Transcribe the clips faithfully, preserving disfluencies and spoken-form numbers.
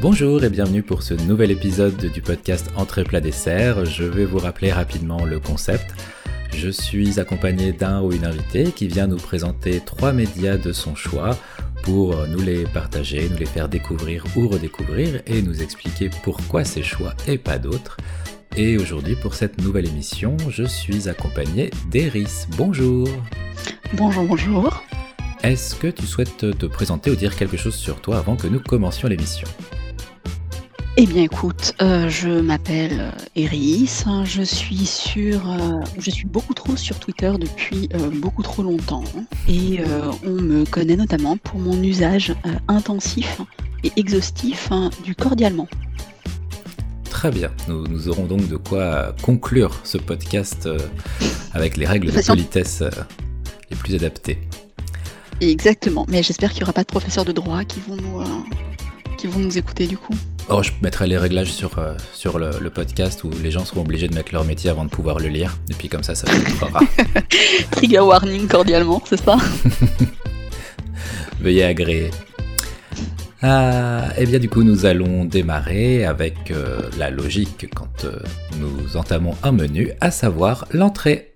Bonjour et bienvenue pour ce nouvel épisode du podcast Entrée plat dessert. Je vais vous rappeler rapidement le concept. Je suis accompagné d'un ou une invitée qui vient nous présenter trois médias de son choix pour nous les partager, nous les faire découvrir ou redécouvrir et nous expliquer pourquoi ces choix et pas d'autres. Et aujourd'hui, pour cette nouvelle émission, je suis accompagné d'Eris. Bonjour. Bonjour, bonjour. Est-ce que tu souhaites te présenter ou dire quelque chose sur toi avant que nous commencions l'émission ? Eh bien écoute, euh, je m'appelle Eris, je suis sur, euh, je suis beaucoup trop sur Twitter depuis euh, beaucoup trop longtemps et euh, on me connaît notamment pour mon usage euh, intensif et exhaustif hein, du cordialement. Très bien, nous, nous aurons donc de quoi conclure ce podcast euh, avec les règles de politesse euh, les plus adaptées. Exactement, mais j'espère qu'il n'y aura pas de professeurs de droit qui vont nous, euh, qui vont nous écouter du coup. Oh, je mettrai les réglages sur, euh, sur le, le podcast où les gens seront obligés de mettre leur métier avant de pouvoir le lire. Et puis comme ça, ça filtrera. Trigger warning cordialement, c'est ça ? Veuillez agréer. Ah, et bien du coup, nous allons démarrer avec euh, la logique quand euh, nous entamons un menu, à savoir l'entrée.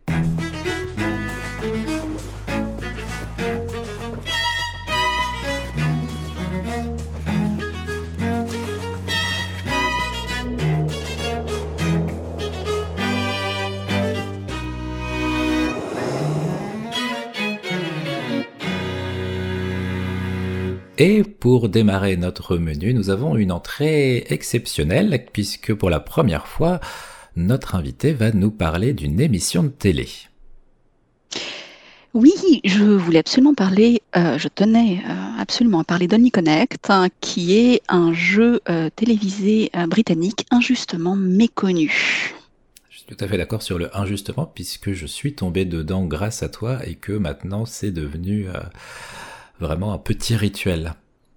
Et pour démarrer notre menu, nous avons une entrée exceptionnelle puisque pour la première fois, notre invité va nous parler d'une émission de télé. Oui, je voulais absolument parler, euh, je tenais euh, absolument à parler d'Only Connect, hein, qui est un jeu euh, télévisé euh, britannique injustement méconnu. Je suis tout à fait d'accord sur le injustement puisque je suis tombé dedans grâce à toi et que maintenant c'est devenu... Euh, vraiment un petit rituel.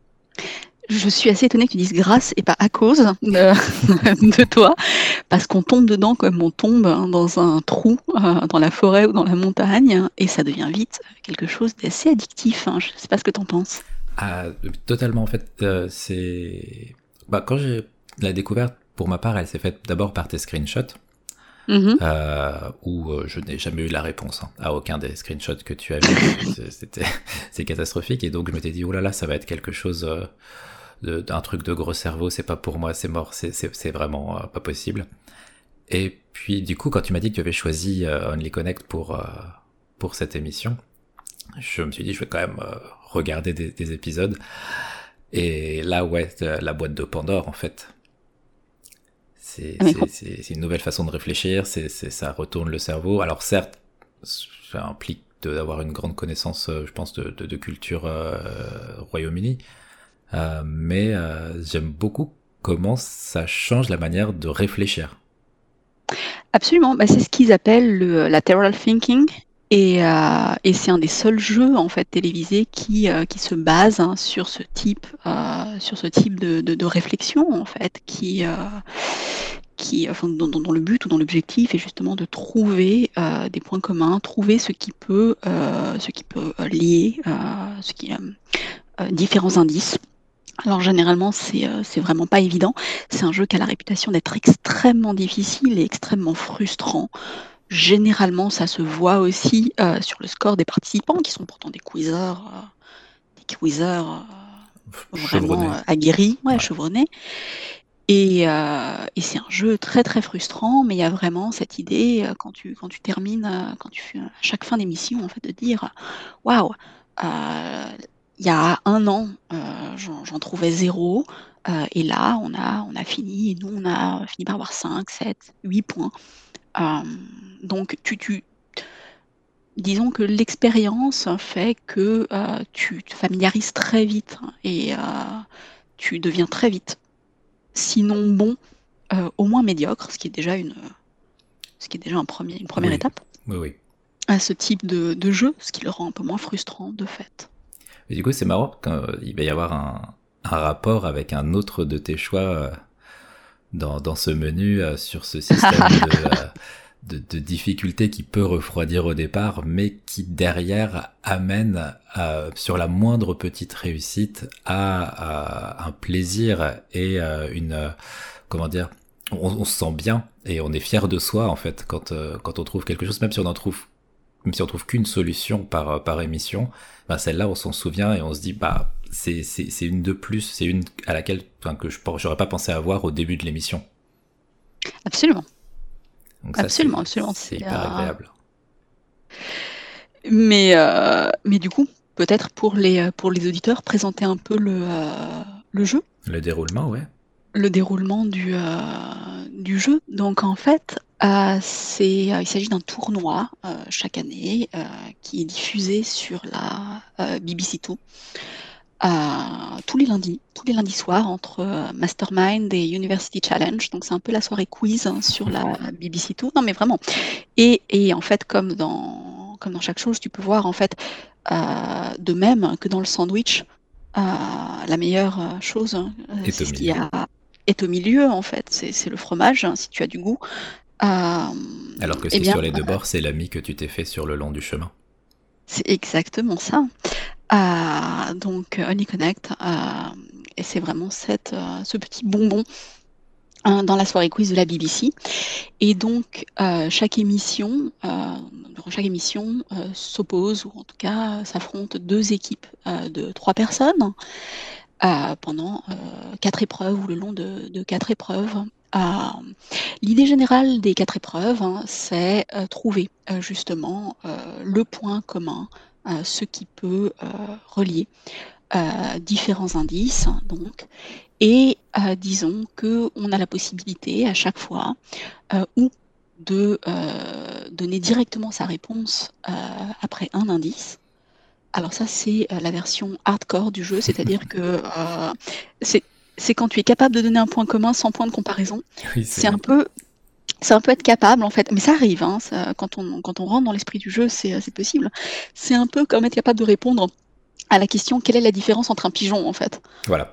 Je suis assez étonnée que tu dises grâce et pas à cause de, de toi, parce qu'on tombe dedans comme on tombe hein, dans un trou, euh, dans la forêt ou dans la montagne, et ça devient vite quelque chose d'assez addictif. Hein. Je ne sais pas ce que tu en penses. Ah, totalement, en fait, euh, c'est... Bah, quand j'ai la découverte, pour ma part, elle s'est faite d'abord par tes screenshots, mm-hmm. euh, où euh, je n'ai jamais eu la réponse hein, à aucun des screenshots que tu as vus. C'était, c'est catastrophique, et donc je m'étais dit, oh là là, ça va être quelque chose... Euh, De, d'un truc de gros cerveau, c'est pas pour moi, c'est mort, c'est, c'est, c'est vraiment euh, pas possible. Et puis du coup, quand tu m'as dit que tu avais choisi euh, Only Connect pour, euh, pour cette émission, je me suis dit je vais quand même euh, regarder des, des épisodes. Et là, ouais, la boîte de Pandore, en fait. C'est, c'est, c'est, c'est une nouvelle façon de réfléchir, c'est, c'est, ça retourne le cerveau. Alors certes, ça implique d'avoir une grande connaissance, je pense, de, de, de culture euh, Royaume-Uni. Euh, mais euh, j'aime beaucoup comment ça change la manière de réfléchir. Absolument, bah, c'est ce qu'ils appellent le lateral thinking et, euh, et c'est un des seuls jeux en fait télévisés qui, euh, qui se base hein, sur ce type, euh, sur ce type de, de, de réflexion en fait, qui, euh, qui, enfin, dont, dont le but ou dont l'objectif est justement de trouver euh, des points communs, trouver ce qui peut, euh, ce qui peut lier, euh, ce qui, euh, euh, différents indices. Alors généralement c'est, euh, c'est vraiment pas évident, c'est un jeu qui a la réputation d'être extrêmement difficile et extrêmement frustrant. Généralement ça se voit aussi euh, sur le score des participants qui sont pourtant des quizzeurs, euh, des quizzeurs euh, vraiment euh, aguerris, ouais, ouais. chevronnés. Et, euh, et c'est un jeu très très frustrant, mais il y a vraiment cette idée euh, quand tu, quand tu termines, euh, quand tu fais à chaque fin d'émission en fait de dire waouh. Euh, Il y a un an, euh, j'en, j'en trouvais zéro, euh, et là, on a, on a fini, et nous, on a fini par avoir cinq, sept, huit points. Euh, donc, tu, tu, disons que l'expérience fait que euh, tu te familiarises très vite et euh, tu deviens très vite, sinon bon, euh, au moins médiocre, ce qui est déjà, une, ce qui est déjà un premier, une première oui. étape, oui, oui. à ce type de, de jeu, ce qui le rend un peu moins frustrant de fait. Et du coup, c'est marrant qu'il va y avoir un, un rapport avec un autre de tes choix euh, dans, dans ce menu euh, sur ce système de, euh, de, de difficulté qui peut refroidir au départ, mais qui derrière amène euh, sur la moindre petite réussite à, à un plaisir et euh, une euh, comment dire, on, on se sent bien et on est fier de soi en fait quand euh, quand on trouve quelque chose, même si on en trouve même si on trouve qu'une solution par par émission, bah celle-là on s'en souvient et on se dit bah c'est c'est c'est une de plus, c'est une à laquelle enfin que je j'aurais pas pensé avoir au début de l'émission. Absolument. Donc ça, absolument, c'est, absolument. C'est, c'est hyper euh... agréable. Mais, euh, mais du coup, peut-être pour les, pour les auditeurs, présenter un peu le, euh, le jeu. Le déroulement, ouais. Le déroulement du, euh, du jeu. Donc en fait, euh, c'est, euh, il s'agit d'un tournoi euh, chaque année euh, qui est diffusé sur la euh, B B C deux. Euh, tous les lundis, tous les lundis soirs entre euh, Mastermind et University Challenge. Donc c'est un peu la soirée quiz hein, sur la B B C deux. Non mais vraiment. Et, et en fait, comme dans, comme dans chaque chose, tu peux voir en fait, euh, de même que dans le sandwich, euh, la meilleure chose, euh, c'est ce qu'il y a est au milieu en fait. C'est, c'est le fromage, hein, si tu as du goût. Euh, Alors que eh si bien, sur les deux euh, bords, c'est l'ami que tu t'es fait sur le long du chemin. C'est exactement ça. Euh, donc Only Connect, euh, et c'est vraiment cette, euh, ce petit bonbon hein, dans la soirée quiz de la B B C. Et donc euh, chaque émission, euh, durant chaque émission, euh, s'oppose ou en tout cas s'affrontent deux équipes euh, de trois personnes euh, pendant euh, quatre épreuves ou le long de, de quatre épreuves. Euh, l'idée générale des quatre épreuves, hein, c'est euh, trouver euh, justement euh, le point commun, euh, ce qui peut euh, relier euh, différents indices, donc, et euh, disons qu'on a la possibilité à chaque fois euh, ou de euh, donner directement sa réponse euh, après un indice. Alors ça, c'est euh, la version hardcore du jeu, c'est-à-dire que euh, c'est, c'est quand tu es capable de donner un point commun sans point de comparaison. Oui, c'est... c'est un peu... C'est un peu être capable, en fait, mais ça arrive, hein, ça, quand, on, quand on rentre dans l'esprit du jeu, c'est, c'est possible. C'est un peu comme être capable de répondre à la question quelle est la différence entre un pigeon, en fait. Voilà.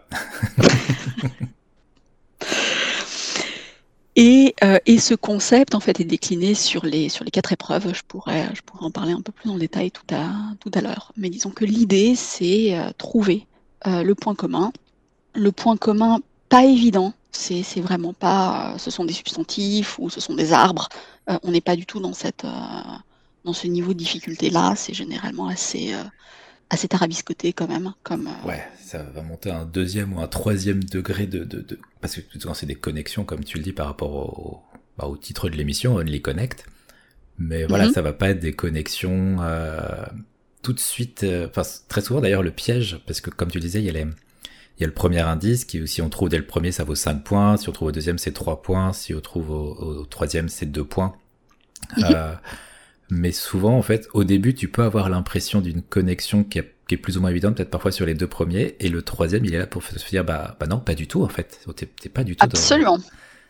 Et, euh, et ce concept, en fait, est décliné sur les, sur les quatre épreuves. Je pourrais, je pourrais en parler un peu plus dans le détail tout à, tout à l'heure. Mais disons que l'idée, c'est euh, trouver euh, le point commun. Le point commun, pas évident. C'est, c'est vraiment pas, euh, ce sont des substantifs ou ce sont des arbres. Euh, on n'est pas du tout dans, cette, euh, dans ce niveau de difficulté-là. C'est généralement assez, euh, assez tarabiscoté quand même. Comme, euh... Ouais, ça va monter à un deuxième ou un troisième degré de... de, de... Parce que souvent c'est des connexions, comme tu le dis, par rapport au, bah, au titre de l'émission, Only Connect. Mais voilà, mm-hmm. ça va pas être des connexions euh, tout de suite... Enfin, euh, très souvent d'ailleurs le piège, parce que comme tu disais, il y a les... Il y a le premier indice qui, si on trouve dès le premier, ça vaut cinq points. Si on trouve au deuxième, c'est trois points. Si on trouve au, au troisième, c'est deux points. Mmh. Euh, mais souvent, en fait, au début, tu peux avoir l'impression d'une connexion qui est, qui est plus ou moins évidente, peut-être parfois sur les deux premiers. Et le troisième, il est là pour se dire, bah, bah non, pas du tout, en fait. T'es, t'es pas du tout Absolument.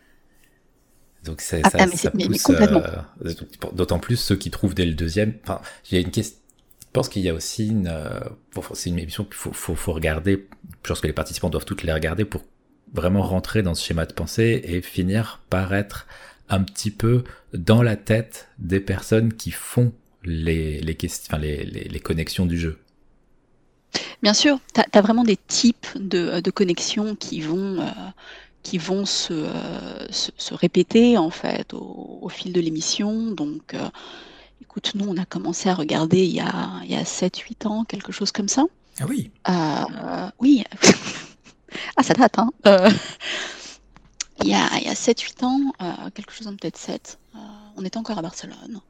Dans... Donc ça, ah, ça, ah, mais ça mais, pousse... mais complètement. Euh, d'autant plus ceux qui trouvent dès le deuxième. Enfin, il y a une question... Je pense qu'il y a aussi une, euh, c'est une émission qu'il faut, faut, faut regarder. Je pense que les participants doivent toutes les regarder pour vraiment rentrer dans ce schéma de pensée et finir par être un petit peu dans la tête des personnes qui font les, les, questions, enfin, les, les, les connexions du jeu. Bien sûr, tu as vraiment des types de, de connexions qui vont, euh, qui vont se, euh, se, se répéter en fait au, au fil de l'émission. Donc, euh, écoute, nous, on a commencé à regarder il y a, il y a sept huit ans, quelque chose comme ça. Ah oui euh, Oui. ah, ça date, hein euh, il, y a, il y a sept huit ans, euh, quelque chose en peut-être sept, euh, on était encore à Barcelone.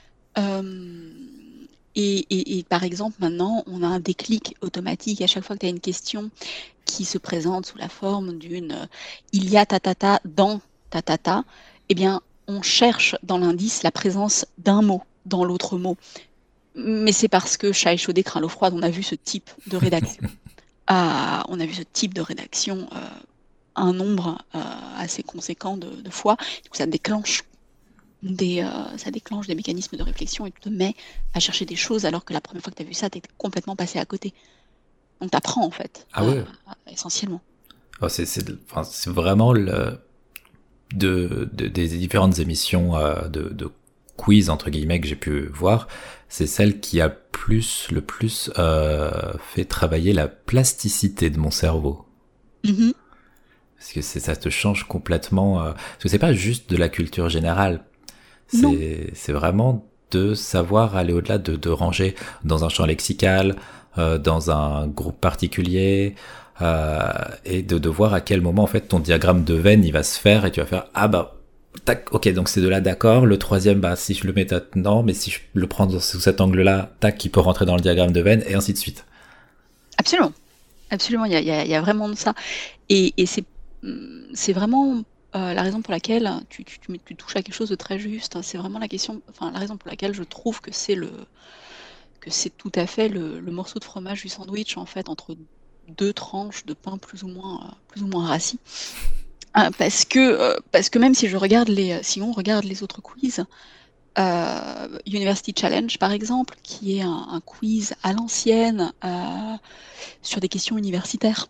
Euh, et, et, et par exemple, maintenant, on a un déclic automatique à chaque fois que tu as une question qui se présente sous la forme d'une euh, « il y a tatata dans tatata », eh bien, on cherche dans l'indice la présence d'un mot dans l'autre mot. Mais c'est parce que chat échaudé craint l'eau froide, on a vu ce type de rédaction. euh, on a vu ce type de rédaction euh, un nombre euh, assez conséquent de, de fois. Du coup, ça déclenche des, euh, ça déclenche des mécanismes de réflexion et tu te mets à chercher des choses alors que la première fois que tu as vu ça, tu étais complètement passé à côté. Donc tu apprends en fait, ah ouais. euh, essentiellement. Oh, c'est, c'est, enfin, c'est vraiment le... De, de, des différentes émissions euh, de, de quiz entre guillemets que j'ai pu voir, c'est celle qui a plus le plus euh, fait travailler la plasticité de mon cerveau. Mm-hmm. Parce que c'est, ça te change complètement. Euh, parce que c'est pas juste de la culture générale. C'est, c'est vraiment de savoir aller au-delà, de, de ranger dans un champ lexical, euh, dans un groupe particulier, euh, et de, de voir à quel moment en fait ton diagramme de Venn il va se faire et tu vas faire ah bah tac, ok, donc c'est de là, d'accord. Le troisième, bah si je le mets non, mais si je le prends sous cet angle-là, tac, il peut rentrer dans le diagramme de Venn et ainsi de suite. Absolument, absolument. Il y a, il y a, il y a vraiment de ça, et, et c'est, c'est vraiment euh, la raison pour laquelle tu, tu, tu, tu touches à quelque chose de très juste. C'est vraiment la question, enfin la raison pour laquelle je trouve que c'est le, que c'est tout à fait le, le morceau de fromage du sandwich en fait entre deux tranches de pain plus ou moins, plus ou moins rassis. Euh, parce que euh, parce que même si je regarde les si on regarde les autres quiz, euh, University Challenge par exemple, qui est un, un quiz à l'ancienne euh, sur des questions universitaires,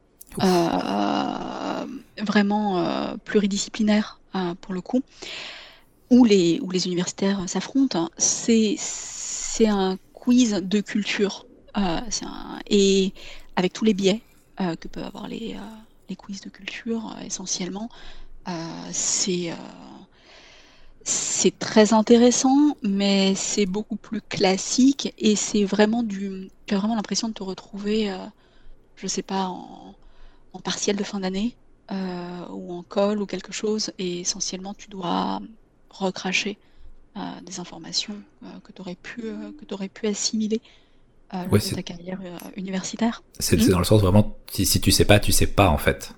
euh, vraiment euh, pluridisciplinaires euh, pour le coup, où les où les universitaires s'affrontent, c'est c'est un quiz de culture, euh, c'est un, et avec tous les biais euh, que peuvent avoir les euh, les quiz de culture, euh, essentiellement, euh, c'est, euh, c'est très intéressant, mais c'est beaucoup plus classique, et c'est vraiment du... Tu as vraiment l'impression de te retrouver, euh, je sais pas, en, en partiel de fin d'année, euh, ou en colle ou quelque chose, et essentiellement tu dois recracher euh, des informations euh, que tu aurais pu, euh, que t'aurais pu assimiler euh, lors Ouais, de c'est, ta carrière euh, universitaire. c'est, Hmm. c'est dans le sens vraiment, si, si tu sais pas, tu sais pas en fait.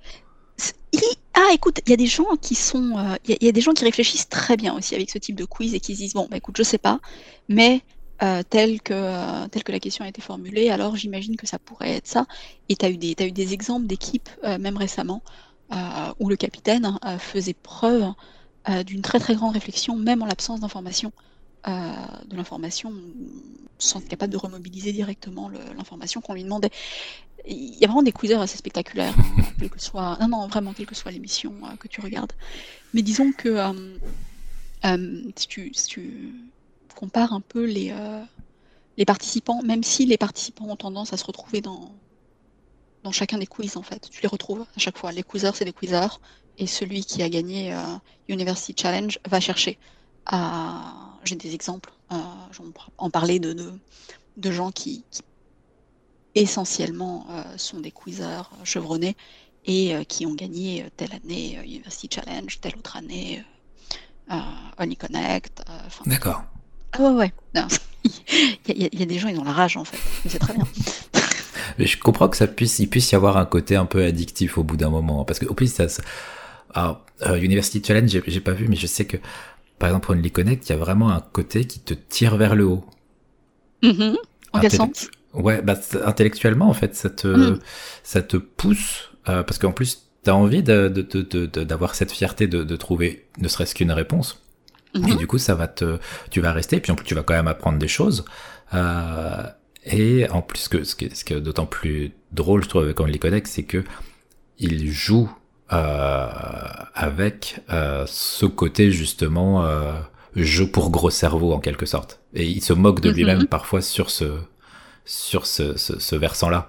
Ah, écoute, il y a des gens qui sont, euh, il y, a- il y a des gens qui réfléchissent très bien aussi avec ce type de quiz et qui se disent bon, bah écoute, je sais pas, mais euh, tel que euh, tel que la question a été formulée, alors j'imagine que ça pourrait être ça. Et tu as eu des, t'as eu des exemples d'équipes, euh, même récemment, euh, où le capitaine hein, euh, faisait preuve euh, d'une très très grande réflexion, même en l'absence d'information, euh, de l'information, sans être capable de remobiliser directement le- l'information qu'on lui demandait. Il y a vraiment des quizzeurs assez spectaculaires, hein, quelle que soit, non, non, vraiment, quelle que soit l'émission euh, que tu regardes. Mais disons que euh, euh, si, tu, si tu compares un peu les, euh, les participants, même si les participants ont tendance à se retrouver dans, dans chacun des quiz, en fait, tu les retrouves à chaque fois. Les quizzeurs, c'est des quizzeurs, et celui qui a gagné euh, University Challenge va chercher à... J'ai des exemples, euh, j'en en parler de, de, de gens qui, qui essentiellement euh, sont des quizzeurs euh, chevronnés et euh, qui ont gagné euh, telle année euh, University Challenge, telle autre année euh, OnlyConnect. euh, Enfin, D'accord. ah ouais, ouais. Non, Il y, a- il y a des gens, ils ont la rage en fait. Mais c'est très bien. Mais je comprends que ça puisse, il puisse y avoir un côté un peu addictif au bout d'un moment, parce que au plus ça, ça alors, euh, University Challenge, j'ai, j'ai pas vu, mais je sais que par exemple pour OnlyConnect, il y a vraiment un côté qui te tire vers le haut. Mhm. En quel Intellect- sens? Ouais, bah c'est- intellectuellement en fait, ça te, Mhm. ça te pousse euh, parce qu'en plus t'as envie de, de, de, de- de- d'avoir cette fierté de, de trouver ne serait-ce qu'une réponse. Mhm. Et du coup, ça va te, tu vas rester, et puis en plus, tu vas quand même apprendre des choses. Euh, et en plus, que, ce qui est, ce qui est d'autant plus drôle, je trouve, avec OnlyConnect, c'est que il joue euh, avec euh, ce côté justement euh, jeu pour gros cerveau en quelque sorte. Et il se moque de lui-même Mhm. parfois sur ce, sur ce, ce, ce versant-là.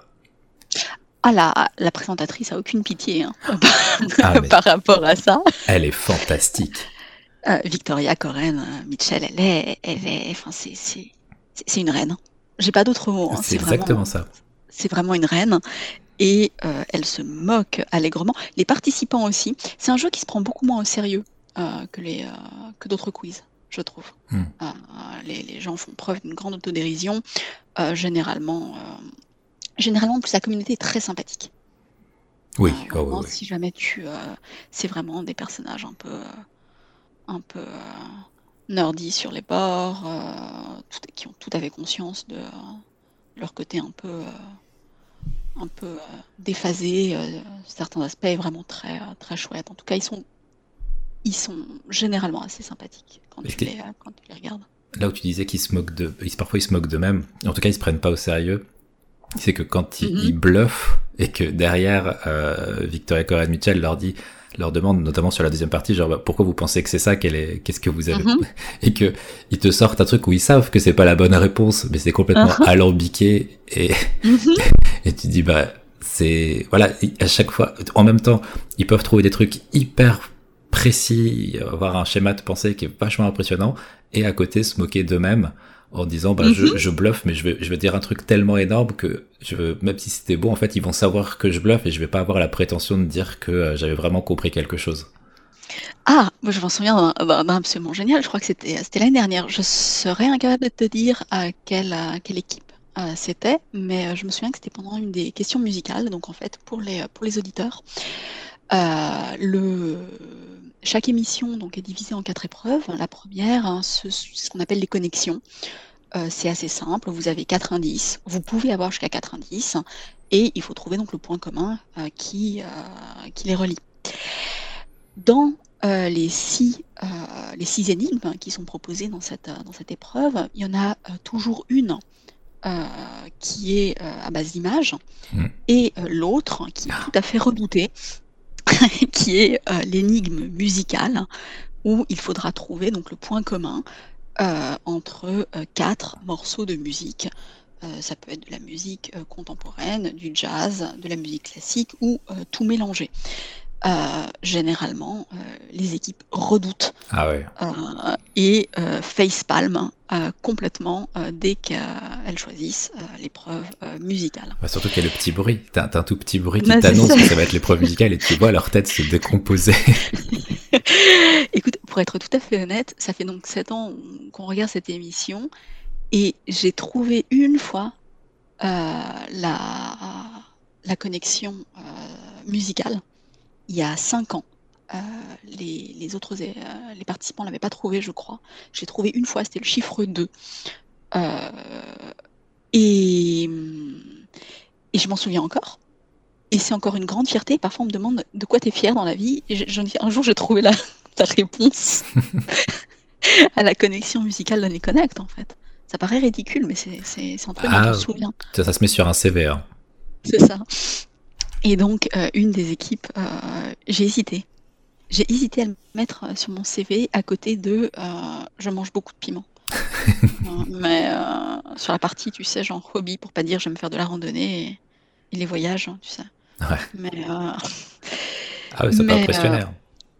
Ah, la, la présentatrice a aucune pitié hein, Ah mais par rapport à ça. elle est fantastique. Euh, Victoria Coren euh, Mitchell, elle est, elle est, enfin c'est, c'est, c'est c'est une reine. Hein. J'ai pas d'autre mot. Hein. C'est C'est vraiment, exactement ça. c'est vraiment une reine. Et euh, elle se moque allègrement. Les participants aussi. C'est un jeu qui se prend beaucoup moins au sérieux euh, que, les, euh, que d'autres quiz, je trouve. Hmm. Euh, les, les gens font preuve d'une grande autodérision. Euh, généralement, euh, généralement, en plus, la communauté est très sympathique. Oui, Euh, oh, vraiment, oui, oui. si jamais tu... euh, c'est vraiment des personnages un peu... euh, un peu euh, nerdy sur les bords, euh, tout- qui ont tout à fait conscience de euh, leur côté un peu... euh, un peu euh, déphasé, euh, certains aspects vraiment très euh, très chouettes. En tout cas, ils sont ils sont généralement assez sympathiques quand Est-ce tu que- les euh, quand tu les regardes. Là où tu disais qu'ils se moquent de, ils, parfois ils se moquent d'eux-mêmes, en tout cas ils se prennent pas au sérieux. c'est que quand ils, Mhm. ils bluffent et que derrière, euh, Victoria Coren Mitchell leur dit, leur demande, notamment sur la deuxième partie, genre, bah, pourquoi vous pensez que c'est ça, qu'elle est, qu'est-ce que vous avez, Mhm. et que ils te sortent un truc où ils savent que c'est pas la bonne réponse, mais c'est complètement Mhm. alambiqué, et, Mhm. et tu dis, bah, c'est, voilà, à chaque fois, en même temps, ils peuvent trouver des trucs hyper précis, avoir un schéma de pensée qui est vachement impressionnant, et à côté se moquer d'eux-mêmes, en disant bah je, Mhm. je bluffe mais je vais je vais dire un truc tellement énorme que je veux, même si c'était beau en fait ils vont savoir que je bluffe et je vais pas avoir la prétention de dire que euh, j'avais vraiment compris quelque chose. Ah, moi je m'en souviens d'un, d'un- d'un absolument génial. Je crois que c'était c'était l'année dernière. Je serais incapable de te dire à quelle, à quelle équipe euh, c'était, mais euh, je me souviens que c'était pendant une des questions musicales. Donc en fait, pour les, pour les auditeurs, euh, le, chaque émission donc, est divisée en quatre épreuves. La première, hein, ce, ce qu'on appelle les connexions. Euh, c'est assez simple. Vous avez quatre indices. Vous pouvez avoir jusqu'à quatre indices. Et il faut trouver donc le point commun euh, qui, euh, qui les relie. Dans euh, les, six, euh, les six énigmes qui sont proposées dans cette, dans cette épreuve, il y en a euh, toujours une euh, qui est euh, à base d'images Mm. et euh, l'autre qui est tout à fait redoutée, qui est euh, l'énigme musicale où il faudra trouver donc, le point commun euh, entre euh, quatre morceaux de musique. Euh, ça peut être de la musique euh, contemporaine, du jazz, de la musique classique ou euh, tout mélangé. Euh, généralement, euh, les équipes redoutent Ah ouais. euh, et euh, facepalm euh, complètement euh, dès qu'elles choisissent euh, l'épreuve euh, musicale. Bah, surtout qu'il y a le petit bruit, t'as, t'as un tout petit bruit qui Ben, c'est t'annonce ça. que ça va être l'épreuve musicale et tu vois leur tête se décomposer. Écoute, pour être tout à fait honnête, ça fait donc sept ans qu'on regarde cette émission et j'ai trouvé une fois euh, la, la connexion euh, musicale il y a cinq ans. Euh, les, les autres euh, les participants ne l'avaient pas trouvé, je crois. J'ai trouvé une fois, c'était le chiffre deux. Euh, et, et je m'en souviens encore. Et c'est encore une grande fierté. Parfois, on me demande de quoi tu es fière dans la vie. Et je, un jour, j'ai trouvé la, la réponse à la connexion musicale d'Uniconnect, en fait. Ça paraît ridicule, mais c'est, c'est, c'est un truc dont on Ah, se souvient. ça, ça se met sur un C V. Hein. C'est ça. Et donc, euh, une des équipes, euh, j'ai hésité. J'ai hésité à le mettre sur mon C V à côté de euh, je mange beaucoup de piment. euh, mais euh, sur la partie, tu sais, genre hobby, pour pas dire j'aime faire de la randonnée et, et les voyages, hein, tu sais. Ouais. Mais, euh, Ah ouais, ça peut mais euh, impressionner. Hein.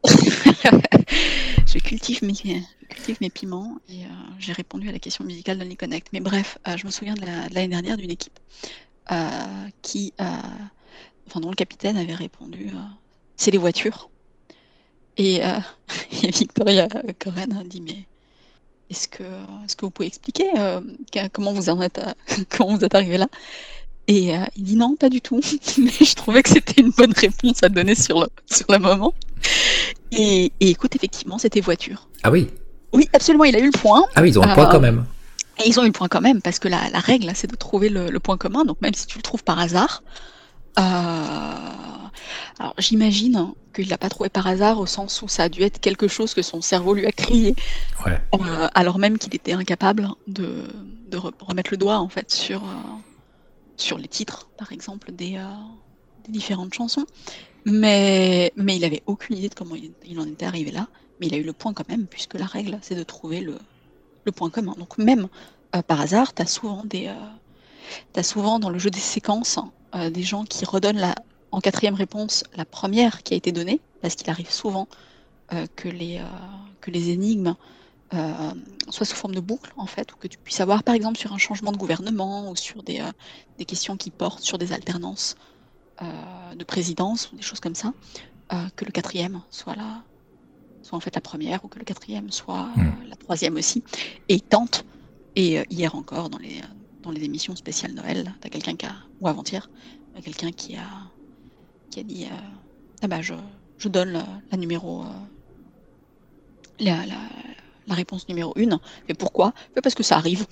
je, cultive mes, je cultive mes piments et euh, j'ai répondu à la question musicale d'Uniconnect. Mais bref, euh, je me souviens de, la, de l'année dernière d'une équipe euh, qui, euh, enfin, dont le capitaine avait répondu euh, c'est les voitures. Et, euh, et Victoria Coren a dit mais est-ce que, est-ce que vous pouvez expliquer euh, comment, vous en êtes à, comment vous êtes arrivé là? Et euh, il dit non, pas du tout. Mais je trouvais que c'était une bonne réponse à donner sur le, sur le moment. Et, et écoute, effectivement, c'était voiture. Ah oui. Oui, absolument, il a eu le point. Ah oui, ils ont un Euh, point quand même. Et ils ont eu le point quand même, parce que la, la règle, c'est de trouver le, le point commun. Donc même si tu le trouves par hasard, euh, alors j'imagine hein, qu'il l'a pas trouvé par hasard au sens où ça a dû être quelque chose que son cerveau lui a crié, Ouais. euh, alors même qu'il était incapable de, de re- remettre le doigt en fait sur, euh, sur les titres, par exemple, des, euh, des différentes chansons. Mais, mais il avait aucune idée de comment il, il en était arrivé là. Mais il a eu le point quand même, puisque la règle, c'est de trouver le, le point commun. Donc même euh, par hasard, tu as souvent des, euh, t'as souvent dans le jeu des séquences euh, des gens qui redonnent la, en quatrième réponse la première qui a été donnée, parce qu'il arrive souvent euh, que, les, euh, que les énigmes euh, soient sous forme de boucle, en fait, ou que tu puisses avoir, par exemple, sur un changement de gouvernement ou sur des, euh, des questions qui portent sur des alternances euh, de présidence ou des choses comme ça, euh, que le quatrième soit la, soit en fait la première ou que le quatrième soit euh, Mm. la troisième aussi, et il tente. Et euh, hier encore, dans les, dans les émissions spéciales Noël, t'as quelqu'un qui a, ou avant-hier, t'as quelqu'un qui a, qui a dit euh, ah bah je, je donne la, la numéro, euh, la, la, la réponse numéro une. Mais pourquoi? Mais parce que ça arrive.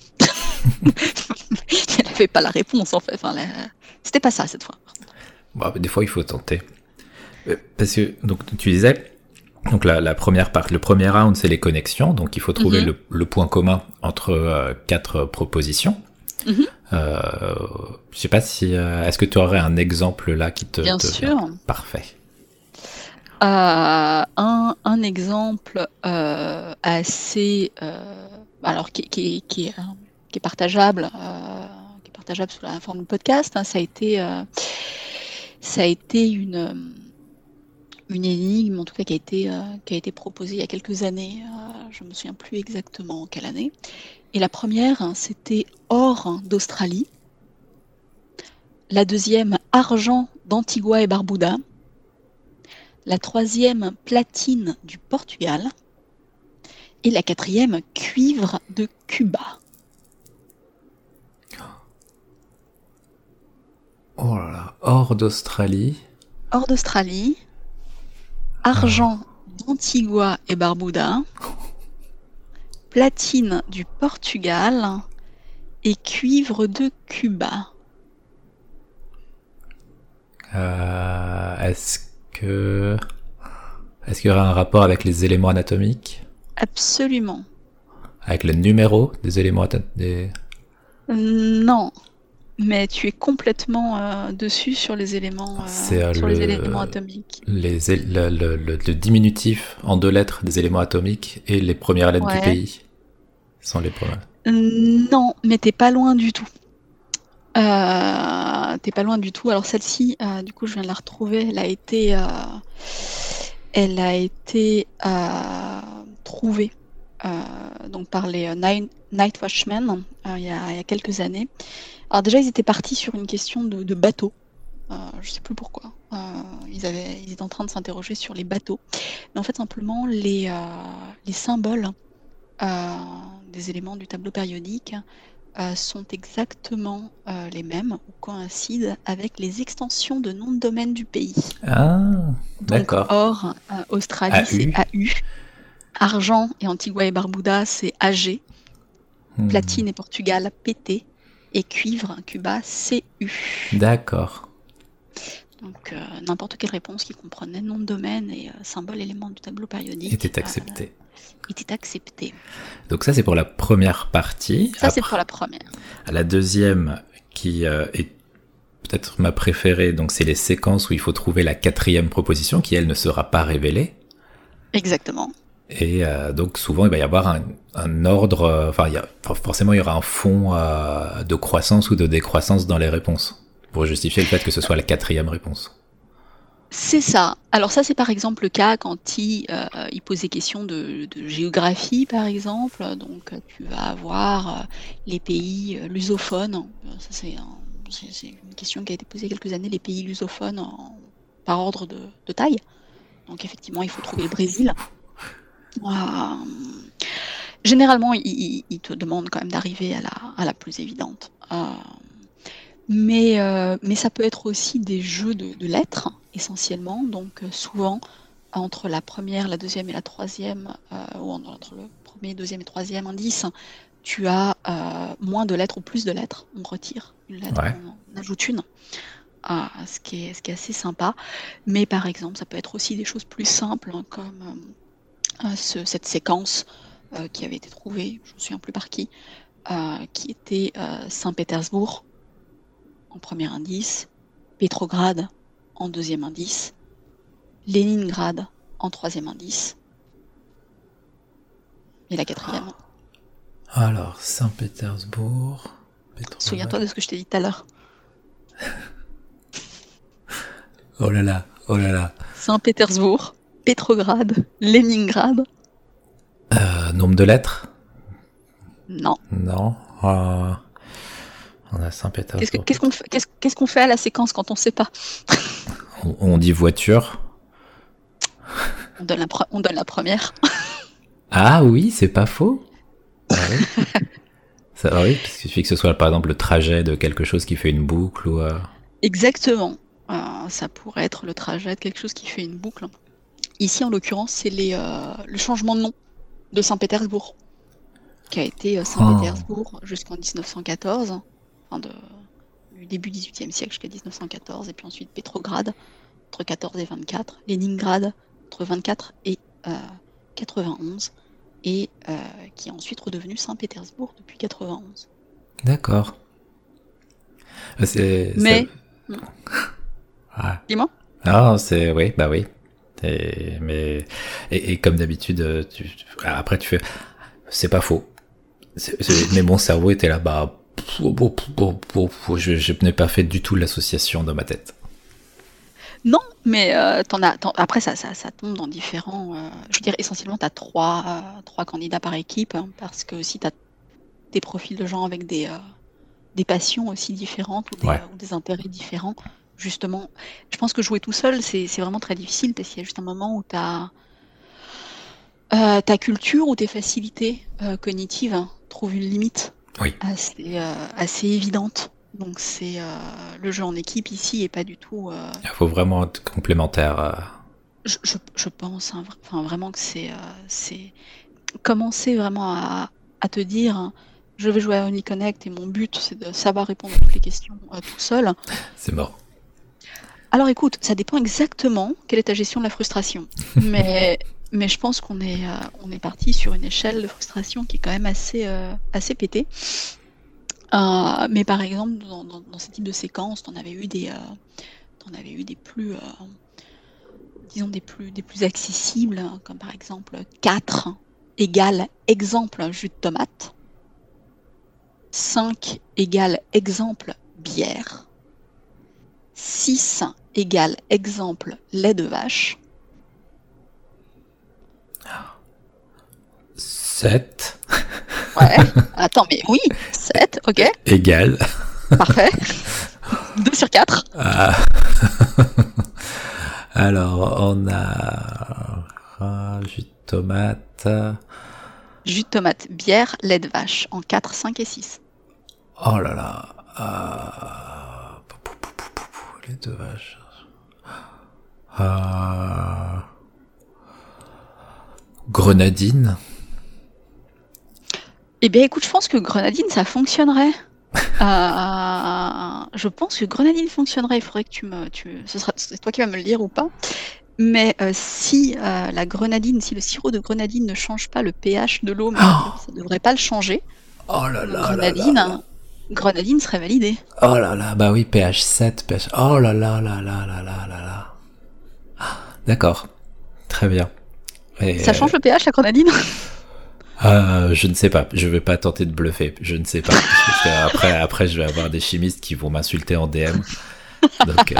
Elle n'avait pas la réponse en fait. Enfin, la... C'était pas ça cette fois. Bon, des fois, il faut tenter. Parce que, donc, tu disais, donc la, la première part, le premier round, c'est les connexions. Donc, il faut trouver Mm-hmm. le, le point commun entre euh, quatre propositions. Mhm. Euh, je sais pas si... Euh, est-ce que tu aurais un exemple là qui te... Bien te sûr. vient? Parfait. Euh, un, un exemple euh, assez... euh, alors, qui, qui, qui, est, euh, qui est partageable, euh, qui est partageable sous la forme de podcast, hein, ça a été, euh, ça a été une, euh, une énigme, en tout cas, qui a été, euh, qui a été proposée il y a quelques années. Euh, je ne me souviens plus exactement en quelle année. Et la première, hein, c'était or d'Australie. La deuxième, argent d'Antigua et Barbuda. La troisième, platine du Portugal. Et la quatrième, cuivre de Cuba. Oh là là, or d'Australie. Or d'Australie, argent d'Antigua et Barbuda, platine du Portugal et cuivre de Cuba. Euh, est-ce que... Est-ce qu'il y aura un rapport avec les éléments anatomiques? Absolument. Avec le numéro des éléments anatomiques? Non, mais tu es complètement euh, dessus sur les éléments, euh, C'est euh, sur les le... éléments atomiques. Les, é- le, le- le- le diminutif en deux lettres des éléments atomiques et les premières lettres du Ouais. pays sont les premières. Non, mais t'es pas loin du tout. Euh, t'es pas loin du tout. Alors celle-ci, euh, du coup, je viens de la retrouver. Elle a été, euh, elle a été euh, trouvée euh, donc par les euh, Night, Night Watchmen euh, il, y a, il y a quelques années. Alors déjà, ils étaient partis sur une question de, de bateaux. Euh, je sais plus pourquoi. Euh, ils, avaient, ils étaient en train de s'interroger sur les bateaux. Mais en fait, simplement, les, euh, les symboles euh, des éléments du tableau périodique euh, sont exactement euh, les mêmes ou coïncident avec les extensions de noms de domaine du pays. Ah, Donc, d'accord. or, euh, Australie, A U. c'est A U. Argent et Antigua et Barbuda, c'est A G. Hmm. Platine et Portugal, P T. Et cuivre, Cuba, C U. D'accord. Donc, euh, n'importe quelle réponse qui comprenait nom de domaine et euh, symbole élément du tableau périodique Était accepté. euh, était accepté. Donc ça, c'est pour la première partie. Ça, c'est Après, pour la première. la deuxième, qui euh, est peut-être ma préférée, donc c'est les séquences où il faut trouver la quatrième proposition, qui elle ne sera pas révélée. Exactement. Et euh, donc souvent il va y avoir un, un ordre, enfin il y a, forcément il y aura un fond euh, de croissance ou de décroissance dans les réponses, pour justifier le fait que ce soit la quatrième réponse. C'est ça. Alors ça, c'est par exemple le cas quand il, euh, il pose des questions de, de géographie, par exemple. Donc tu vas avoir euh, les pays euh, lusophones. Ça, c'est, un, c'est, c'est une question qui a été posée il y a quelques années, les pays lusophones en, par ordre de, de taille. Donc effectivement, il faut trouver le Brésil. Euh, généralement, il, il te demande quand même d'arriver à la, à la plus évidente. Euh, mais, euh, mais ça peut être aussi des jeux de, de lettres, essentiellement. Donc euh, souvent, entre la première, la deuxième et la troisième, euh, ou entre le premier, deuxième et troisième indice, tu as euh, moins de lettres ou plus de lettres. On retire une lettre, Ouais. on, on ajoute une. Euh, ce, qui est, ce qui est assez sympa. Mais par exemple, ça peut être aussi des choses plus simples, hein, comme... Euh, Ce, cette séquence euh, qui avait été trouvée, je ne me souviens plus par qui, euh, qui était euh, Saint-Pétersbourg en premier indice, Pétrograd en deuxième indice, Léningrad en troisième indice, et la quatrième. Alors, Saint-Pétersbourg... Pétrograd. Souviens-toi de ce que je t'ai dit tout à l'heure. Oh là là, oh là là. Saint-Pétersbourg, Pétrograd, Léningrad. Euh, nombre de lettres? Non. Non. Euh, on a Saint-Pétersbourg. Qu'est-ce, que, qu'est-ce, qu'on fait, qu'est-ce, qu'est-ce qu'on fait à la séquence quand on ne sait pas? on, on dit voiture. on, donne la pre- on donne la première. Ah oui, c'est pas faux. Ah oui. Ça, ah oui, parce qu'il suffit que ce soit par exemple le trajet de quelque chose qui fait une boucle ou... Euh... Exactement. Euh, ça pourrait être le trajet de quelque chose qui fait une boucle. Ici, en l'occurrence, c'est les, euh, le changement de nom de Saint-Pétersbourg, qui a été euh, Saint-Pétersbourg oh. jusqu'en dix-neuf cent quatorze, enfin de, du début du dix-huitième siècle jusqu'à dix-neuf cent quatorze, et puis ensuite Pétrograd, entre quatorze et vingt-quatre, Léningrad, entre vingt-quatre et euh, quatre-vingt-onze, et euh, qui est ensuite redevenu Saint-Pétersbourg depuis quatre-vingt-onze. D'accord. C'est, Mais... ça... ouais. Dis-moi. Non, c'est... Oui, bah oui. Et, mais... Et, et comme d'habitude, tu... après tu fais... C'est pas faux. C'est, c'est... Mais mon cerveau était là, bah... Je, je n'ai pas fait du tout l'association dans ma tête. Non, mais euh, t'en as, t'en, après ça, ça, ça tombe dans différents... Euh, je veux dire, essentiellement, tu as trois, euh, trois candidats par équipe, hein, parce que si tu as des profils de gens avec des, euh, des passions aussi différentes ou des, Ouais. euh, ou des intérêts différents, justement, je pense que jouer tout seul, c'est, c'est vraiment très difficile, parce qu'il y a juste un moment où tu as... Euh, ta culture ou tes facilités euh, cognitives hein, trouvent une limite Oui. assez, euh, assez évidente. Donc c'est euh, le jeu en équipe ici est pas du tout. Euh, Il faut vraiment être complémentaire. Euh... je, je, je pense, hein, enfin vraiment que c'est, euh, c'est commencer vraiment à, à te dire, hein, je vais jouer à OniConnect et mon but c'est de savoir répondre à toutes les questions euh, tout seul. C'est mort. Alors écoute, ça dépend exactement quelle est ta gestion de la frustration, mais mais je pense qu'on est euh, on est parti sur une échelle de frustration qui est quand même assez euh, assez pétée. Euh, mais par exemple, dans, dans, dans ce type de séquence, t'en avais eu des, euh, t'en avais eu des plus, euh, disons des plus, des plus accessibles, hein, comme par exemple quatre égale exemple jus de tomate, cinq égale exemple bière, six égale exemple lait de vache, sept. Ouais, attends, mais oui, sept, ok. Égal. Parfait. deux sur quatre. Ah. Alors, on a ah, jus de tomate. Jus de tomate, bière, lait de vache, en quatre, cinq et six. Oh là là. Ah. Lait de vache. Ah. Grenadine. Eh bien, écoute, je pense que grenadine, ça fonctionnerait. euh, je pense que grenadine fonctionnerait. Il faudrait que tu me... Tu, ce sera, c'est toi qui vas me le dire ou pas. Mais euh, si euh, la grenadine, si le sirop de grenadine ne change pas le pH de l'eau, mais oh ça ne devrait pas le changer, oh là là grenadine, là là. grenadine serait validée. Oh là là, bah oui, pH sept, pH... Oh là là là là là là là là. Ah, d'accord, très bien. Et ça change euh... le pH, la grenadine? Euh, je ne sais pas, je vais pas tenter de bluffer, je ne sais pas. après, après, je vais avoir des chimistes qui vont m'insulter en D M. Donc, euh...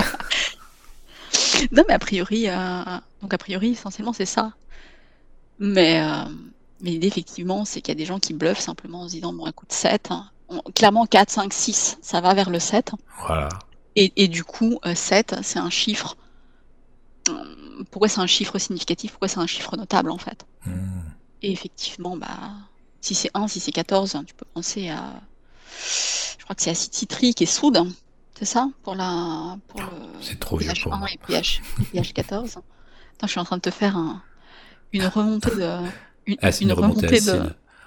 Non, mais a priori, euh... donc a priori, essentiellement, c'est ça. Mais, euh... mais l'idée, effectivement, c'est qu'il y a des gens qui bluffent simplement en se disant, bon, écoute, sept, hein. On... clairement, quatre, cinq, six, ça va vers le sept. Voilà. Et, et du coup, euh, sept, c'est un chiffre. Pourquoi c'est un chiffre significatif? Pourquoi c'est un chiffre notable, en fait? Mmh. Et effectivement, bah, si c'est un, si c'est quatorze, tu peux penser à... Je crois que c'est acide citrique et soude, c'est ça? Pour la... Pour le c'est trop vieux pour moi. et pH, et pH quatorze. Attends, je suis en train de te faire un... une remontée de... Une, ah, une, une remontée, remontée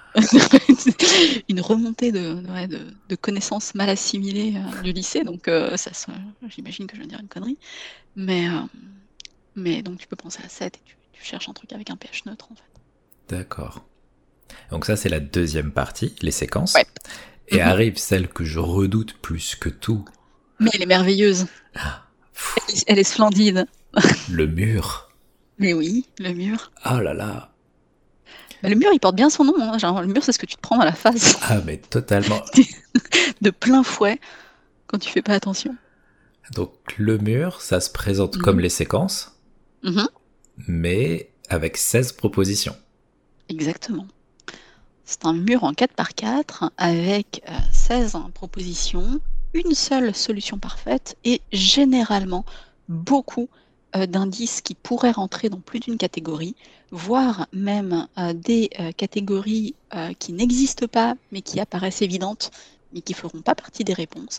de... une remontée de, ouais, de, de connaissances mal assimilées euh, du lycée, donc euh, ça, ça, j'imagine que je viens de dire une connerie. Mais, euh, mais donc tu peux penser à sept et tu, tu cherches un truc avec un pH neutre, en fait. D'accord. Donc ça, c'est la deuxième partie, les séquences. Ouais. Et mm-hmm. arrive celle que je redoute plus que tout. Mais elle est merveilleuse. Ah, elle, est, elle est splendide. Le mur. Mais oui, le mur. Oh là là. Mais le mur, il porte bien son nom. Hein. Genre, le mur, c'est ce que tu te prends dans la face. Ah, mais totalement. De plein fouet, quand tu fais pas attention. Donc le mur, ça se présente mm-hmm. comme les séquences, mm-hmm. mais avec seize propositions. Exactement. C'est un mur en quatre par quatre avec euh, seize propositions, une seule solution parfaite et généralement beaucoup euh, d'indices qui pourraient rentrer dans plus d'une catégorie, voire même euh, des euh, catégories euh, qui n'existent pas mais qui apparaissent évidentes mais qui ne feront pas partie des réponses.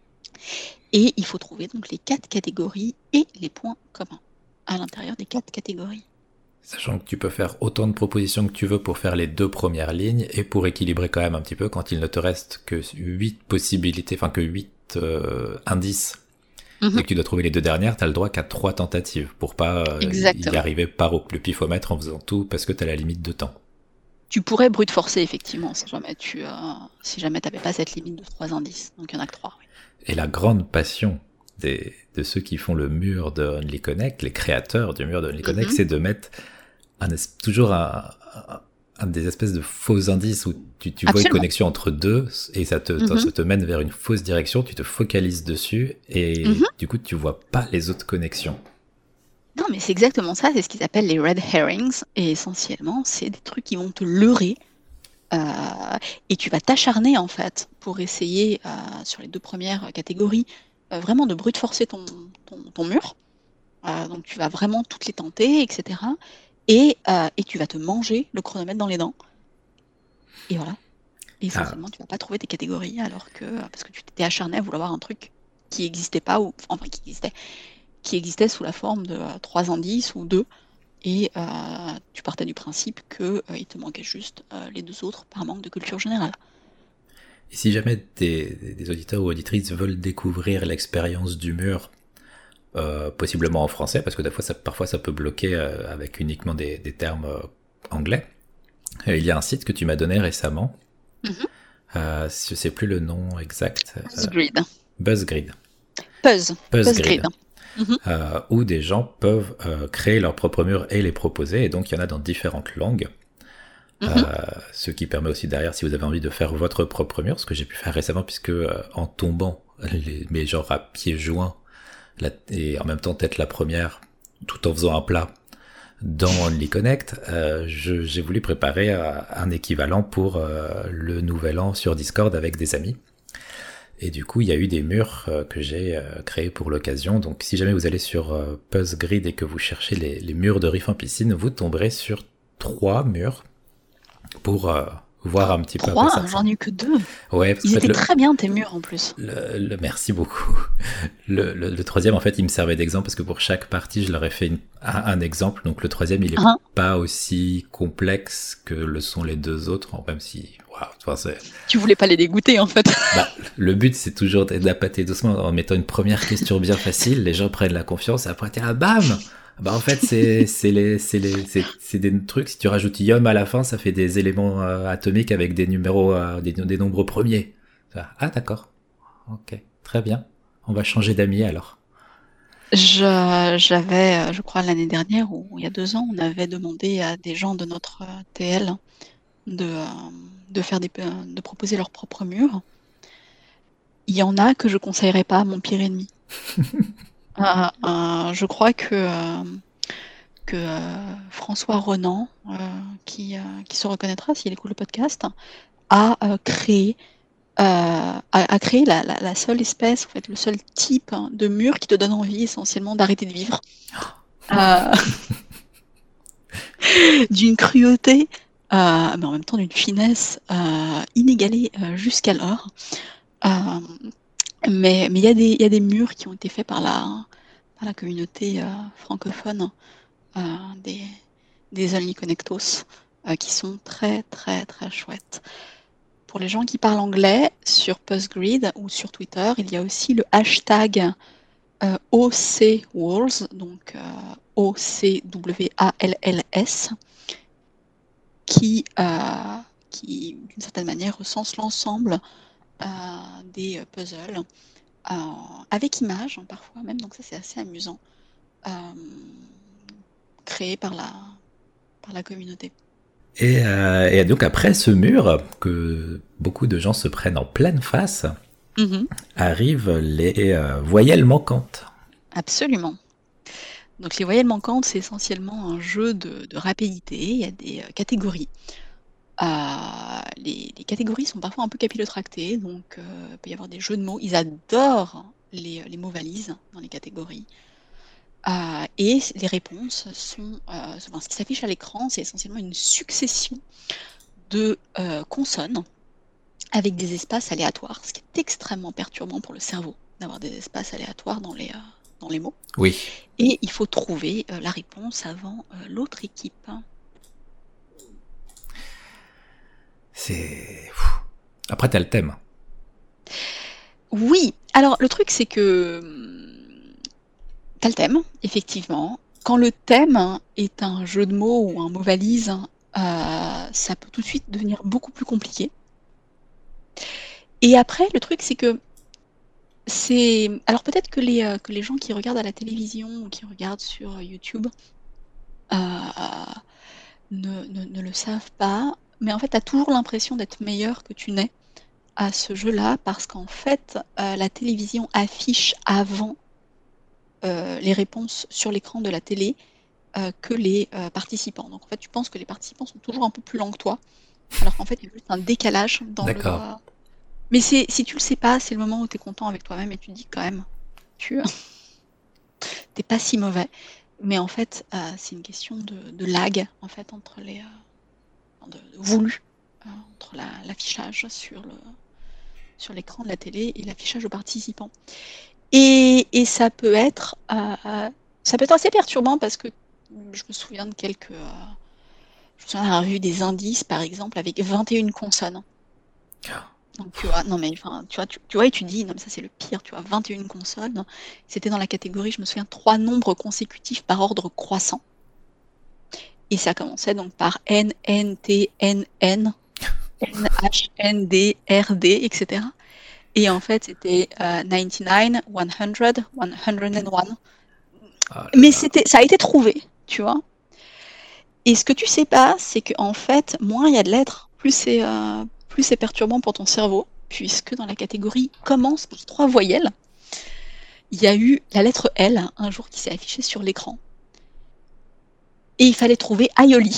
Et il faut trouver donc les quatre catégories et les points communs à l'intérieur des quatre catégories. Sachant que tu peux faire autant de propositions que tu veux pour faire les deux premières lignes et pour équilibrer quand même un petit peu quand il ne te reste que huit possibilités, enfin que huit euh, indices mm-hmm. et que tu dois trouver les deux dernières, tu as le droit qu'à trois tentatives pour pas euh, y arriver par au, le pifomètre en faisant tout parce que tu as la limite de temps. Tu pourrais brute forcer, effectivement, si jamais tu euh, si jamais t'avais pas cette limite de trois indices. Donc il y en a que trois. Oui. Et la grande passion des, de ceux qui font le mur de OnlyConnect, les créateurs du mur de OnlyConnect, mm-hmm. c'est de mettre un, toujours un, un, un des espèces de faux indices où tu, tu vois une connexion entre deux et ça te, mm-hmm. ça te mène vers une fausse direction, tu te focalises dessus et mm-hmm. du coup tu vois pas les autres connexions. Non, mais c'est exactement ça, c'est ce qu'ils appellent les red herrings, et essentiellement, c'est des trucs qui vont te leurrer, euh, et tu vas t'acharner, en fait, pour essayer, euh, sur les deux premières catégories, euh, vraiment de brute forcer ton, ton, ton mur, euh, donc tu vas vraiment toutes les tenter, et cetera, et, euh, et tu vas te manger le chronomètre dans les dents, et voilà, et essentiellement, ah. tu vas pas trouver tes catégories, alors que, parce que tu t'étais acharné à vouloir avoir un truc qui n'existait pas, ou enfin, qui existait, qui existait sous la forme de euh, trois indices ou deux, et euh, tu partais du principe qu'il euh, te manquait juste euh, les deux autres par manque de culture générale. Et si jamais des, des auditeurs ou auditrices veulent découvrir l'expérience du mur, euh, possiblement en français, parce que des fois, ça, parfois ça peut bloquer euh, avec uniquement des, des termes euh, anglais, euh, il y a un site que tu m'as donné récemment, mm-hmm. euh, je ne sais plus le nom exact. BuzzGrid. Euh, BuzzGrid. Buzz. BuzzGrid. Mmh. Euh, où des gens peuvent euh, créer leur propre mur et les proposer, et donc il y en a dans différentes langues, mmh. euh, ce qui permet aussi derrière, si vous avez envie de faire votre propre mur, ce que j'ai pu faire récemment, puisque euh, en tombant, les, mais genre à pieds joints, la, et en même temps peut-être la première, tout en faisant un plat dans OnlyConnect, euh, je, j'ai voulu préparer euh, un équivalent pour euh, le nouvel an sur Discord avec des amis. Et du coup, il y a eu des murs euh, que j'ai euh, créés pour l'occasion. Donc, si jamais vous allez sur euh, BuzzGrid et que vous cherchez les, les murs de riff en piscine, vous tomberez sur trois murs pour euh, voir un petit trois, peu. Trois, j'en ai eu que deux. Ouais, parce Ils en fait, étaient le, très bien tes murs en plus. Le, le, merci beaucoup. Le, le, le troisième, en fait, il me servait d'exemple parce que pour chaque partie, je leur ai fait une, un, un exemple. Donc, le troisième, il est uh-huh. pas aussi complexe que le sont les deux autres, même si. Wow, enfin, c'est... Tu voulais pas les dégoûter en fait. Bah, le but c'est toujours de la pâter doucement en mettant une première question bien facile, les gens prennent la confiance et après t'es là, bam. Bah en fait c'est c'est les c'est les c'est, c'est des trucs, si tu rajoutes ium à la fin, ça fait des éléments euh, atomiques avec des numéros euh, des, des nombres premiers. Ah d'accord. Ok, très bien. On va changer d'amis alors. Je, j'avais, je crois l'année dernière ou il y a deux ans, on avait demandé à des gens de notre T L de de faire des de proposer leur propre mur. Il y en a que je conseillerais pas à mon pire ennemi. euh, euh, je crois que euh, que euh, François Renan, euh, qui euh, qui se reconnaîtra s'il écoute le podcast, a euh, créé euh, a, a créé la, la, la seule espèce, en fait, le seul type de mur qui te donne envie essentiellement d'arrêter de vivre, euh, d'une cruauté. Euh, mais en même temps d'une finesse euh, inégalée euh, jusqu'alors. Euh, mais mais il y a des il y a des murs qui ont été faits par la par la communauté euh, francophone euh, des des OnlyConnectos euh, qui sont très très très chouettes. Pour les gens qui parlent anglais, sur BuzzGrid ou sur Twitter, il y a aussi le hashtag euh, O C Walls, donc euh, O C W A L L S. Qui, euh, qui, d'une certaine manière, recense l'ensemble euh, des puzzles, euh, avec images, hein, parfois même, donc ça c'est assez amusant, euh, créé par la, par la communauté. Et, euh, et donc après ce mur, que beaucoup de gens se prennent en pleine face, mm-hmm. arrivent les euh, voyelles manquantes. Absolument. Donc les voyelles manquantes, c'est essentiellement un jeu de, de rapidité. Il y a des euh, catégories. Euh, les, les catégories sont parfois un peu capillotractées, donc euh, il peut y avoir des jeux de mots. Ils adorent les, les mots valises dans les catégories. Euh, et les réponses sont... Euh, enfin, ce qui s'affiche à l'écran, c'est essentiellement une succession de euh, consonnes avec des espaces aléatoires, ce qui est extrêmement perturbant pour le cerveau, d'avoir des espaces aléatoires dans les... Euh, dans les mots. Oui. Et il faut trouver euh, la réponse avant euh, l'autre équipe. C'est... Après, t'as le thème. Oui. Alors, le truc, c'est que t'as le thème, effectivement. Quand le thème est un jeu de mots ou un mot valise, euh, ça peut tout de suite devenir beaucoup plus compliqué. Et après, le truc, c'est que c'est... Alors peut-être que les, euh, que les gens qui regardent à la télévision ou qui regardent sur YouTube euh, ne, ne, ne le savent pas, mais en fait, tu as toujours l'impression d'être meilleur que tu n'es à ce jeu-là, parce qu'en fait, euh, la télévision affiche avant euh, les réponses sur l'écran de la télé euh, que les euh, participants. Donc en fait, tu penses que les participants sont toujours un peu plus lents que toi, alors qu'en fait, il y a juste un décalage dans D'accord. le... Euh... Mais c'est, si tu le sais pas, c'est le moment où tu es content avec toi-même et tu dis quand même, tu t'es pas si mauvais. Mais en fait, euh, c'est une question de, de lag, en fait, entre les... Euh, de, de voulu, euh, entre la, l'affichage sur le... sur l'écran de la télé et l'affichage aux participants. Et, et ça peut être euh, ça peut être assez perturbant parce que je me souviens de quelques euh, je me souviens d'avoir vu des indices par exemple avec vingt et une consonnes. Donc tu vois, non mais enfin tu vois, tu, tu vois et tu dis non mais ça c'est le pire, tu vois, vingt et une consonnes. C'était dans la catégorie, je me souviens, trois nombres consécutifs par ordre croissant. Et ça commençait donc par N, N, T, N, N, N, H, N, D, R, D, et cetera. Et en fait, c'était euh, quatre-vingt-dix-neuf, cent, cent un. Ah Mais là là. c'était, ça a été trouvé, tu vois. Et ce que tu sais pas, c'est qu'en fait, moins il y a de lettres, plus c'est, euh, plus c'est perturbant pour ton cerveau, puisque dans la catégorie commence par trois voyelles, il y a eu la lettre L un jour qui s'est affichée sur l'écran. Et il fallait trouver Aioli.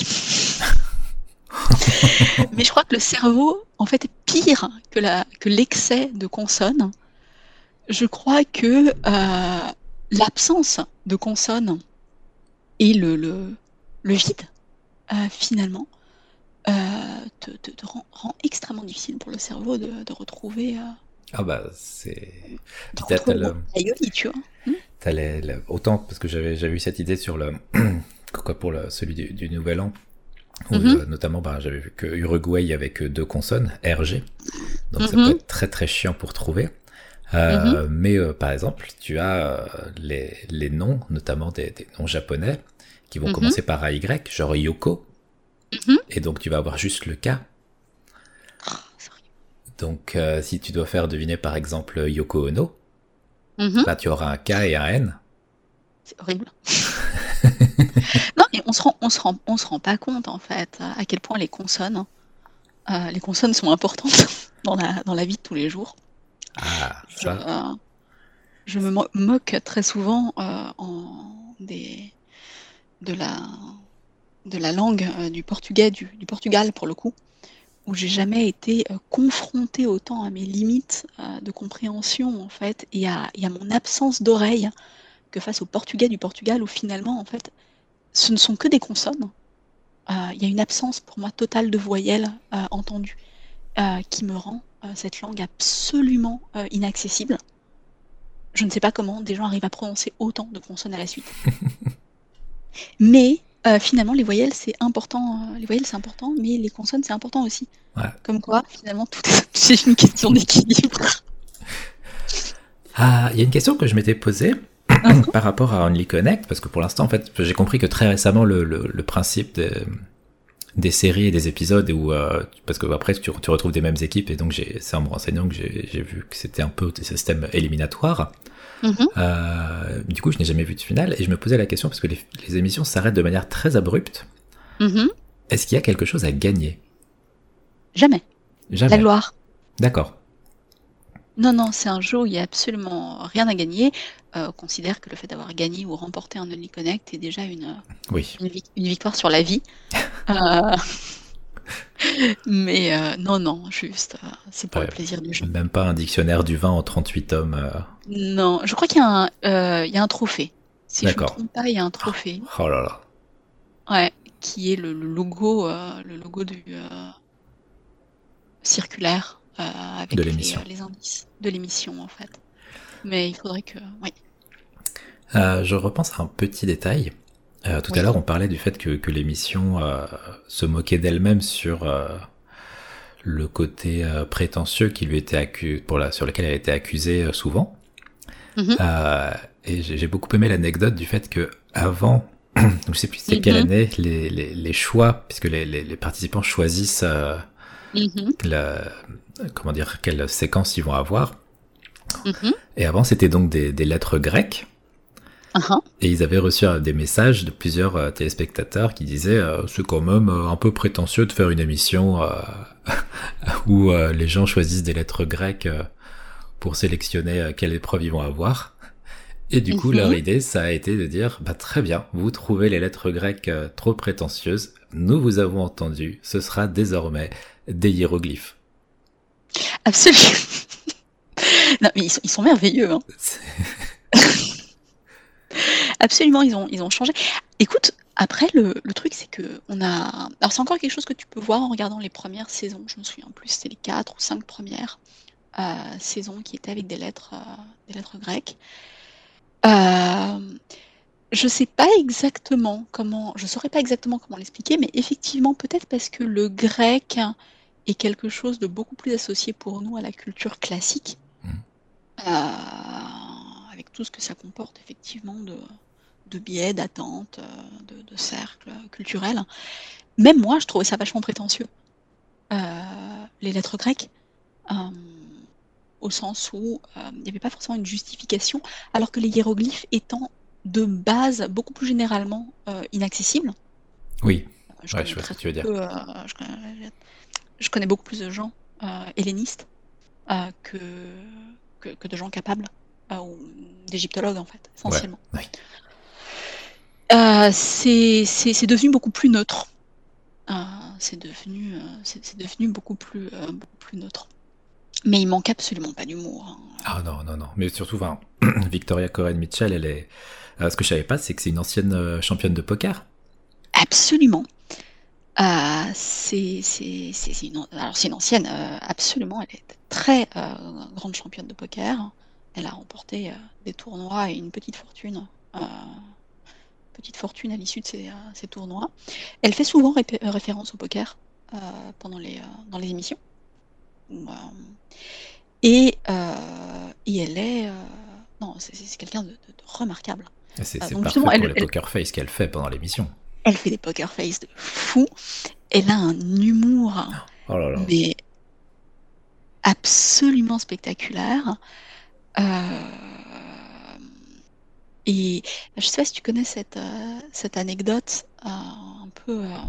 Mais je crois que le cerveau, en fait, est pire que, la, que l'excès de consonnes. Je crois que euh, l'absence de consonnes et le, le, le vide, euh, finalement, euh, te, te, te rend, rend extrêmement difficile pour le cerveau de, de retrouver... Euh, Ah bah c'est... de Puis t'as, t'as retrouver le... Aioli, tu vois. Hmm t'as les, les- autant, parce que j'avais, j'avais eu cette idée sur le... Quoi, pour le, celui du, du Nouvel An, où mm-hmm. euh, notamment bah, j'avais vu que Uruguay il y avait que deux consonnes, R G, donc Mm-hmm. ça peut être très très chiant pour trouver. Euh, Mm-hmm. mais euh, par exemple, tu as euh, les, les noms, notamment des, des noms japonais, qui vont Mm-hmm. commencer par A Y, genre Yoko, Mm-hmm. et donc tu vas avoir juste le K. Oh, c'est horrible. Donc euh, si tu dois faire deviner par exemple Yoko Ono, Mm-hmm. là tu auras un K et un N. C'est horrible. Non, mais on se rend, on se rend, on se rend pas compte en fait à quel point les consonnes, euh, les consonnes sont importantes dans la dans la vie de tous les jours. Ah, Je, ça. euh, je me mo- moque très souvent euh, en des de la de la langue euh, du portugais du, du Portugal pour le coup, où j'ai jamais été euh, confrontée autant à mes limites euh, de compréhension en fait et à, et à mon absence d'oreille que face au portugais du Portugal où finalement en fait ce ne sont que des consonnes. Il euh, y a une absence pour moi totale de voyelles euh, entendues euh, qui me rend euh, cette langue absolument euh, inaccessible. Je ne sais pas comment des gens arrivent à prononcer autant de consonnes à la suite. Mais euh, finalement, les voyelles c'est important. Euh, les voyelles c'est important, mais les consonnes c'est important aussi. Ouais. Comme quoi, finalement, tout est c'est une question d'équilibre. Ah, il y a une question que je m'étais posée Uh-huh. par rapport à Only Connect, parce que pour l'instant, en fait, j'ai compris que très récemment, le, le, le principe des, des séries et des épisodes, où, euh, parce que après, tu, tu retrouves des mêmes équipes, et donc j'ai, c'est en me renseignant que j'ai, j'ai vu que c'était un peu des systèmes éliminatoires. Mm-hmm. Euh, du coup, je n'ai jamais vu de finale, et je me posais la question, parce que les, les émissions s'arrêtent de manière très abrupte. Mm-hmm. Est-ce qu'il y a quelque chose à gagner? Jamais. Jamais. La gloire. D'accord. Non, non, c'est un jeu où il n'y a absolument rien à gagner. Euh, on considère que le fait d'avoir gagné ou remporté un Only Connect est déjà une, Oui. une, vi- une victoire sur la vie. euh... Mais euh, non, non, juste, euh, c'est pour Ouais. le plaisir du jeu. Même pas un dictionnaire du vin en trente-huit tomes. Euh... Non, je crois qu'il y a un, euh, il y a un trophée. Si je ne me D'accord. trompe pas, il y a un trophée. Oh là là. Ouais, qui est le, le logo, euh, le logo du euh, circulaire euh, avec De les, l'émission. euh, les indices de l'émission en fait. Mais il faudrait que, oui. Euh, je repense à un petit détail. Euh, tout Oui. à l'heure, on parlait du fait que, que l'émission euh, se moquait d'elle-même sur euh, le côté euh, prétentieux qui lui était accu- pour la, sur lequel elle était accusée euh, souvent. Mhm. Euh, et j'ai, j'ai beaucoup aimé l'anecdote du fait que avant je sais plus c'était quelle Mhm. année, les, les, les choix, puisque les, les, les participants choisissent euh, Mhm. la, comment dire, quelle séquence ils vont avoir. Mhm. Et avant, c'était donc des, des lettres grecques. Uh-huh. Et ils avaient reçu euh, des messages de plusieurs euh, téléspectateurs qui disaient euh, c'est quand même euh, un peu prétentieux de faire une émission euh, où euh, les gens choisissent des lettres grecques euh, pour sélectionner euh, quelle épreuve ils vont avoir. Et du coup, leur Mhm. idée, ça a été de dire bah très bien, vous trouvez les lettres grecques euh, trop prétentieuses, nous vous avons entendu, ce sera désormais des hiéroglyphes. Absolument. Non, mais ils sont, ils sont merveilleux. Hein. Absolument, ils ont, ils ont changé. Écoute, après, le, le truc, c'est que on a. Alors, c'est encore quelque chose que tu peux voir en regardant les premières saisons. Je me souviens plus, c'était les quatre ou cinq premières euh, saisons qui étaient avec des lettres, euh, des lettres grecques. Euh, je sais pas exactement comment, je saurais pas exactement comment l'expliquer, mais effectivement, peut-être parce que le grec est quelque chose de beaucoup plus associé pour nous à la culture classique, euh, avec tout ce que ça comporte effectivement de, de biais, d'attentes, euh, de, de cercles culturels. Même moi, je trouvais ça vachement prétentieux, euh, les lettres grecques, euh, au sens où euh, il n'y avait pas forcément une justification, alors que les hiéroglyphes étant de base beaucoup plus généralement euh, inaccessibles. Oui, Je ouais, je connais vois ce très que tu très veux dire. peu, euh, je, connais, je connais beaucoup plus de gens euh, hellénistes euh, que, que, que de gens capables, euh, ou d'égyptologues en fait, Ouais, essentiellement. oui. Euh, c'est c'est- c'est devenu beaucoup plus neutre. Euh, c'est devenu, euh, c'est c'est devenu beaucoup plus, euh, beaucoup plus neutre. Mais il manque absolument pas d'humour. Hein. Ah non, non, non. Mais surtout, enfin, Victoria Coren Mitchell, elle est. Euh, ce que je savais pas, c'est que c'est une ancienne euh, championne de poker. Absolument. Euh, c'est c'est- c'est- c'est une, alors c'est une ancienne, euh, absolument. Elle est très euh, grande championne de poker. Elle a remporté euh, des tournois et une petite fortune, euh, petite fortune à l'issue de ces, euh, ces tournois. Elle fait souvent répé- euh, référence au poker euh, pendant les, euh, dans les émissions. Euh, et, euh, et elle est, euh, non, c'est c'est quelqu'un de, de- de remarquable. Et C'est Euh, c'est donc justement, parfait pour elle, les elle, poker face qu'elle fait pendant l'émission. elle fait des poker face de fou. Elle a un humour, Oh là là. mais absolument spectaculaire. Euh, et je sais pas si tu connais cette, euh, cette anecdote euh, un peu, euh,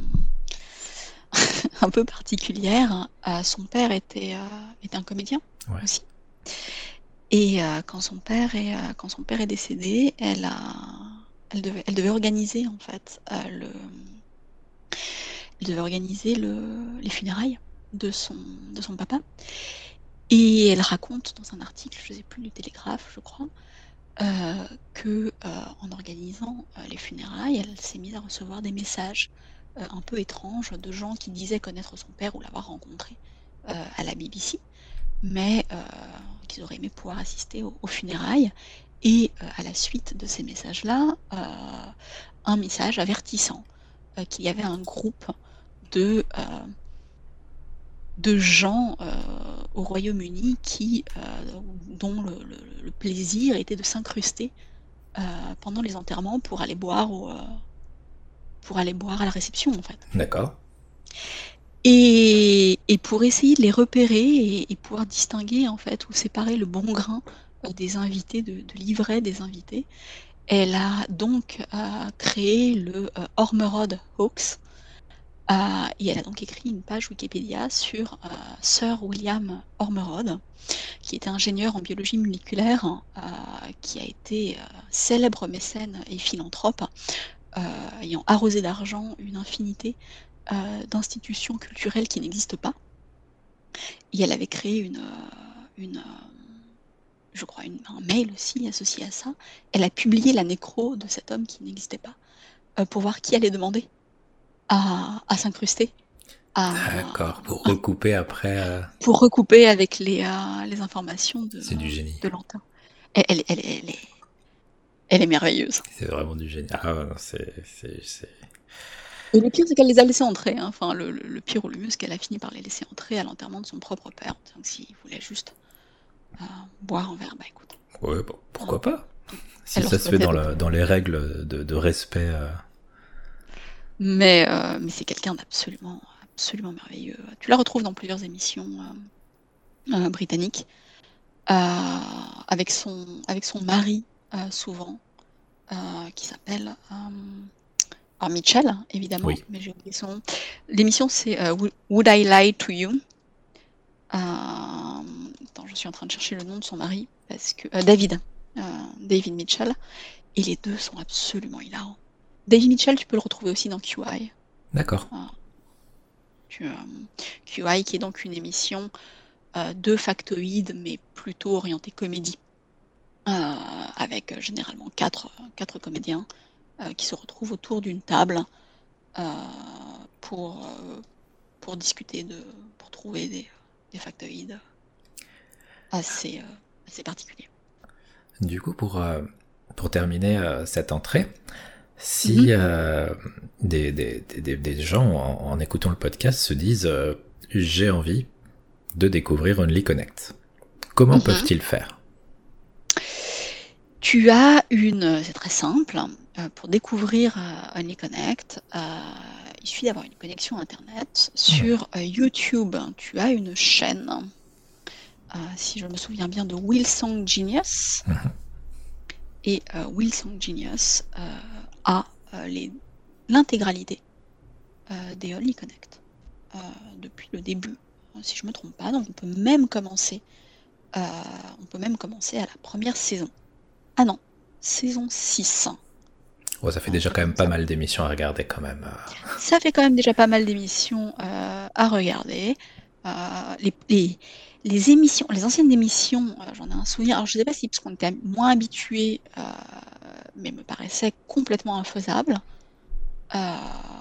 un peu particulière. Euh, son père était, euh, était un comédien Ouais. aussi. Et euh, quand son père est, euh, quand son père est décédé, elle a, elle devait, elle devait organiser en fait euh, le, elle devait organiser le, les funérailles de son, de son papa. Et elle raconte dans un article, je ne sais plus, du Télégraphe, je crois, euh, que euh, en organisant euh, les funérailles, elle s'est mise à recevoir des messages euh, un peu étranges de gens qui disaient connaître son père ou l'avoir rencontré euh, à la B B C, mais euh, qu'ils auraient aimé pouvoir assister aux, aux funérailles. Et euh, à la suite de ces messages-là, euh, un message avertissant euh, qu'il y avait un groupe de, euh, de gens euh, au Royaume-Uni qui, euh, dont le, le- le plaisir était de s'incruster euh, pendant les enterrements pour aller boire au, euh, pour aller boire à la réception en fait. D'accord. Et, et pour essayer de les repérer et, et pouvoir distinguer en fait ou séparer le bon grain euh, des invités, de, de l'ivraie des invités, elle a donc euh, créé le euh, Ormerod Hoax. Euh, et elle a donc écrit une page Wikipédia sur euh, Sir William Ormerod, qui était ingénieur en biologie moléculaire, euh, qui a été euh, célèbre mécène et philanthrope, euh, ayant arrosé d'argent une infinité euh, d'institutions culturelles qui n'existent pas. Et elle avait créé une, euh, une euh, je crois, une, un mail aussi associé à ça. Elle a publié la nécro de cet homme qui n'existait pas euh, pour voir qui allait demander à, à s'incruster, à, D'accord. Pour recouper après, euh, pour recouper avec les, euh, les informations de, c'est du génie. de Lantin. Elle, elle, elle, elle est, elle est merveilleuse. C'est vraiment du génie. Ah ouais, non, c'est, c'est, c'est... Et le pire, c'est qu'elle les a laissés entrer. Hein. Enfin, le, le, le pire ou le mieux, c'est qu'elle a fini par les laisser entrer à l'enterrement de son propre père. Donc, s'il voulait juste euh, boire un verre, bah écoute. Ouais, bon, Hein. pourquoi pas. Si Elle leur ça se fait souhaitait dans, de le, dans les règles de, de respect. Euh... Mais, euh, mais c'est quelqu'un d'absolument absolument merveilleux. Tu la retrouves dans plusieurs émissions euh, euh, britanniques, euh, avec, son, avec son mari, euh, souvent, euh, qui s'appelle euh, alors Mitchell, évidemment, Oui. mais j'ai oublié son nom. L'émission, c'est euh, Would I Lie to You? euh, Attends, je suis en train de chercher le nom de son mari, parce que euh, David, euh, David Mitchell, et les deux sont absolument hilarants. David Mitchell, tu peux le retrouver aussi dans Q I. D'accord. Euh, tu, euh, Q I, qui est donc une émission euh, de factoïdes, mais plutôt orientée comédie, euh, avec euh, généralement quatre, quatre comédiens euh, qui se retrouvent autour d'une table euh, pour, euh, pour discuter, de, pour trouver des, des factoïdes assez, euh, assez particuliers. Du coup, pour, euh, pour terminer euh, cette entrée, si Mhm. euh, des, des, des, des gens, en, en écoutant le podcast, se disent euh, « j'ai envie de découvrir Only Connect », comment Mhm. peuvent-ils faire ? Tu as une, c'est très simple, euh, pour découvrir euh, Only Connect, euh, il suffit d'avoir une connexion Internet. Sur euh, YouTube, tu as une chaîne, euh, si je me souviens bien, de Hillsong Genius. Mhm. Et euh, Hillsong Genius euh, a euh, les, l'intégralité euh, des Only Connect euh, depuis le début, si je ne me trompe pas. Donc on peut même commencer, euh, on peut même commencer à la première saison. Ah non, saison six. Oh, ça fait Un déjà truc quand même comme pas ça. mal d'émissions à regarder quand même. Ça fait quand même déjà pas mal d'émissions euh, à regarder. Euh, les, les, les émissions, les anciennes émissions, euh, j'en ai un souvenir. Alors je sais pas si parce qu'on était moins habitués, euh, mais me paraissait complètement infaisable. Euh,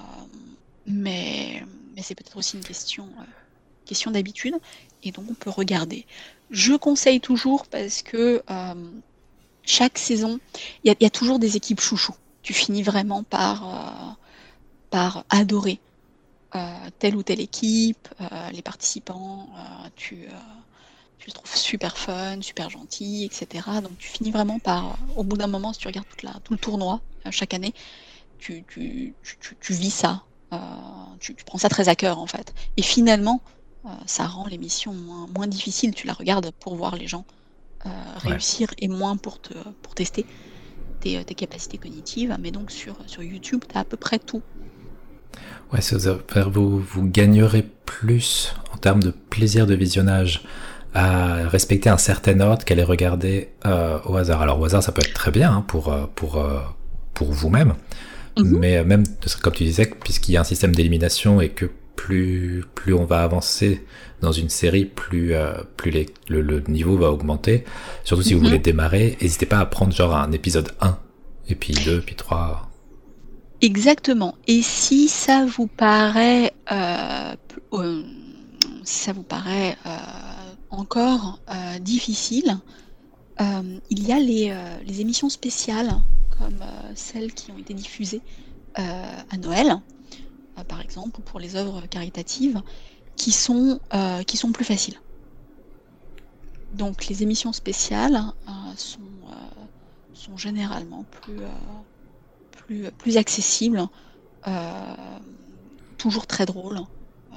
mais mais c'est peut-être aussi une question, euh, question d'habitude. Et donc on peut regarder. Je conseille toujours parce que euh, chaque saison, il y, y a toujours des équipes chouchous. Tu finis vraiment par, euh, par adorer euh, telle ou telle équipe, euh, les participants, euh, tu, euh, tu les trouves super fun, super gentils, et cetera. Donc tu finis vraiment par, euh, au bout d'un moment, si tu regardes toute la, tout le tournoi, euh, chaque année, tu, tu, tu, tu vis ça, euh, tu, tu prends ça très à cœur en fait. Et finalement, euh, ça rend l'émission moins, moins difficile, tu la regardes pour voir les gens euh, réussir, ouais. Et moins pour, te, pour tester tes, tes capacités cognitives. Mais donc sur, sur YouTube, tu as à peu près tout. Ouais, vous, vous gagnerez plus en termes de plaisir de visionnage à respecter un certain ordre qu'à les regarder euh, au hasard. Alors au hasard, ça peut être très bien hein, pour, pour, pour vous-même, mm-hmm. mais même, comme tu disais, puisqu'il y a un système d'élimination et que plus, plus on va avancer dans une série, plus, euh, plus les, le, le niveau va augmenter. Surtout si mm-hmm. vous voulez démarrer, n'hésitez pas à prendre genre un épisode un, et puis deux, puis trois... Exactement. Et si ça vous paraît, euh, euh, si ça vous paraît euh, encore euh, difficile, euh, il y a les, euh, les émissions spéciales comme euh, celles qui ont été diffusées euh, à Noël, euh, par exemple, ou pour les œuvres caritatives, qui sont euh, qui sont plus faciles. Donc les émissions spéciales euh, sont euh, sont généralement plus euh, Plus, plus accessible, euh, toujours très drôle. Euh,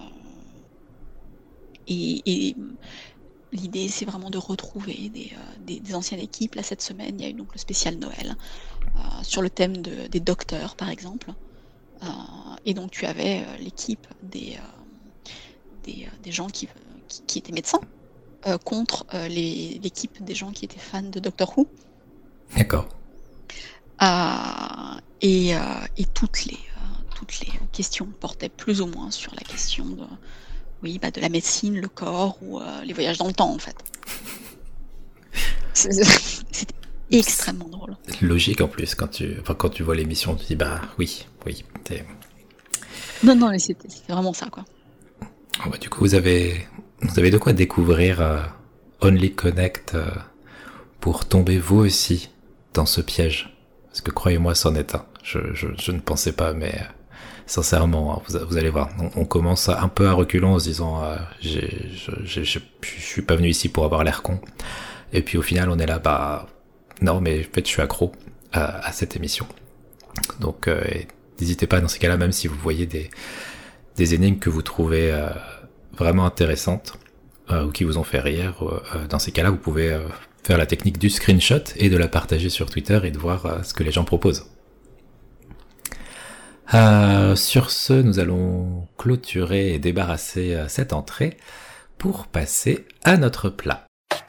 et, et l'idée, c'est vraiment de retrouver des, euh, des, des anciennes équipes. Là, cette semaine, il y a eu donc le spécial Noël euh, sur le thème de, des docteurs, par exemple. Euh, et donc, tu avais euh, l'équipe des, euh, des, euh, des gens qui, qui, qui étaient médecins euh, contre euh, les, l'équipe des gens qui étaient fans de Doctor Who. D'accord. Euh, et, euh, et toutes les euh, toutes les questions portaient plus ou moins sur la question de oui bah de la médecine, le corps ou euh, les voyages dans le temps en fait. C'était extrêmement drôle. C'est logique en plus quand tu enfin quand tu vois l'émission tu dis bah oui oui. T'es... Non non mais c'était, c'était vraiment ça quoi. Oh, bah, du coup vous avez vous avez de quoi découvrir euh, Only Connect euh, pour tomber vous aussi dans ce piège. Parce que croyez-moi, c'en est un. Je, je, je ne pensais pas, mais euh, sincèrement, hein, vous, vous allez voir. On, on commence un peu à reculons en se disant euh, j'ai, je, je, je, je suis pas venu ici pour avoir l'air con. Et puis au final, on est là, bah non, mais en fait, je suis accro à, à cette émission. Donc, euh, n'hésitez pas dans ces cas-là, même si vous voyez des, des énigmes que vous trouvez euh, vraiment intéressantes euh, ou qui vous ont fait rire, euh, dans ces cas-là, vous pouvez euh, faire la technique du screenshot et de la partager sur Twitter et de voir euh, ce que les gens proposent. Euh, sur ce, nous allons clôturer et débarrasser euh, cette entrée pour passer à notre plat.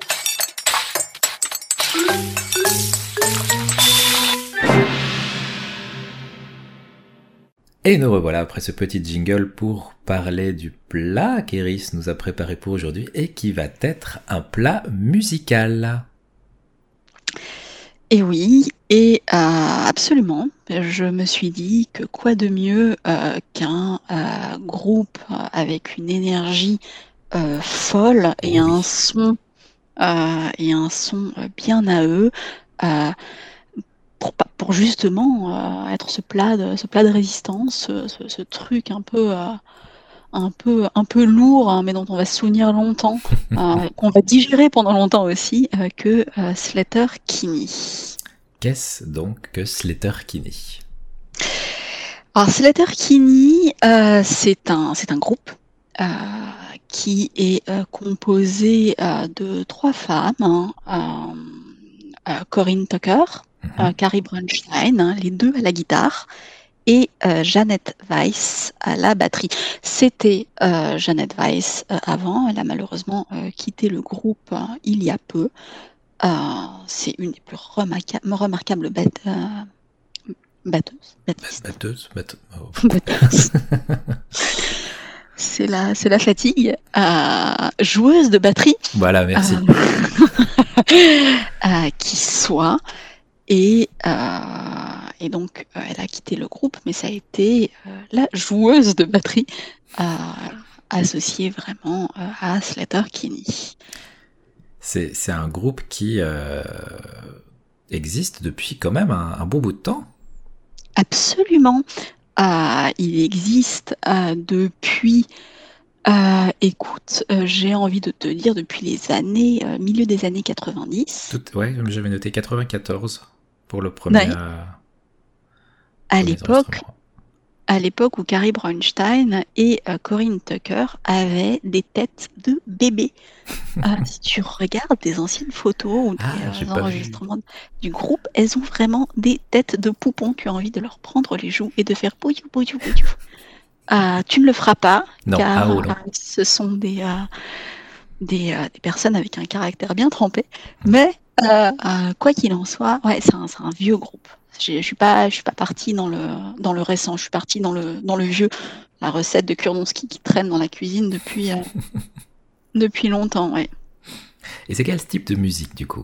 Et nous revoilà après ce petit jingle pour parler du plat qu'Eris nous a préparé pour aujourd'hui et qui va être un plat musical. Et oui, et euh, absolument, je me suis dit que quoi de mieux euh, qu'un euh, groupe avec une énergie euh, folle et Oh oui. un son euh, et un son bien à eux euh, pour, pour justement euh, être ce plat de ce plat de résistance, ce, ce, ce truc un peu euh, un peu un peu lourd, hein, mais dont on va se souvenir longtemps, euh, qu'on va digérer pendant longtemps aussi, euh, que euh, Sleater-Kinney. Qu'est-ce donc que Sleater-Kinney ? Alors Sleater-Kinney, euh, c'est un c'est un groupe euh, qui est euh, composé euh, de trois femmes, hein, euh, euh, Corinne Tucker, Mm-hmm. euh, Carrie Bronstein, hein, les deux à la guitare, et euh, Janet Weiss à la batterie. C'était euh, Janet Weiss euh, avant, elle a malheureusement euh, quitté le groupe euh, il y a peu. Euh, c'est une des plus remarqua- remarquables bat- euh, batteuses. Battistes. Batteuse, batte... oh. Batteuse. C'est la, c'est la fatigue. Euh, joueuse de batterie. Voilà, merci. Euh, euh, qui soit. Et, euh, et donc, euh, elle a quitté le groupe, mais ça a été euh, la joueuse de batterie euh, associée vraiment euh, à Sleater-Kinney. C'est, c'est un groupe qui euh, existe depuis quand même un, un bon bout de temps. Absolument. Euh, il existe euh, depuis, euh, écoute, euh, j'ai envie de te dire depuis les années, euh, milieu des années quatre-vingt-dix. Tout, ouais, j'avais noté quatre-vingt-quatorze pour le premier. Ouais. Euh, à l'époque, à l'époque où Carrie Bronstein et euh, Corinne Tucker avaient des têtes de bébés. euh, si tu regardes des anciennes photos ou des ah, j'ai euh, pas enregistrements vu. du groupe, elles ont vraiment des têtes de poupons. Tu as envie de leur prendre les joues et de faire bouyou, bouyou, bouyou. Euh, tu ne le feras pas, non. car Ah, oh, non. euh, ce sont des, euh, des, euh, des personnes avec un caractère bien trempé. Mais euh, euh, quoi qu'il en soit, ouais, c'est un, c'est un vieux groupe. Je ne suis pas, je suis pas partie dans le, dans le récent, je suis partie dans le, dans le vieux. La recette de Kurnonski qui traîne dans la cuisine depuis, euh, depuis longtemps. Ouais. Et c'est quel type de musique du coup ?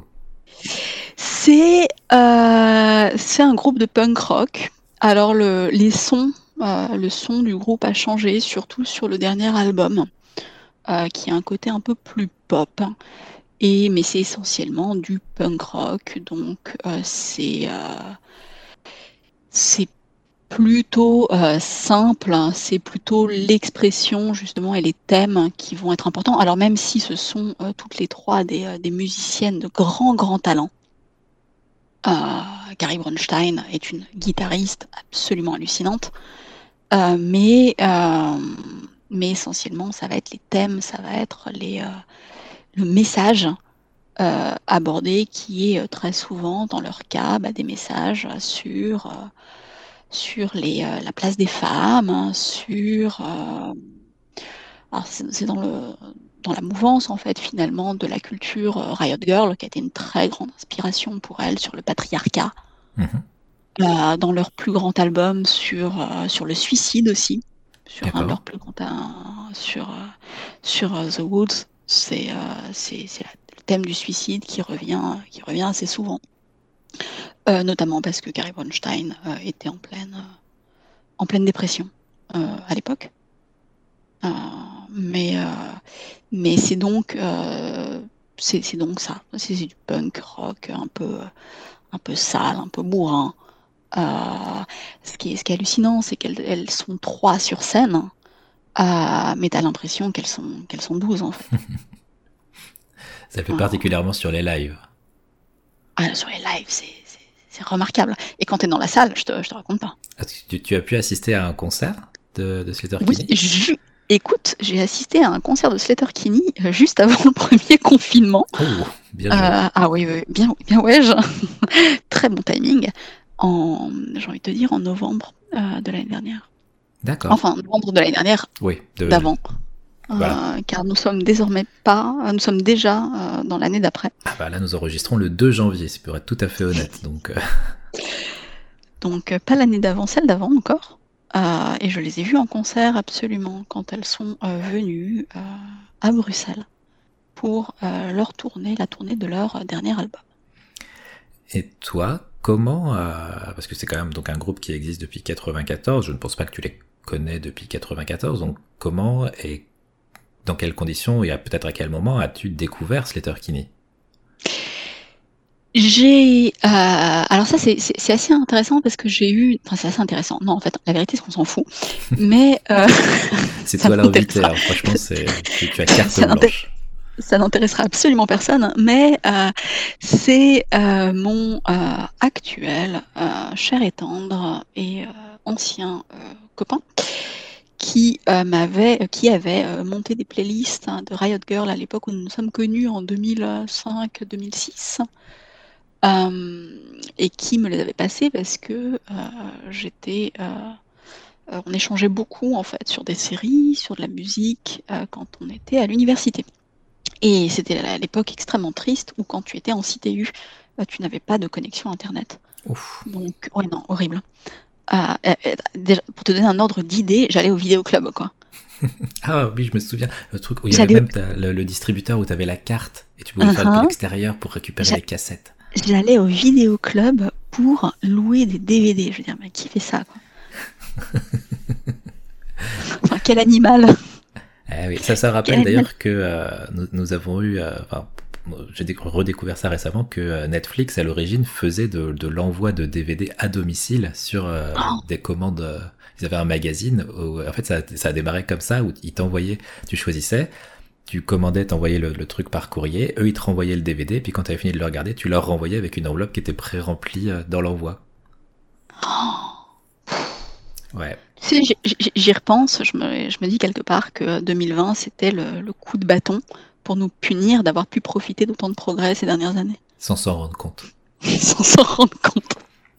C'est, euh, c'est un groupe de punk rock. Alors le, les sons, euh, le son du groupe a changé, surtout sur le dernier album, euh, qui a un côté un peu plus pop. Et, mais c'est essentiellement du punk rock, donc euh, c'est, euh, c'est plutôt euh, simple, hein, c'est plutôt l'expression justement et les thèmes qui vont être importants. Alors même si ce sont euh, toutes les trois des, euh, des musiciennes de grand grand talent. Euh, Carrie Bronstein est une guitariste absolument hallucinante, euh, mais, euh, mais essentiellement ça va être les thèmes, ça va être les, euh, le message euh, abordé qui est euh, très souvent dans leur cas bah, des messages sur, euh, sur les, euh, la place des femmes, hein, sur... Euh, alors c'est, c'est dans, le, dans la mouvance en fait finalement de la culture euh, Riot Girl qui a été une très grande inspiration pour elle sur le patriarcat. Mmh. Euh, dans leur plus grand album sur, euh, sur le suicide aussi, sur un de leurs plus grands euh, sur, euh, sur uh, The Woods, c'est, euh, c'est, c'est la, le thème du suicide qui revient, qui revient assez souvent, euh, notamment parce que Carrie Bronstein euh, était en pleine, euh, en pleine dépression euh, à l'époque. Euh, mais, euh, mais c'est donc euh, c'est, c'est donc ça, c'est, c'est du punk rock un peu, un peu sale, un peu bourrin. Euh, ce, qui est, ce qui est hallucinant, c'est qu'elles elles sont trois sur scène, euh, mais t'as l'impression qu'elles sont, qu'elles sont douze en fait. Ça fait euh... particulièrement sur les lives. Ah, sur les lives, c'est, c'est, c'est remarquable. Et quand t'es dans la salle, je te, je te raconte pas. Est-ce que tu, tu as pu assister à un concert de, de Sleater Oui, Kinney? je- écoute, j'ai assisté à un concert de Sleater Kinney euh, juste avant le premier confinement. Oh, bien Euh, joué. ah oui, oui, bien, bien ouais, je- très bon timing. En, j'ai envie de te dire en novembre euh, de l'année dernière. D'accord. Enfin, novembre de l'année dernière, Oui, de, d'avant, voilà. euh, car nous sommes désormais pas, euh, nous sommes déjà euh, dans l'année d'après. Ah bah là, nous enregistrons le deux janvier, si pour être tout à fait honnête. Donc, euh, Donc euh, pas l'année d'avant, celle d'avant encore. Euh, et je les ai vues en concert absolument quand elles sont euh, venues euh, à Bruxelles pour euh, leur tournée, la tournée de leur euh, dernier album. et toi, comment, euh, parce que c'est quand même donc un groupe qui existe depuis quatre-vingt-quatorze, je ne pense pas que tu les connais depuis quatre-vingt-quatorze, donc comment et dans quelles conditions et à- peut-être à quel moment as-tu découvert Sleater Kinney? J'ai euh, alors ça c'est, c'est, c'est assez intéressant parce que j'ai eu enfin c'est assez intéressant non en fait la vérité c'est qu'on s'en fout mais euh, C'est ça toi l'invité, m'intéressera hein. Franchement, c'est tu, tu as carte ça, n'inté- blanche. ça n'intéressera absolument personne mais euh, c'est euh, mon euh, actuel euh, cher et tendre et euh, ancien euh, copain qui euh, m'avait qui avait euh, monté des playlists hein, de Riot Girl à l'époque où nous nous sommes connus en deux mille cinq deux mille six. Euh, et qui me les avait passés parce que euh, j'étais, euh, euh, on échangeait beaucoup en fait sur des séries, sur de la musique euh, quand on était à l'université. Et c'était à l'époque extrêmement triste où quand tu étais en C T U, euh, tu n'avais pas de connexion internet. Ouf. Donc ouais non horrible. Euh, euh, euh, déjà, pour te donner un ordre d'idée, j'allais au vidéoclub quoi. Ah oui, je me souviens, le truc où il y avait J'allais, même ta- le, le distributeur où tu avais la carte et tu pouvais le faire depuis uh-huh, l'extérieur pour récupérer j'a- les cassettes. j'allais au vidéoclub pour louer des D V D. Je veux dire mais qui fait ça quoi? Enfin quel animal. Eh oui, ça, ça Quel rappelle animal. d'ailleurs que euh, nous, nous avons eu, euh, enfin, j'ai déc- redécouvert ça récemment, que euh, Netflix à l'origine faisait de, de l'envoi de D V D à domicile sur euh, Oh, des commandes. euh, ils avaient un magazine où, en fait, ça, ça a démarré comme ça, où ils t'envoyaient, tu choisissais, tu commandais, t'envoyais le, le truc par courrier, eux ils te renvoyaient le D V D, puis quand tu avais fini de le regarder, tu leur renvoyais avec une enveloppe qui était pré-remplie euh, dans l'envoi. oh. Ouais. Tu sais, j'y, j'y- j'y repense, je me, je me dis quelque part que deux mille vingt, c'était le, le coup de bâton pour nous punir d'avoir pu profiter d'autant de progrès ces dernières années, Sans s'en rendre compte. sans s'en rendre compte.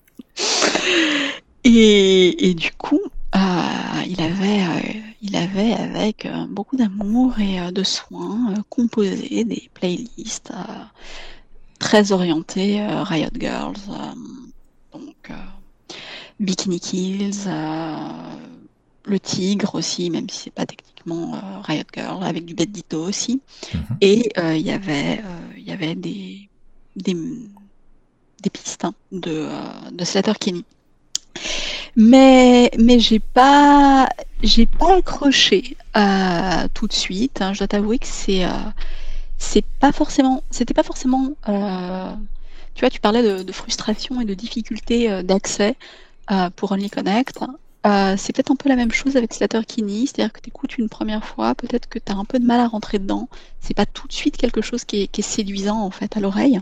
Et, et du coup, euh, il avait, euh, il avait avec euh, beaucoup d'amour et euh, de soin euh, composé des playlists euh, très orientées euh, Riot Girls, euh, donc euh, Bikini Kills, euh, le Tigre aussi, même si c'est pas techniquement euh, Riot Girl, avec du Beddito aussi. Mhm. Et euh, il y avait, euh, il y avait des, des, des pistes hein, de, euh, de Sleater Kinney. Mais, mais j'ai pas, j'ai pas accroché euh, tout de suite. hein. Je dois t'avouer que c'est, euh, c'est pas forcément, c'était pas forcément. euh, tu vois, tu parlais de, de frustration et de difficulté euh, d'accès euh, pour Only Connect. Euh, c'est peut-être un peu la même chose avec Sleater Kinney, c'est-à-dire que tu écoutes une première fois, peut-être que tu as un peu de mal à rentrer dedans. C'est pas tout de suite quelque chose qui est, qui est séduisant en fait à l'oreille.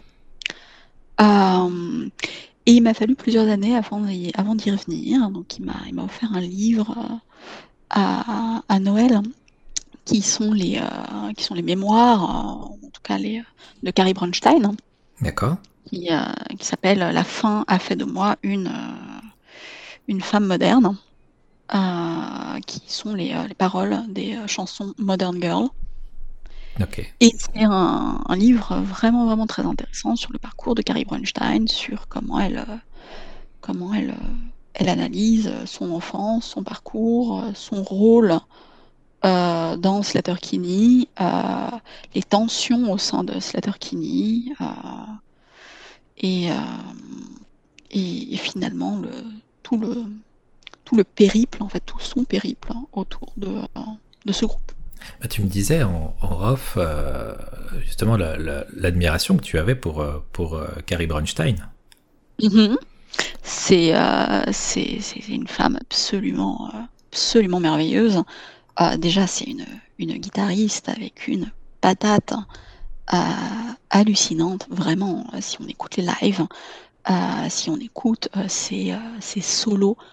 Euh, et il m'a fallu plusieurs années avant d'y, avant d'y revenir. Donc il m'a, il m'a offert un livre euh, à, à Noël qui sont les, euh, qui sont les mémoires, euh, en tout cas les, de Carrie Bronstein, hein, D'accord. qui, euh, qui s'appelle La fin a fait de moi une, euh, une femme moderne. Euh, qui sont les, euh, les paroles des euh, chansons Modern Girl. Ok. Et c'est un, un livre vraiment, vraiment très intéressant sur le parcours de Carrie Bronstein, sur comment elle, euh, comment elle, euh, elle analyse son enfance, son parcours, euh, son rôle euh, dans Sleater Kinney, euh, les tensions au sein de Sleater Kinney, euh, et, euh, et, et finalement le, tout le tout le périple, en fait, tout son périple hein, autour de, euh, de ce groupe. Bah, tu me disais en, en off euh, justement la- la- l'admiration que tu avais pour, euh, pour euh, Carrie Bronstein. Mhm. C'est, euh, c'est, c'est une femme absolument, euh, absolument merveilleuse. Euh, déjà, c'est une, une guitariste avec une patate euh, hallucinante, vraiment. euh, Si on écoute les lives, euh, si on écoute euh, ses, euh, ses solos,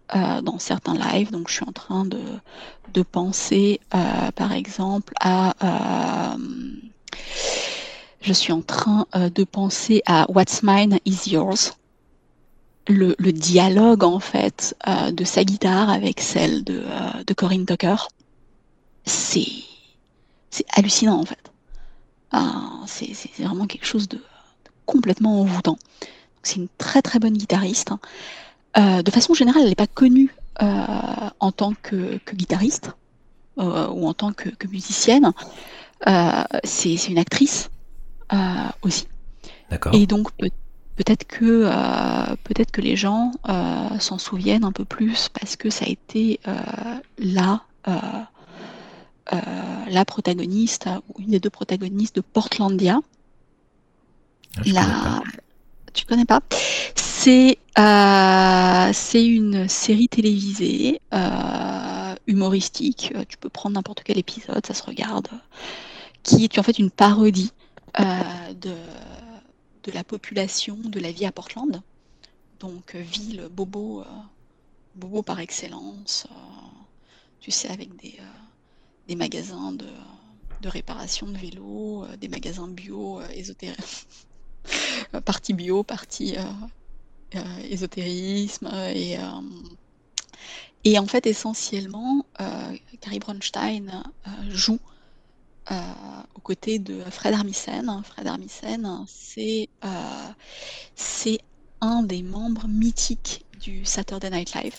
euh, dans certains lives. Donc, je suis en train de, de penser, euh, par exemple, à... Euh, je suis en train euh, de penser à What's Mine is Yours. Le, le dialogue, en fait, euh, de sa guitare avec celle de, euh, de Corinne Tucker, c'est, c'est hallucinant, en fait. Euh, c'est, c'est vraiment quelque chose de, de complètement envoûtant. C'est une très très bonne guitariste. Euh, de façon générale, elle n'est pas connue euh, en tant que, que guitariste euh, ou en tant que, que musicienne. Euh, c'est, c'est une actrice euh, aussi. D'accord. Et donc peut- peut-être que euh, peut-être que les gens euh, s'en souviennent un peu plus parce que ça a été euh, la euh, euh, la protagoniste ou une des deux protagonistes de Portlandia. Ah, je La... connais pas. Tu connais pas? C'est euh, c'est une série télévisée euh, humoristique. Euh, Tu peux prendre n'importe quel épisode, ça se regarde, qui est en fait une parodie euh, de, de la population, de la vie à Portland. Donc euh, ville bobo, euh, bobo par excellence. euh, tu sais, avec des, euh, des magasins de, de réparation de vélos, euh, des magasins bio euh, ésotériques. Partie bio, partie euh, euh, ésotérisme et, euh, et en fait essentiellement euh, Carrie Bronstein euh, joue euh, aux côtés de Fred Armisen. Fred Armisen, c'est euh, c'est un des membres mythiques du Saturday Night Live.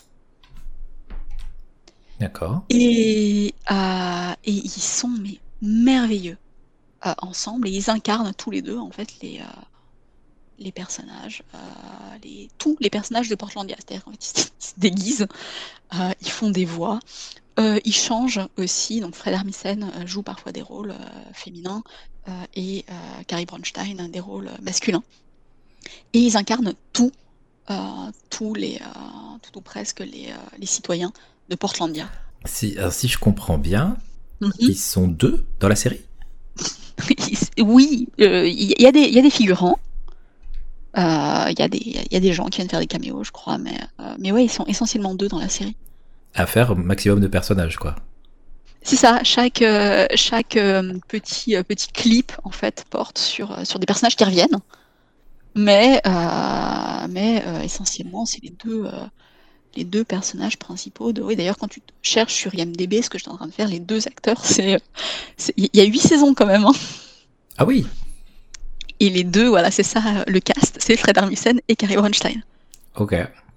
D'accord. Et, euh, et ils sont mais merveilleux euh, ensemble et ils incarnent tous les deux en fait les, euh, les personnages, euh, les, tous les personnages de Portlandia. C'est-à-dire qu'en fait, ils se déguisent, euh, ils font des voix, euh, ils changent aussi. Donc Fred Armisen euh, joue parfois des rôles euh, féminins euh, et euh, Carrie Bronstein des rôles masculins. Et ils incarnent tout, euh, tous les, euh, tout ou presque les, euh, les citoyens de Portlandia. Si, alors, si je comprends bien, Mm-hmm. ils sont deux dans la série? Oui, il euh, y, y, a des, y a des figurants. Il euh, y, y, y a des gens qui viennent faire des caméos, je crois, mais, euh, mais ouais, ils sont essentiellement deux dans la série. À faire maximum de personnages, quoi. C'est ça, chaque, euh, chaque euh, petit, euh, petit clip, en fait, porte sur, euh, sur des personnages qui reviennent, mais, euh, mais euh, essentiellement, c'est les deux, euh, les deux personnages principaux. De... Oui, d'ailleurs, quand tu cherches sur I M D B, ce que je suis en train de faire, les deux acteurs, c'est... Il y a huit saisons quand même. Hein. Ah oui. Et les deux, voilà, c'est ça, le cast, c'est Fred Armisen et Carrie Bronstein. Ok.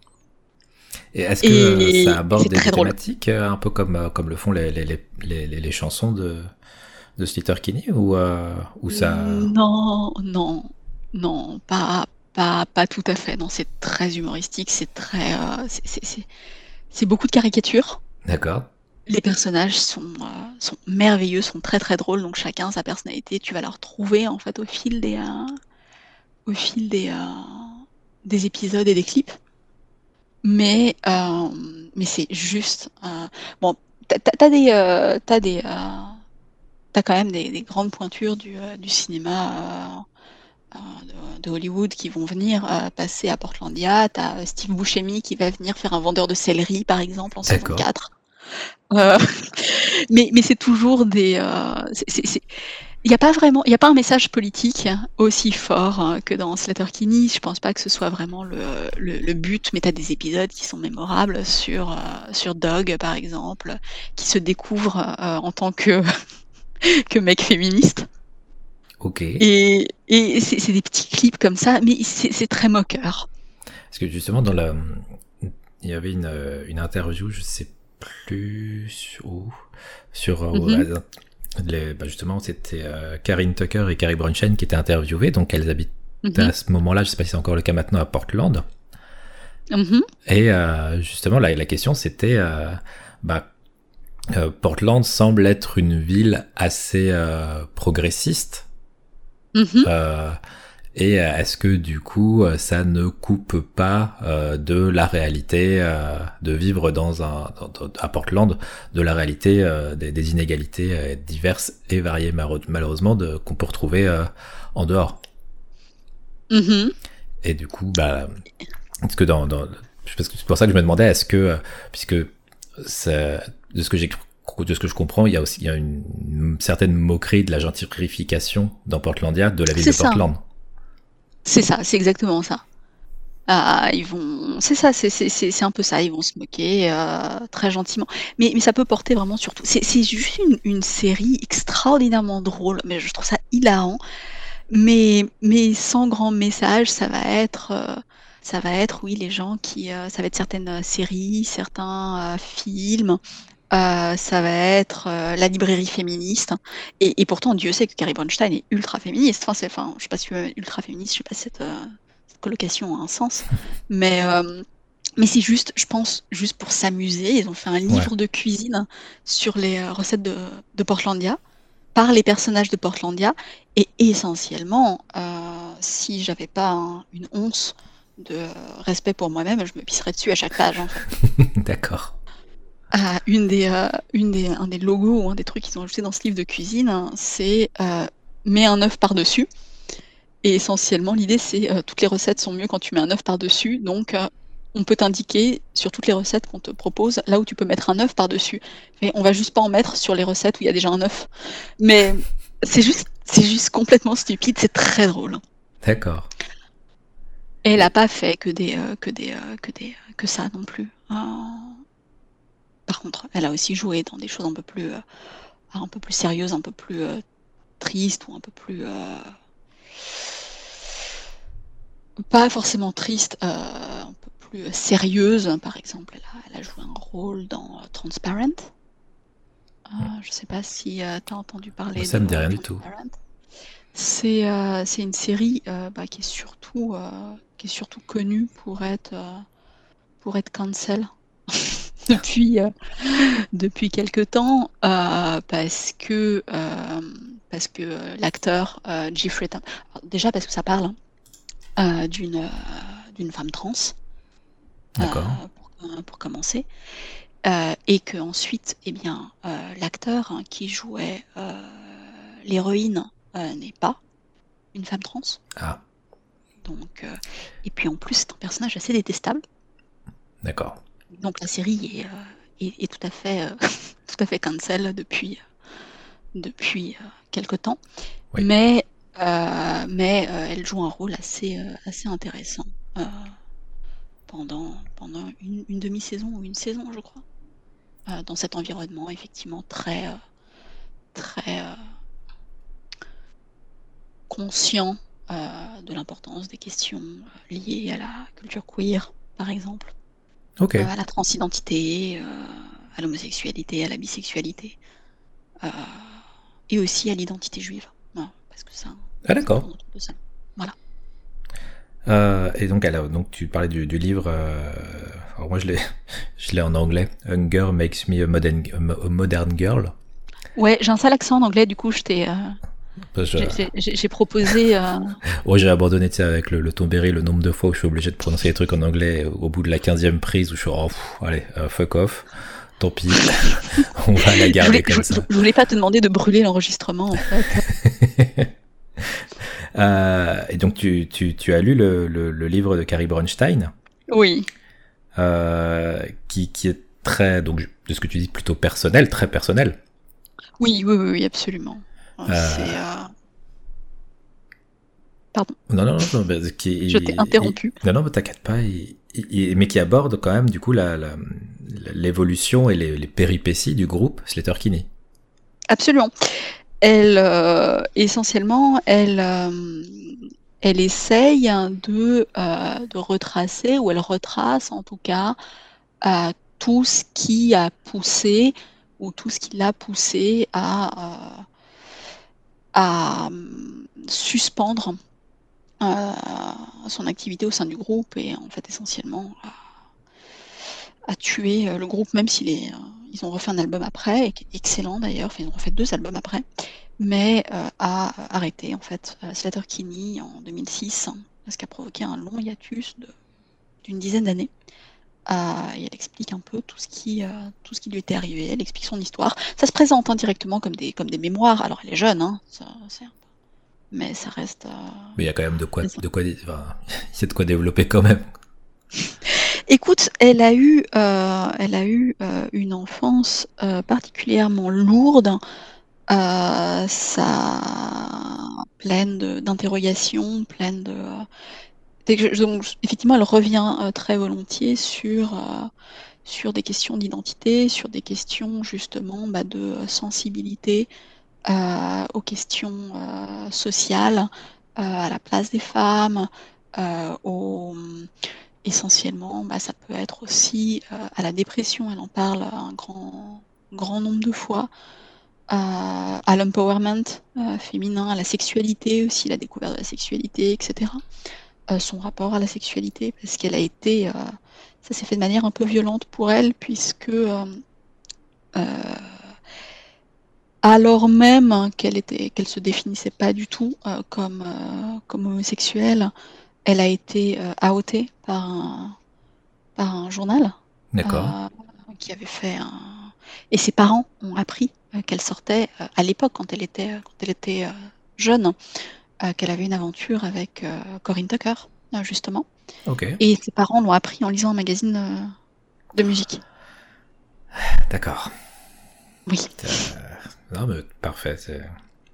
Et est-ce que et ça aborde des, des thématiques euh, un peu comme, euh, comme le font les, les, les, les, les chansons de, de Sleater-Kinney ou, euh, ou ça... Non, non, non, pas, pas, pas tout à fait. Non, c'est très humoristique, c'est très, euh, c'est, c'est, c'est, c'est beaucoup de caricatures. D'accord. Les personnages sont, euh, sont merveilleux, sont très très drôles, donc chacun a sa personnalité. Tu vas la retrouver en fait au fil des, euh, au fil des, euh, des épisodes et des clips. Mais, euh, mais c'est juste. Euh, bon, t'as, t'as des, euh, t'as des, euh, t'as quand même des, des grandes pointures du, euh, du cinéma. Euh, De, de Hollywood qui vont venir euh, passer à Portlandia. T'as Steve Buscemi qui va venir faire un vendeur de céleri, par exemple, en saison quatre. Euh, mais, mais c'est toujours des... Il n'y a pas vraiment... Il n'y a pas un message politique aussi fort hein, que dans Sleater-Kinney. Je pense pas que ce soit vraiment le, le, le but, mais t'as des épisodes qui sont mémorables sur, euh, sur Doug, par exemple, qui se découvre euh, en tant que, que mec féministe. Ok. Et, et c'est, c'est des petits clips comme ça, mais c'est, c'est très moqueur. Parce que justement, dans la, il y avait une, une interview, je sais plus où, sur mm-hmm. euh, les, bah justement, c'était euh, Corinne Tucker et Carrie Bronstein qui étaient interviewées, donc elles habitent mm-hmm. à ce moment-là, je sais pas si c'est encore le cas maintenant, à Portland. Mm-hmm. Et euh, justement, là, la question c'était, euh, bah, euh, Portland semble être une ville assez euh, progressiste. Mmh. Euh, et est-ce que du coup ça ne coupe pas euh, de la réalité euh, de vivre dans un dans, à Portland, de la réalité euh, des, des inégalités euh, diverses et variées malheureusement de, qu'on peut retrouver euh, en dehors. Mmh. Et du coup bah parce que dans, dans c'est pour ça que je me demandais, est-ce que, puisque ça, de ce que j'ai de ce que je comprends, il y a aussi il y a une, une certaine moquerie de la gentrification dans Portlandia, de la ville C'est de ça. Portland. C'est ça, c'est exactement ça. Ah, ils vont, c'est ça, c'est c'est c'est c'est un peu ça. Ils vont se moquer euh, très gentiment, mais mais ça peut porter vraiment sur tout. C'est c'est juste une, une série extraordinairement drôle, mais je trouve ça hilarant. Mais mais sans grand message, ça va être euh, ça va être oui les gens qui euh, ça va être certaines euh, séries, certains euh, films. Euh, ça va être euh, la librairie féministe. Et, et pourtant, Dieu sait que Carrie Bronstein est ultra féministe. Enfin, c'est, enfin, je sais pas si euh, ultra féministe, je sais pas si cette, euh, cette colocation a un sens. Mais, euh, mais c'est juste, je pense, juste pour s'amuser. Ils ont fait un livre Ouais. de cuisine sur les euh, recettes de, de Portlandia, par les personnages de Portlandia. Et essentiellement, euh, si j'avais pas un- une once de euh, respect pour moi-même, je me pisserais dessus à chaque page, en fait. D'accord. Ah, une des, euh, une des, un des logos ou un des trucs qu'ils ont ajouté dans ce livre de cuisine, hein, c'est euh, mets un œuf par-dessus. Et essentiellement, l'idée, c'est euh, toutes les recettes sont mieux quand tu mets un œuf par-dessus. Donc, euh, on peut t'indiquer sur toutes les recettes qu'on te propose là où tu peux mettre un œuf par-dessus. Mais on va juste pas en mettre sur les recettes où il y a déjà un œuf. Mais c'est juste, c'est juste complètement stupide. C'est très drôle. D'accord. Et elle Et- n'a pas fait que des, euh, que des, euh, que des, euh, que ça non plus. Euh, Par contre, elle a aussi joué dans des choses un peu plus, euh, un peu plus sérieuses, un peu plus euh, tristes ou un peu plus, euh, pas forcément tristes, euh, un peu plus sérieuses. Par exemple, elle a, elle a joué un rôle dans euh, Transparent. Euh, je sais pas si tu as entendu parler Ça de me dit euh, rien du tout. Transparent. C'est euh, c'est une série euh, bah, qui est surtout euh, qui est surtout connue pour être euh, pour être cancel depuis euh, depuis quelque temps euh, parce que euh, parce que euh, l'acteur euh, Jeffrey Tambor, déjà parce que ça parle hein, euh, d'une euh, d'une femme trans euh, D'accord. pour, pour commencer euh, et que ensuite eh bien euh, l'acteur hein, qui jouait euh, l'héroïne euh, n'est pas une femme trans. Ah, Donc, euh, et puis en plus, c'est un personnage assez détestable. d'accord. Donc la série est, euh, est, est tout à fait, euh, tout à fait cancel depuis, depuis euh, quelque temps. Oui. Mais, euh, mais euh, elle joue un rôle assez, euh, assez intéressant euh, pendant, pendant une, une demi-saison ou une saison, je crois, euh, dans cet environnement effectivement très, euh, très euh, conscient euh, de l'importance des questions euh, liées à la culture queer, par exemple. Ok. Euh, à la transidentité, euh, à l'homosexualité, à la bisexualité, euh, et aussi à l'identité juive. Voilà, parce que ça, Ah, ça tourne d'accord. autour de ça. Voilà. Euh, et donc, elle a- donc, tu parlais du, du livre. Euh, alors moi, je l'ai, je l'ai en anglais. Hunger makes me a modern, a modern girl. Ouais, j'ai un sale accent en anglais, du coup, je t'ai, euh, Parce que j'ai, j'ai- j'ai- j'ai proposé. euh, ouais, j'ai abandonné, tu sais, avec le, le ton Berry, le nombre de fois où je suis obligé de prononcer les trucs en anglais au bout de la quinzième prise où je suis, oh, pff, allez, euh, fuck off, tant pis, on va la je, garder voulais, je, comme je- ça. je voulais pas te demander de brûler l'enregistrement, en fait. Euh, et donc, tu, tu, tu as lu le, le, le livre de Carrie Bronstein, Oui, euh, qui, qui est très, donc, de ce que tu dis, plutôt personnel, très personnel. oui, oui, oui, oui, absolument. Euh, C'est. Euh, euh, Pardon, non, non, non, non, mais qui, je t'ai il- il- interrompu. non, non, mais t'inquiète pas, il- il- mais qui aborde quand même, du coup, la, la, l'évolution et les, les péripéties du groupe Sleater-Kinney. Absolument. Elle, euh, essentiellement, elle, euh, elle essaye de, euh, de retracer, ou elle retrace en tout cas, euh, tout ce qui a poussé, ou tout ce qui l'a poussé à, euh, à euh, suspendre euh, son activité au sein du groupe et en fait essentiellement à, à tuer euh, le groupe, même s'ils est, euh, ils ont refait un album après, et qui est excellent d'ailleurs, enfin, ils ont refait deux albums après, mais euh, a arrêté en fait euh, Sleater-Kinney en deux mille six, hein, ce qui a provoqué un long hiatus de, d'une dizaine d'années. Euh, et elle explique un peu tout ce, qui, euh, tout ce qui lui était arrivé, elle explique son histoire. Ça se présente indirectement comme des, comme des mémoires, alors elle est jeune, hein, ça, c'est, mais ça reste... euh, Mais il y a quand même de quoi, de quoi, enfin, il y a de quoi développer quand même. Écoute, elle a eu, euh, elle a eu euh, une enfance euh, particulièrement lourde, euh, ça, pleine de- d'interrogations, pleine de. Dès que je- donc, effectivement, elle revient euh, très volontiers sur euh, sur des questions d'identité, sur des questions justement bah, de sensibilité euh, aux questions euh, sociales, euh, à la place des femmes, euh, au essentiellement, bah, ça peut être aussi euh, à la dépression, elle en parle un grand, grand nombre de fois, euh, à l'empowerment euh, féminin, à la sexualité aussi, la découverte de la sexualité, et cetera. Euh, son rapport à la sexualité, parce qu'elle a été, euh, ça s'est fait de manière un peu violente pour elle, puisque euh, euh, alors même qu'elle était, qu'elle se définissait pas du tout euh, comme, euh, comme homosexuelle, elle a été euh, outée par un, par un journal D'accord. euh, qui avait fait un. Et ses parents ont appris euh, qu'elle sortait euh, à l'époque, quand elle était, quand elle était euh, jeune, euh, qu'elle avait une aventure avec euh, Corinne Tucker, euh, justement. Ok. Et ses parents l'ont appris en lisant un magazine euh, de musique. D'accord. Oui. Euh, Non, mais parfait. C'est...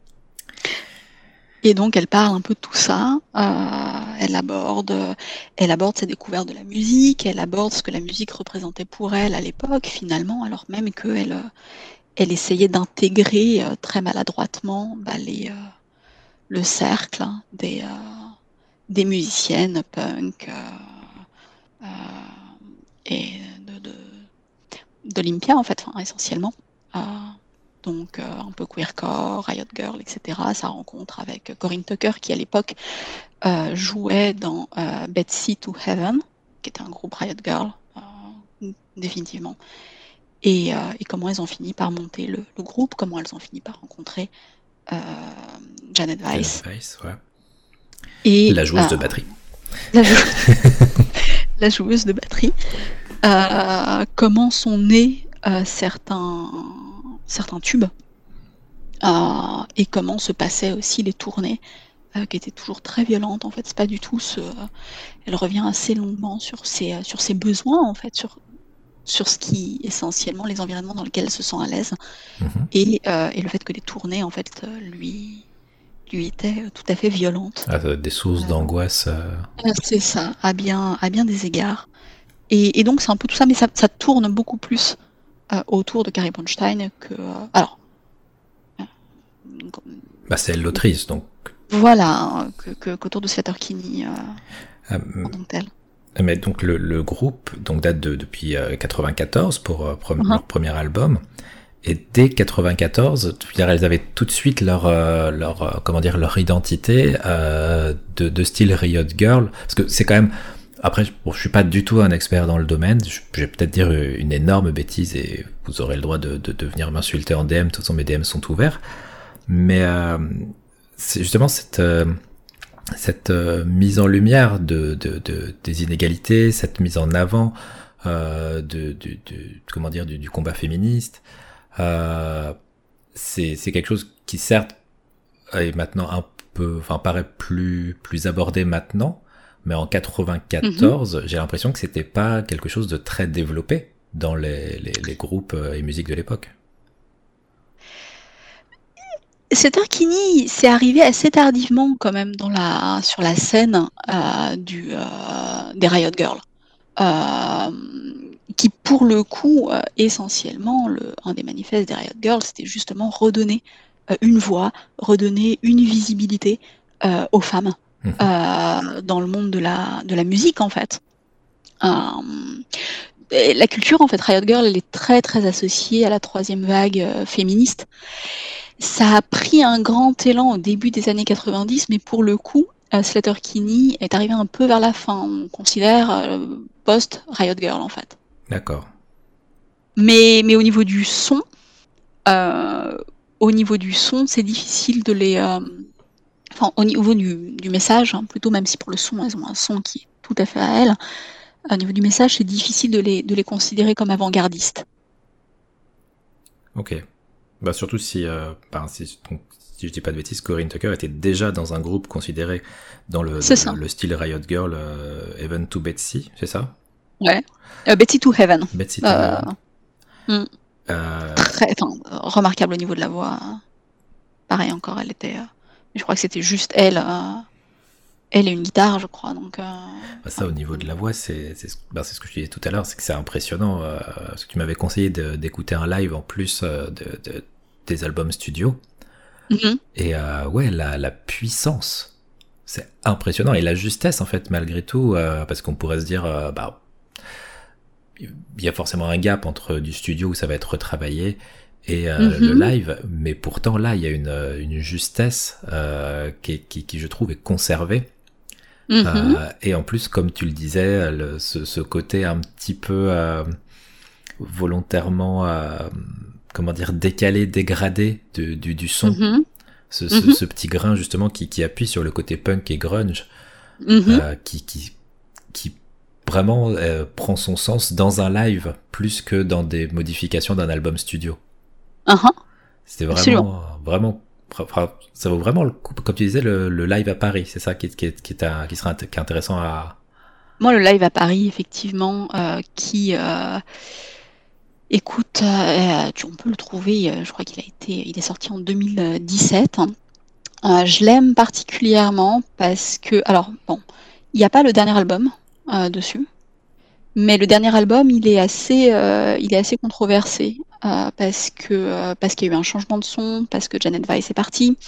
Et donc elle parle un peu de tout ça. Euh, elle aborde, elle aborde sa découverte de la musique. Elle aborde ce que la musique représentait pour elle à l'époque, finalement, alors même qu'elle euh, elle essayait d'intégrer euh, très maladroitement bah, les, euh, le cercle hein, des, euh, des musiciennes punk euh, euh, et de, de, d'Olympia, en fait, enfin, essentiellement. Euh, donc, euh, un peu queercore, Riot Girl, et cetera. Sa rencontre avec Corinne Tucker, qui à l'époque euh, jouait dans euh, Betsy to Heaven, qui était un groupe Riot Girl, euh, définitivement. Et, euh, et comment elles ont fini par monter le, le groupe, comment elles ont fini par rencontrer euh, Janet Janet Weiss. Weiss, ouais. Et La joueuse euh, de batterie. la, jou- la joueuse de batterie. Euh, comment sont nés euh, certains, certains tubes euh, et comment se passaient aussi les tournées euh, qui étaient toujours très violentes. En fait, c'est pas du tout ce. Elle revient assez longuement sur ses, euh, sur ses besoins, en fait, sur, sur ce qui, essentiellement, les environnements dans lesquels elle se sent à l'aise Mhm. et, euh, et le fait que les tournées, en fait, euh, lui, lui étaient euh, tout à fait violentes. Ah, ça doit être des sources Euh, d'angoisse. euh, c'est ça, à bien, à bien des égards. Et, et donc, c'est un peu tout ça, mais ça, ça tourne beaucoup plus euh, autour de Carrie Bronstein que. Euh, alors. euh, Bah, c'est elle l'autrice, donc. Voilà, hein, que, que, qu'autour de Sleater-Kinney euh, Euh, en tant que tel. mais donc le, le groupe donc date de, depuis euh, quatre-vingt-quatorze pour euh, pre- Uh-huh. leur premier album. Et dès quatre-vingt-quatorze, je veux dire, elles avaient tout de suite leur, euh, leur euh, comment dire, leur identité euh, de, de style Riot Girl, parce que c'est quand même. Après, bon, je suis pas du tout un expert dans le domaine. Je, je vais peut-être dire une énorme bêtise et vous aurez le droit de, de, de venir m'insulter en D M. De toute façon, mes D M sont ouverts. Mais euh, c'est justement cette euh, cette euh, mise en lumière de, de, de des inégalités, cette mise en avant euh, de, de, de comment dire du, du combat féministe. Euh, c'est, c'est quelque chose qui certes est maintenant un peu, enfin paraît plus plus abordé maintenant, mais en quatre-vingt-quatorze, mm-hmm. j'ai l'impression que c'était pas quelque chose de très développé dans les, les, les groupes et musiques de l'époque. Sleater-Kinney, c'est arrivé assez tardivement quand même dans la, sur la scène euh, du, euh, des Riot Girls. Euh, qui pour le coup, euh, essentiellement, le, un des manifestes des Riot Girls, c'était justement redonner euh, une voix, redonner une visibilité euh, aux femmes mmh. euh, dans le monde de la, de la musique en fait. Euh, la culture en fait, Riot Girl, elle est très très associée à la troisième vague euh, féministe. Ça a pris un grand élan au début des années quatre-vingt-dix, mais pour le coup, euh, Sleater-Kinney est arrivé un peu vers la fin. On considère euh, post-Riot Girl, en fait. D'accord. Mais, mais au niveau du son, euh, au niveau du son, c'est difficile de les... Euh, enfin, au niveau du, du message, hein, plutôt, même si pour le son, elles ont un son qui est tout à fait à elles, au niveau du message, c'est difficile de les, de les considérer comme avant-gardistes. Ok. Bah surtout si, euh, bah, si, donc, si je dis pas de bêtises, Corinne Tucker était déjà dans un groupe considéré dans le, le, le style Riot Girl, euh, Even to Betsy, c'est ça? Ouais. Euh, Betsy to Heaven. Betsy to Euh, Heaven. hmm. Euh, Très, enfin, remarquable au niveau de la voix. Pareil encore, elle était. euh, Je crois que c'était juste elle, euh, elle et une guitare, je crois. Donc. euh, bah ça, au niveau de la voix, c'est c'est ce bah, c'est ce que je disais tout à l'heure, c'est que c'est impressionnant. Euh, parce que tu m'avais conseillé de- d'écouter un live en plus euh, de, de- des albums studio. mhm, Et euh, ouais, la, la puissance, c'est impressionnant. Et la justesse, en fait, malgré tout, euh, parce qu'on pourrait se dire, euh, bah, il y a forcément un gap entre du studio où ça va être retravaillé et euh, le mhm, live, mais pourtant là, il y a une, une justesse euh, qui, qui, qui, je trouve, est conservée. mhm, Euh, et en plus, comme tu le disais, le, ce, ce côté un petit peu euh, volontairement, euh, comment dire, décalé, dégradé du, du, du son. mhm, Ce, ce, mhm, ce petit grain justement qui, qui appuie sur le côté punk et grunge, mhm. euh, qui, qui, qui vraiment euh, prend son sens dans un live plus que dans des modifications d'un album studio. Uh-huh, C'était absolument. vraiment, vraiment, ça vaut vraiment le coup. Comme tu disais, le, le live à Paris, c'est ça qui, qui, qui, est un, qui sera int- qui est intéressant à. Moi, le live à Paris, effectivement, euh, qui, euh, écoute, euh, tu, on peut le trouver. euh, je crois qu'il a été, il est sorti en deux mille dix-sept. Euh, je l'aime particulièrement parce que, alors, bon, il n'y a pas le dernier album euh, dessus, mais le dernier album, il est assez, euh, il est assez controversé euh, parce que euh, parce qu'il y a eu un changement de son, parce que Janet Weiss est partie.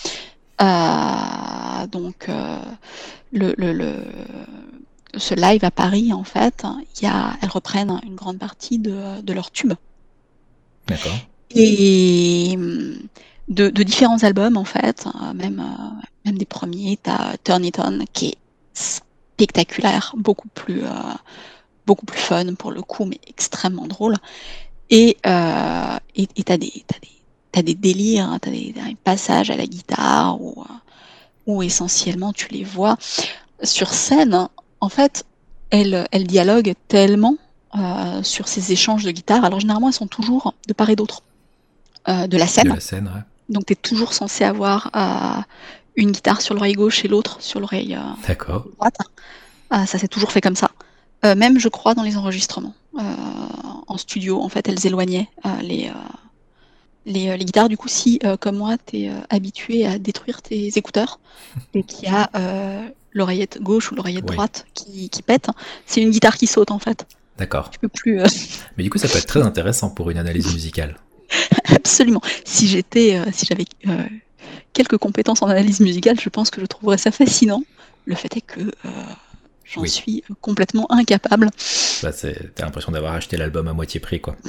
Euh, donc, euh, le, le, le, ce live à Paris, en fait, il y a, elles reprennent une grande partie de, de leur tube. D'accord. Et hum, de, de différents albums, en fait, euh, même, euh, même des premiers, tu as Turn It On, qui est spectaculaire, beaucoup plus, euh, beaucoup plus fun pour le coup, mais extrêmement drôle. Et euh, et et t'as des, t'as des, t'as des délires, hein, t'as des, des passages à la guitare où, euh, où essentiellement tu les vois sur scène. Hein. En fait, elles, elles dialoguent tellement euh, sur ces échanges de guitare. Alors généralement, elles sont toujours de part et d'autre euh, de la De scène. la scène, ouais. Donc tu es toujours censé avoir euh, une guitare sur l'oreille gauche et l'autre sur l'oreille euh, D'accord. droite. Euh, ça s'est toujours fait comme ça. Euh, même, je crois, dans les enregistrements. Euh, en studio, en fait, elles éloignaient euh, les, euh, les, euh, les guitares. Du coup, si, euh, comme moi, tu es euh, habitué à détruire tes écouteurs et qu'il y a euh, l'oreillette gauche ou l'oreillette Oui. droite qui, qui pète, c'est une guitare qui saute, en fait. D'accord. Tu peux plus... euh, Mais du coup, ça peut être très intéressant pour une analyse musicale. Absolument. Si j'étais, euh, si j'avais euh, quelques compétences en analyse musicale, je pense que je trouverais ça fascinant. Le fait est que euh, j'en Oui. suis complètement incapable. Bah, c'est, t'as l'impression d'avoir acheté l'album à moitié prix, quoi.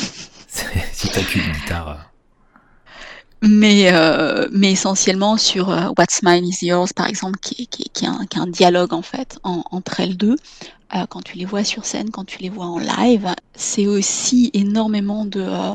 Si t'as qu'une guitare. euh, Mais, euh, mais essentiellement sur euh, What's Mine is Yours, par exemple, qui est, qui est- qui est un, qui est un dialogue en fait en- entre elles deux. Euh, quand tu les vois sur scène, quand tu les vois en live, c'est aussi énormément de, euh,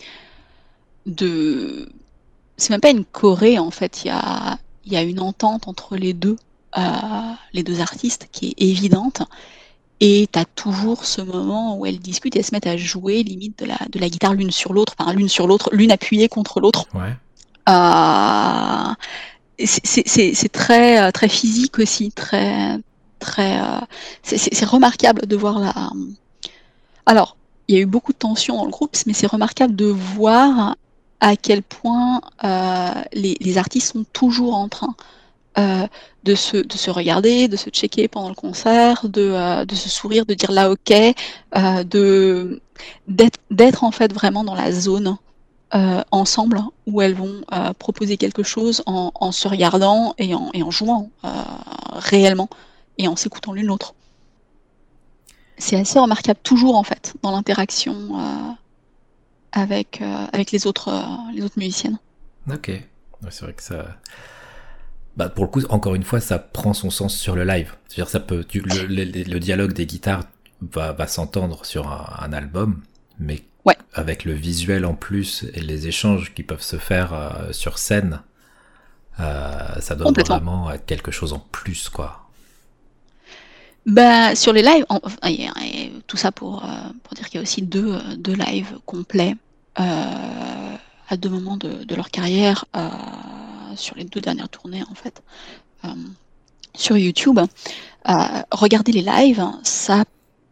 de... C'est même pas une choré en fait, il y a, il y a une entente entre les deux, euh, les deux artistes qui est évidente. Et tu as toujours ce moment où elles discutent et elles se mettent à jouer limite de la, de la guitare l'une sur l'autre, enfin l'une sur l'autre, l'une appuyée contre l'autre. Ouais. Euh, c'est c'est- c'est très, euh, très physique aussi, très, très, euh, c'est c'est- c'est remarquable de voir la. Alors, il y a eu beaucoup de tensions dans le groupe, mais c'est remarquable de voir à quel point euh, les, les artistes sont toujours en train euh, de, se, de se regarder, de se checker pendant le concert, de, euh, de se sourire, de dire là ok, euh, de d'être d'être en fait vraiment dans la zone euh, ensemble où elles vont euh, proposer quelque chose en, en se regardant et en, et en jouant euh, réellement et en s'écoutant l'une l'autre. C'est assez remarquable toujours en fait dans l'interaction euh, avec, euh, avec les autres, euh, les autres musiciennes. Ok. Ouais, c'est vrai que ça. Bah, pour le coup, encore une fois, ça prend son sens sur le live. C'est-à-dire, ça peut, tu- le, le, le dialogue des guitares va, va s'entendre sur un, un album, mais Ouais, avec le visuel en plus et les échanges qui peuvent se faire euh, sur scène, euh, ça donne complètement. vraiment euh, quelque chose en plus, quoi. Bah, sur les lives, en- et- et tout ça pour, euh, pour dire qu'il y a aussi deux, euh, deux lives complets euh, à deux moments de, de leur carrière euh, sur les deux dernières tournées en fait euh, sur YouTube. Euh, regarder les lives, ça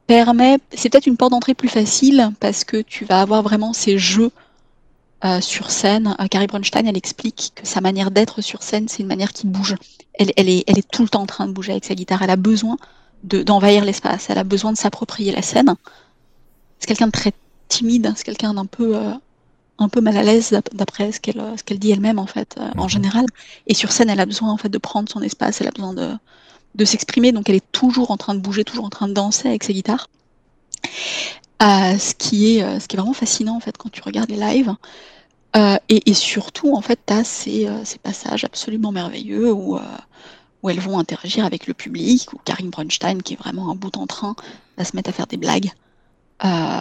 permet, c'est peut-être une porte d'entrée plus facile parce que tu vas avoir vraiment ces jeux euh, sur scène. Euh, Carrie Bronstein, elle explique que sa manière d'être sur scène, c'est une manière qui bouge. Elle, elle, est, elle est tout le temps en train de bouger avec sa guitare. Elle a besoin de, d'envahir l'espace. Elle a besoin de s'approprier la scène. C'est quelqu'un de très timide. C'est quelqu'un d'un peu, euh, un peu mal à l'aise d'après ce qu'elle, ce qu'elle dit elle-même en fait, euh, mm-hmm. en général. Et sur scène, elle a besoin en fait de prendre son espace. Elle a besoin de de s'exprimer, donc elle est toujours en train de bouger, toujours en train de danser avec sa guitare. Euh, ce, qui est, euh, ce qui est vraiment fascinant en fait quand tu regardes les lives. Euh, et, et surtout, en fait, tu as ces, euh, ces passages absolument merveilleux où, euh, où elles vont interagir avec le public, où Carrie Bronstein, qui est vraiment un bout en train, va se mettre à faire des blagues euh,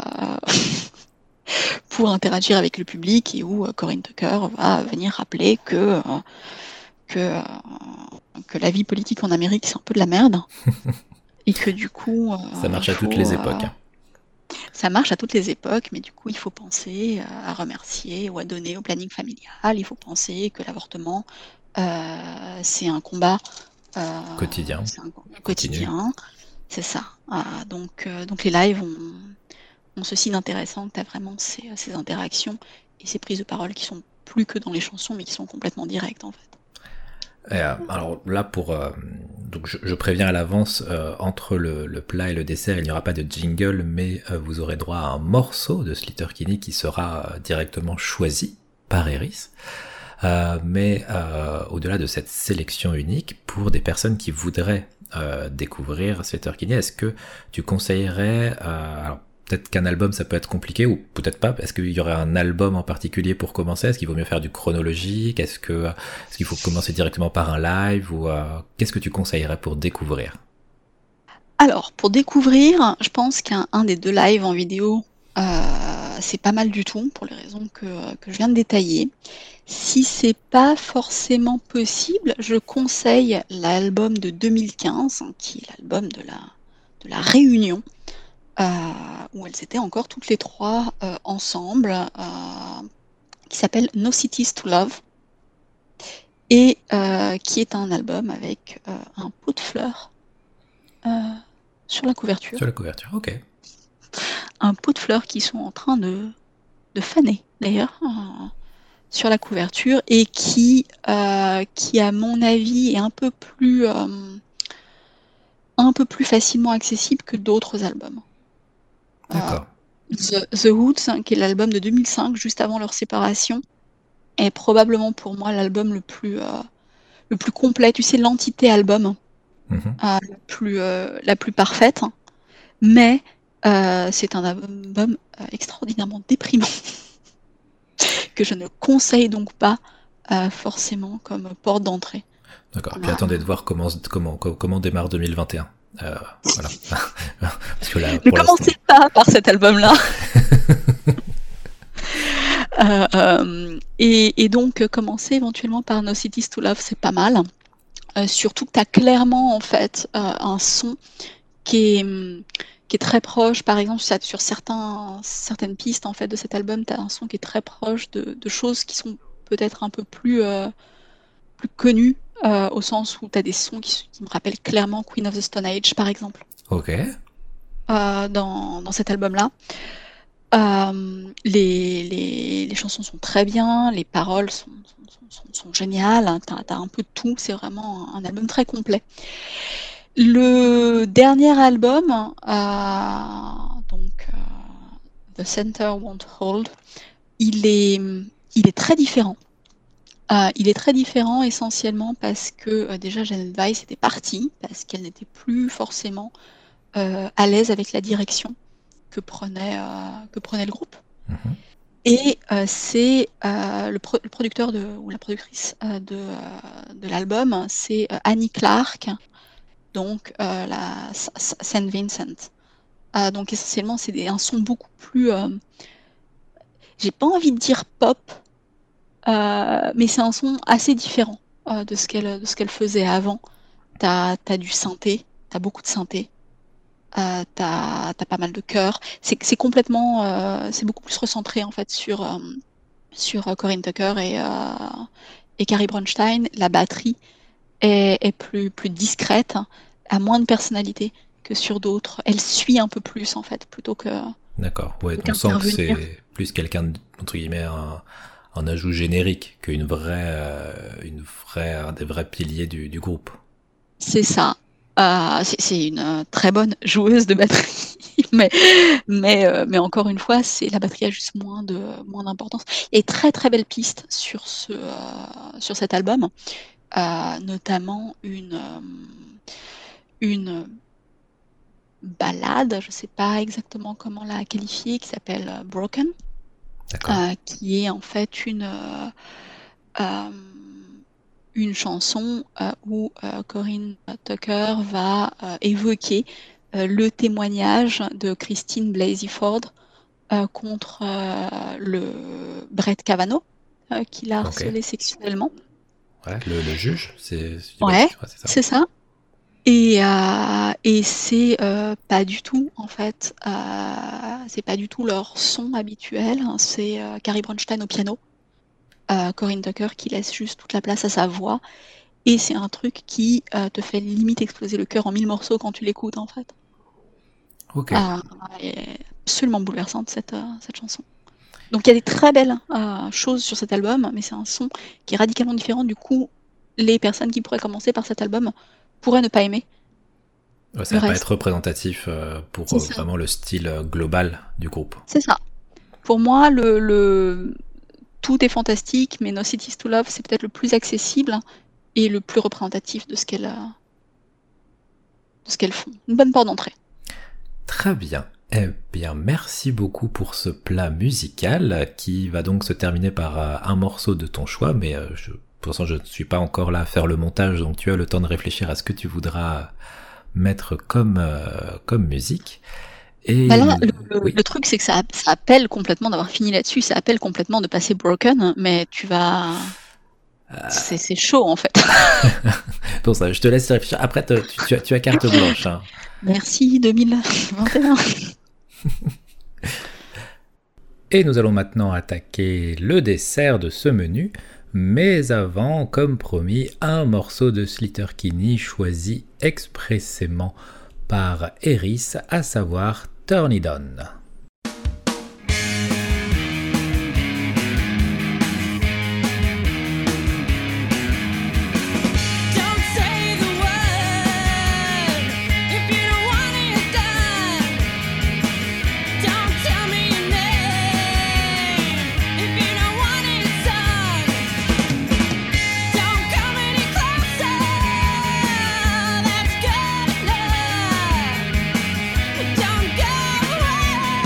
pour interagir avec le public, et où euh, Corinne Tucker va venir rappeler que euh, que, euh, que la vie politique en Amérique, c'est un peu de la merde. Et que du coup... Euh, ça marche à faut, toutes les époques. Euh, ça marche à toutes les époques, mais du coup, il faut penser euh, à remercier ou à donner au planning familial. Il faut penser que l'avortement, euh, c'est un combat... Euh, quotidien. C'est un combat quotidien. C'est ça. Euh, donc, euh, donc les lives ont, ont ceci d'intéressant, que tu as vraiment ces, ces interactions et ces prises de parole qui sont plus que dans les chansons, mais qui sont complètement directes, en fait. Et, euh, alors là, pour euh, donc je, je préviens à l'avance, euh, entre le, le plat et le dessert, il n'y aura pas de jingle, mais euh, vous aurez droit à un morceau de Sleater-Kinney qui sera euh, directement choisi par Eris. Euh, mais euh, au-delà de cette sélection unique, pour des personnes qui voudraient euh, découvrir Sleater-Kinney, est-ce que tu conseillerais, euh, alors, peut-être qu'un album ça peut être compliqué, ou peut-être pas, est-ce qu'il y aurait un album en particulier pour commencer? Est-ce qu'il vaut mieux faire du chronologique? Est-ce que, est-ce qu'il faut commencer directement par un live, ou euh, qu'est-ce que tu conseillerais pour découvrir? Alors, pour découvrir, je pense qu'un un des deux lives en vidéo, euh, c'est pas mal du tout, pour les raisons que, que je viens de détailler. Si c'est pas forcément possible, je conseille l'album de deux mille quinze, qui est l'album de la, de la réunion, Euh, où elles étaient encore toutes les trois euh, ensemble, euh, qui s'appelle No Cities to Love, et euh, qui est un album avec euh, un pot de fleurs euh, sur la couverture. Sur la couverture, ok. Un pot de fleurs qui sont en train de, de faner, d'ailleurs, euh, sur la couverture, et qui, euh, qui, à mon avis, est un peu plus, euh, un peu plus facilement accessible que d'autres albums. D'accord. Uh, The, The Woods, qui est l'album de deux mille cinq, juste avant leur séparation, est probablement pour moi l'album le plus, euh, le plus complet. Tu sais, l'entité album, mm-hmm. euh, la, plus, euh, la plus parfaite. Mais euh, c'est un album euh, extraordinairement déprimant que je ne conseille donc pas euh, forcément comme porte d'entrée. D'accord. Puis ah. attendez de voir comment, comment, comment démarre deux mille vingt et un. Euh, voilà. Parce que là, ne commencez pas par cet album-là. euh, euh, et, et donc, commencer éventuellement par No Cities to Love, c'est pas mal. Euh, surtout que tu as clairement en fait euh, un son qui est, qui est très proche. Par exemple, sur certains, certaines pistes en fait, de cet album, tu as un son qui est très proche de, de choses qui sont peut-être un peu plus, euh, plus connues. Euh, au sens où tu as des sons qui, qui me rappellent clairement Queen of the Stone Age, par exemple. Ok. Euh, dans, dans cet album-là. Euh, les, les, les chansons sont très bien, les paroles sont, sont, sont, sont géniales, tu as, as un peu de tout, c'est vraiment un, un album très complet. Le dernier album, euh, donc euh, The Center Won't Hold, il est, il est très différent. Euh, il est très différent essentiellement parce que euh, déjà Janet Weiss était partie, parce qu'elle n'était plus forcément euh, à l'aise avec la direction que prenait, euh, que prenait le groupe. Mm-hmm. Et euh, c'est euh, le, pro- le producteur de, ou la productrice euh, de, euh, de l'album, c'est euh, Annie Clark, donc euh, la Saint Vincent. Euh, donc essentiellement c'est des, un son beaucoup plus, euh, j'ai pas envie de dire pop, Euh, mais c'est un son assez différent euh, de ce qu'elle de ce qu'elle faisait avant. T'as t'as du synthé, t'as beaucoup de synthé, euh, t'as t'as pas mal de chœurs. C'est c'est complètement euh, c'est beaucoup plus recentré en fait sur euh, sur Corinne Tucker et euh, et Carrie Bronstein. La batterie est, est plus plus discrète, a moins de personnalité que que sur d'autres. Elle suit un peu plus en fait, plutôt que. D'accord, ouais, on sent que c'est plus quelqu'un, entre guillemets, un, un ajout générique qu'une vraie, euh, une vraie, un des vrais piliers du, du groupe. C'est ça. Euh, c'est, c'est une euh, très bonne joueuse de batterie, mais, mais, euh, mais encore une fois, c'est, la batterie a juste moins, de, moins d'importance. Et très très belle piste sur, ce, euh, sur cet album, euh, notamment une, euh, une ballade, je ne sais pas exactement comment la qualifier, qui s'appelle euh, Broken, euh, qui est en fait une, euh, euh, une chanson euh, où euh, Corinne Tucker va euh, évoquer euh, le témoignage de Christine Blasey Ford euh, contre euh, le Brett Kavanaugh, euh, qui l'a harcelé okay. sexuellement. Ouais, le, le juge, c'est, c'est ouais, c'est ça. C'est ça. Et, euh, et c'est euh, pas du tout, en fait, euh, c'est pas du tout leur son habituel. C'est euh, Carrie Bronstein au piano, euh, Corinne Tucker qui laisse juste toute la place à sa voix. Et c'est un truc qui euh, te fait limite exploser le cœur en mille morceaux quand tu l'écoutes, en fait. Ok. Euh, elle est absolument bouleversante, cette, euh, cette chanson. Donc il y a des très belles euh, choses sur cet album, mais c'est un son qui est radicalement différent. Du coup, les personnes qui pourraient commencer par cet album pourraient ne pas aimer. Ouais, ça va pas être représentatif euh, pour euh, vraiment le style euh, global du groupe. C'est ça. Pour moi, le, le... tout est fantastique, mais No Cities to Love, c'est peut-être le plus accessible et le plus représentatif de ce qu'elles, de ce qu'elles font. Une bonne porte d'entrée. Très bien. Eh bien, merci beaucoup pour ce plat musical qui va donc se terminer par euh, un morceau de ton choix, mais euh, je, pour l'instant, je ne suis pas encore là à faire le montage, donc tu as le temps de réfléchir à ce que tu voudras mettre comme, euh, comme musique. Et bah là, le, le, oui. le truc, c'est que ça, ça appelle complètement d'avoir fini là-dessus, ça appelle complètement de passer Broken, mais tu vas... Euh... C'est, c'est chaud, en fait. Pour ça, je te laisse réfléchir. Après, te, tu, tu, as, tu as carte blanche. Hein. Merci, deux mille vingt et un. Et nous allons maintenant attaquer le dessert de ce menu. Mais avant, comme promis, un morceau de Sleater-Kinney choisi expressément par Eris, à savoir Turn It On. Don't go away.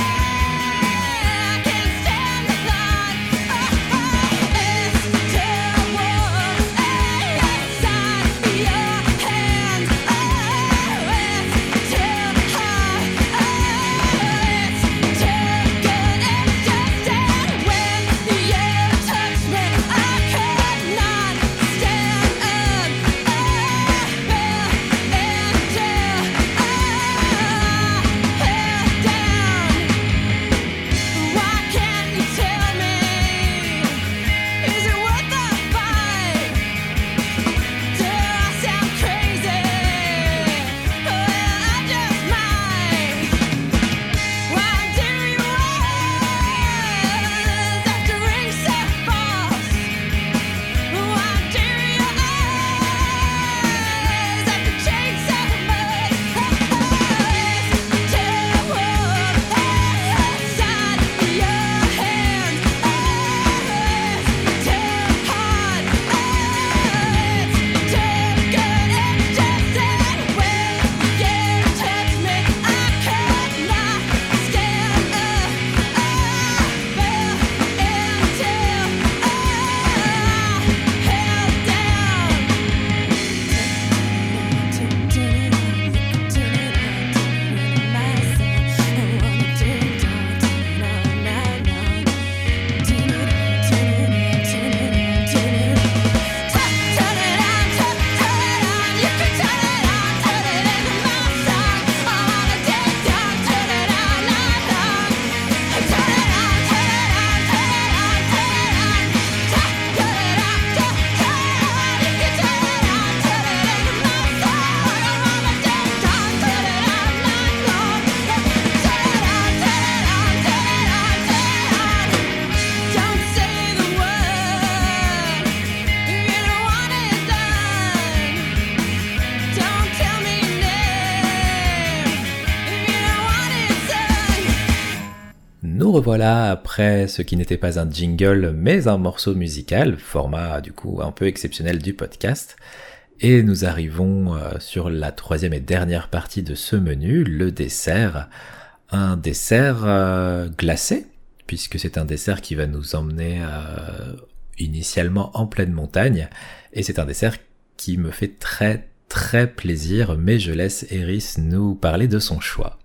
nous revoilà après ce qui n'était pas un jingle mais un morceau musical, format du coup un peu exceptionnel du podcast. Et nous arrivons euh, sur la troisième et dernière partie de ce menu, le dessert. Un dessert euh, glacé, puisque c'est un dessert qui va nous emmener euh, initialement en pleine montagne. Et c'est un dessert qui me fait très très plaisir, mais je laisse Eris nous parler de son choix.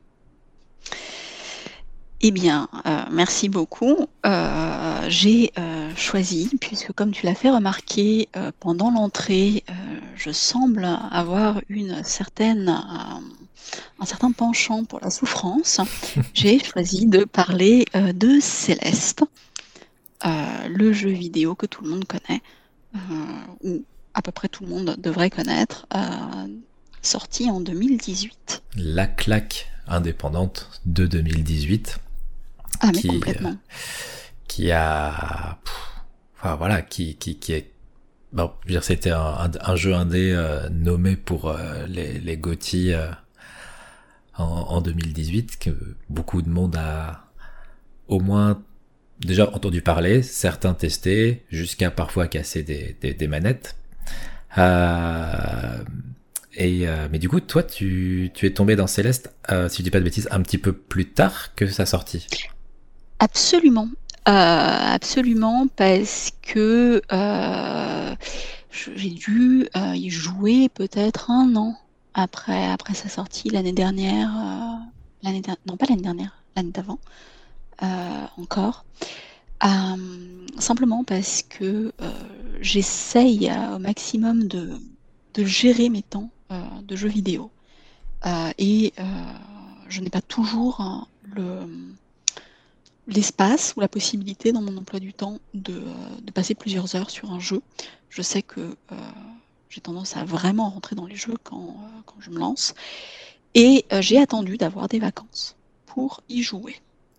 Eh bien, euh, merci beaucoup. Euh, j'ai euh, choisi, puisque comme tu l'as fait remarquer euh, pendant l'entrée, euh, je semble avoir une certaine, euh, un certain penchant pour la souffrance. J'ai choisi de parler euh, de Céleste, euh, le jeu vidéo que tout le monde connaît, euh, ou à peu près tout le monde devrait connaître, euh, sorti en deux mille dix-huit. La claque indépendante de deux mille dix-huit. Ah, mais qui, complètement. Euh, qui a, pff, enfin voilà, qui qui qui est, bon, je veux dire, c'était un, un, un jeu indé euh, nommé pour euh, les les G O T Y euh, en, en deux mille dix-huit, que beaucoup de monde a au moins déjà entendu parler, certains testé, jusqu'à parfois casser des des, des manettes. Euh, et euh, mais du coup, toi, tu tu es tombé dans Céleste, euh, si je dis pas de bêtises, un petit peu plus tard que sa sortie. Absolument, euh, absolument, parce que euh, j'ai dû euh, y jouer peut-être un an après, après sa sortie l'année dernière, euh, l'année der- non pas l'année dernière, l'année d'avant, euh, encore. Euh, simplement parce que euh, j'essaye euh, au maximum de, de gérer mes temps euh, de jeux vidéo. Euh, et euh, je n'ai pas toujours hein, le l'espace ou la possibilité dans mon emploi du temps de, euh, de passer plusieurs heures sur un jeu. Je sais que euh, j'ai tendance à vraiment rentrer dans les jeux quand, euh, quand je me lance. Et euh, j'ai attendu d'avoir des vacances pour y jouer.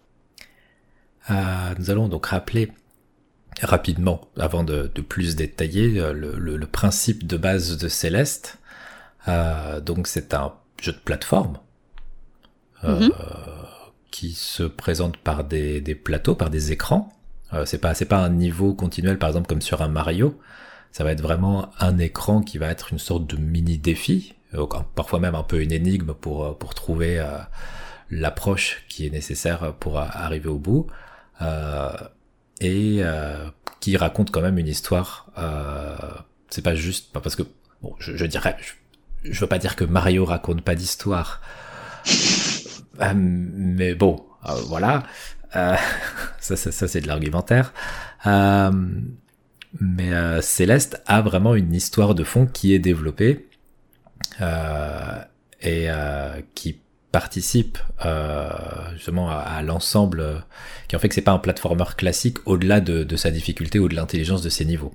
Euh, nous allons donc rappeler rapidement, avant de, de plus détailler, le, le, le principe de base de Céleste. Euh, donc c'est un jeu de plateforme euh, mm-hmm. qui se présente par des, des plateaux, par des écrans. Euh, c'est pas c'est pas un niveau continuel, par exemple comme sur un Mario. Ça va être vraiment un écran qui va être une sorte de mini défi, euh, parfois même un peu une énigme pour pour trouver euh, l'approche qui est nécessaire pour arriver au bout. Euh, et euh, qui raconte quand même une histoire. Euh, c'est pas juste parce que bon, je, je dirais, je, je veux pas dire que Mario raconte pas d'histoire, euh, mais bon, euh, voilà, euh, ça, ça, ça c'est de l'argumentaire. Euh, mais euh, Céleste a vraiment une histoire de fond qui est développée euh, et euh, qui participe euh, justement à, à l'ensemble, euh, qui en fait que c'est pas un platformer classique au-delà de, de sa difficulté ou de l'intelligence de ses niveaux.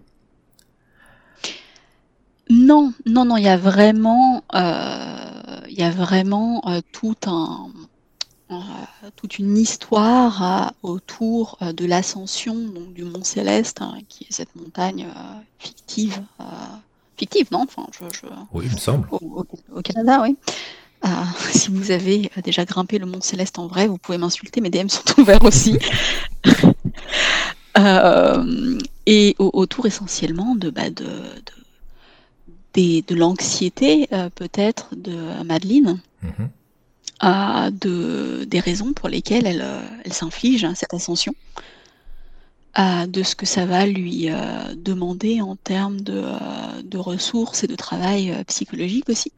Non, non, non, il y a vraiment, euh, il y a vraiment euh, tout un, euh, toute une histoire euh, autour euh, de l'ascension donc du Mont Céleste, hein, qui est cette montagne euh, fictive, euh, fictive, non, enfin, je, je, oui, il me semble. Au, au, au Canada, oui. Euh, si vous avez déjà grimpé le Mont Céleste en vrai, vous pouvez m'insulter, mes D M sont ouverts aussi. euh, et au, autour essentiellement de, bah, de, de, de, de l'anxiété euh, peut-être de Madeleine, mm-hmm. euh, de, des raisons pour lesquelles elle, elle s'inflige cette ascension, euh, de ce que ça va lui euh, demander en termes de, euh, de ressources et de travail euh, psychologique aussi.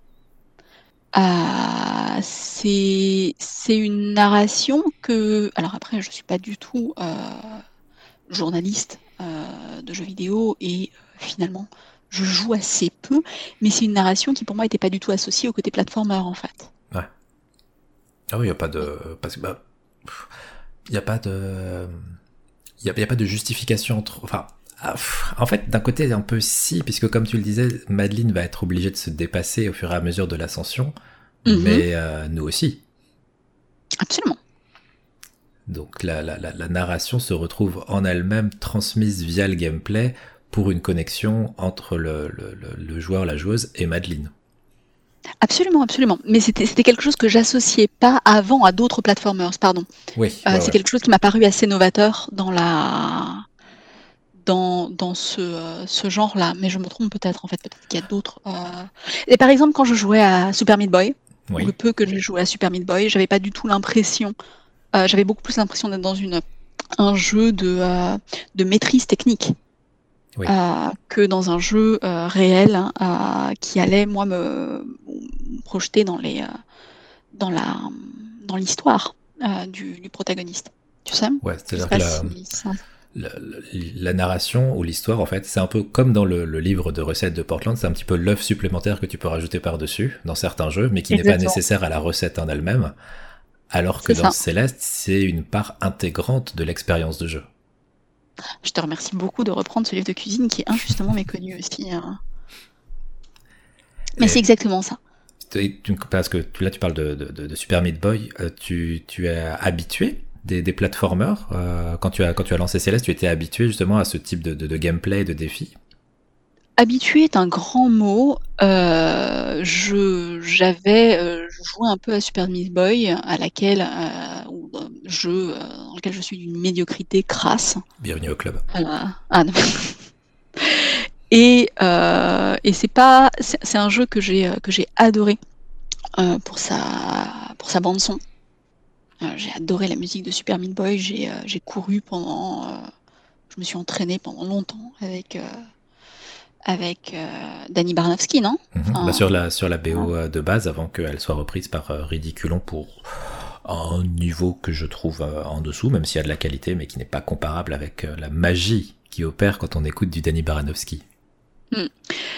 Euh, c'est, c'est une narration que... Alors après, je ne suis pas du tout euh, journaliste euh, de jeux vidéo et euh, finalement, je joue assez peu, mais c'est une narration qui pour moi n'était pas du tout associée au côté platformer en fait. Ouais. Ah oui, il n'y a pas de... Parce que, bah, il n'y a pas de... Il n'y a, a pas de justification entre... Enfin, en fait, d'un côté, un peu si, puisque comme tu le disais, Madeleine va être obligée de se dépasser au fur et à mesure de l'ascension, mm-hmm. mais euh, nous aussi. Absolument. Donc la, la, la, la narration se retrouve en elle-même transmise via le gameplay pour une connexion entre le, le, le, le joueur, la joueuse et Madeleine. Absolument, absolument. Mais c'était, c'était quelque chose que j'associais pas avant à d'autres platformers, pardon. Oui, Euh, ouais, c'est ouais. quelque chose qui m'a paru assez novateur dans la dans, dans ce, euh, ce genre-là. Mais je me trompe peut-être, en fait, peut-être qu'il y a d'autres. euh. Et par exemple, quand je jouais à Super Meat Boy, ou le Oui, peu que j'ai joué à Super Meat Boy, j'avais pas du tout l'impression, euh, j'avais beaucoup plus l'impression d'être dans une un jeu de, euh, de maîtrise technique. oui. Euh, que dans un jeu euh, réel hein, euh, qui allait moi me, me projeter dans les euh, dans la dans l'histoire euh, du, du protagoniste. Tu sais? Ouais, Je sais c'est-à-dire que pas la, si ça. la, la narration ou l'histoire, en fait, c'est un peu comme dans le, le livre de recettes de Portland, c'est un petit peu l'œuf supplémentaire que tu peux rajouter par-dessus dans certains jeux, mais qui n'est pas Exactement. nécessaire à la recette en elle-même, alors que C'est dans ça. Céleste, c'est une part intégrante de l'expérience de jeu. Je te remercie beaucoup de reprendre ce livre de cuisine qui est injustement méconnu aussi. hein. Mais c'est Et, exactement ça. et tu- parce que tu- là, tu parles de, de, de, de Super Meat Boy, euh, tu, tu es habitué des, des platformers euh, quand, tu as, quand tu as lancé Céleste, tu étais habitué justement à ce type de, de, de gameplay, de défi. Habitué est un grand mot. Euh, je j'avais euh, je jouais un peu à Super Meat Boy, à laquelle euh, ou, euh, jeu euh, dans lequel je suis d'une médiocrité crasse. Bienvenue au club. Euh, ah non. Et, euh, et c'est pas c'est, c'est un jeu que j'ai euh, que j'ai adoré euh, pour sa pour sa bande son. Euh, j'ai adoré la musique de Super Meat Boy. J'ai euh, j'ai couru pendant euh, je me suis entraînée pendant longtemps avec euh, avec euh, Danny Baranowski, non? Mhm. Bah Enfin, sur, la, sur la voilà. B O de base, avant qu'elle soit reprise par euh, Ridiculon pour un niveau que je trouve euh, en dessous, même s'il y a de la qualité, mais qui n'est pas comparable avec euh, la magie qui opère quand on écoute du Danny Baranowski. Hmm.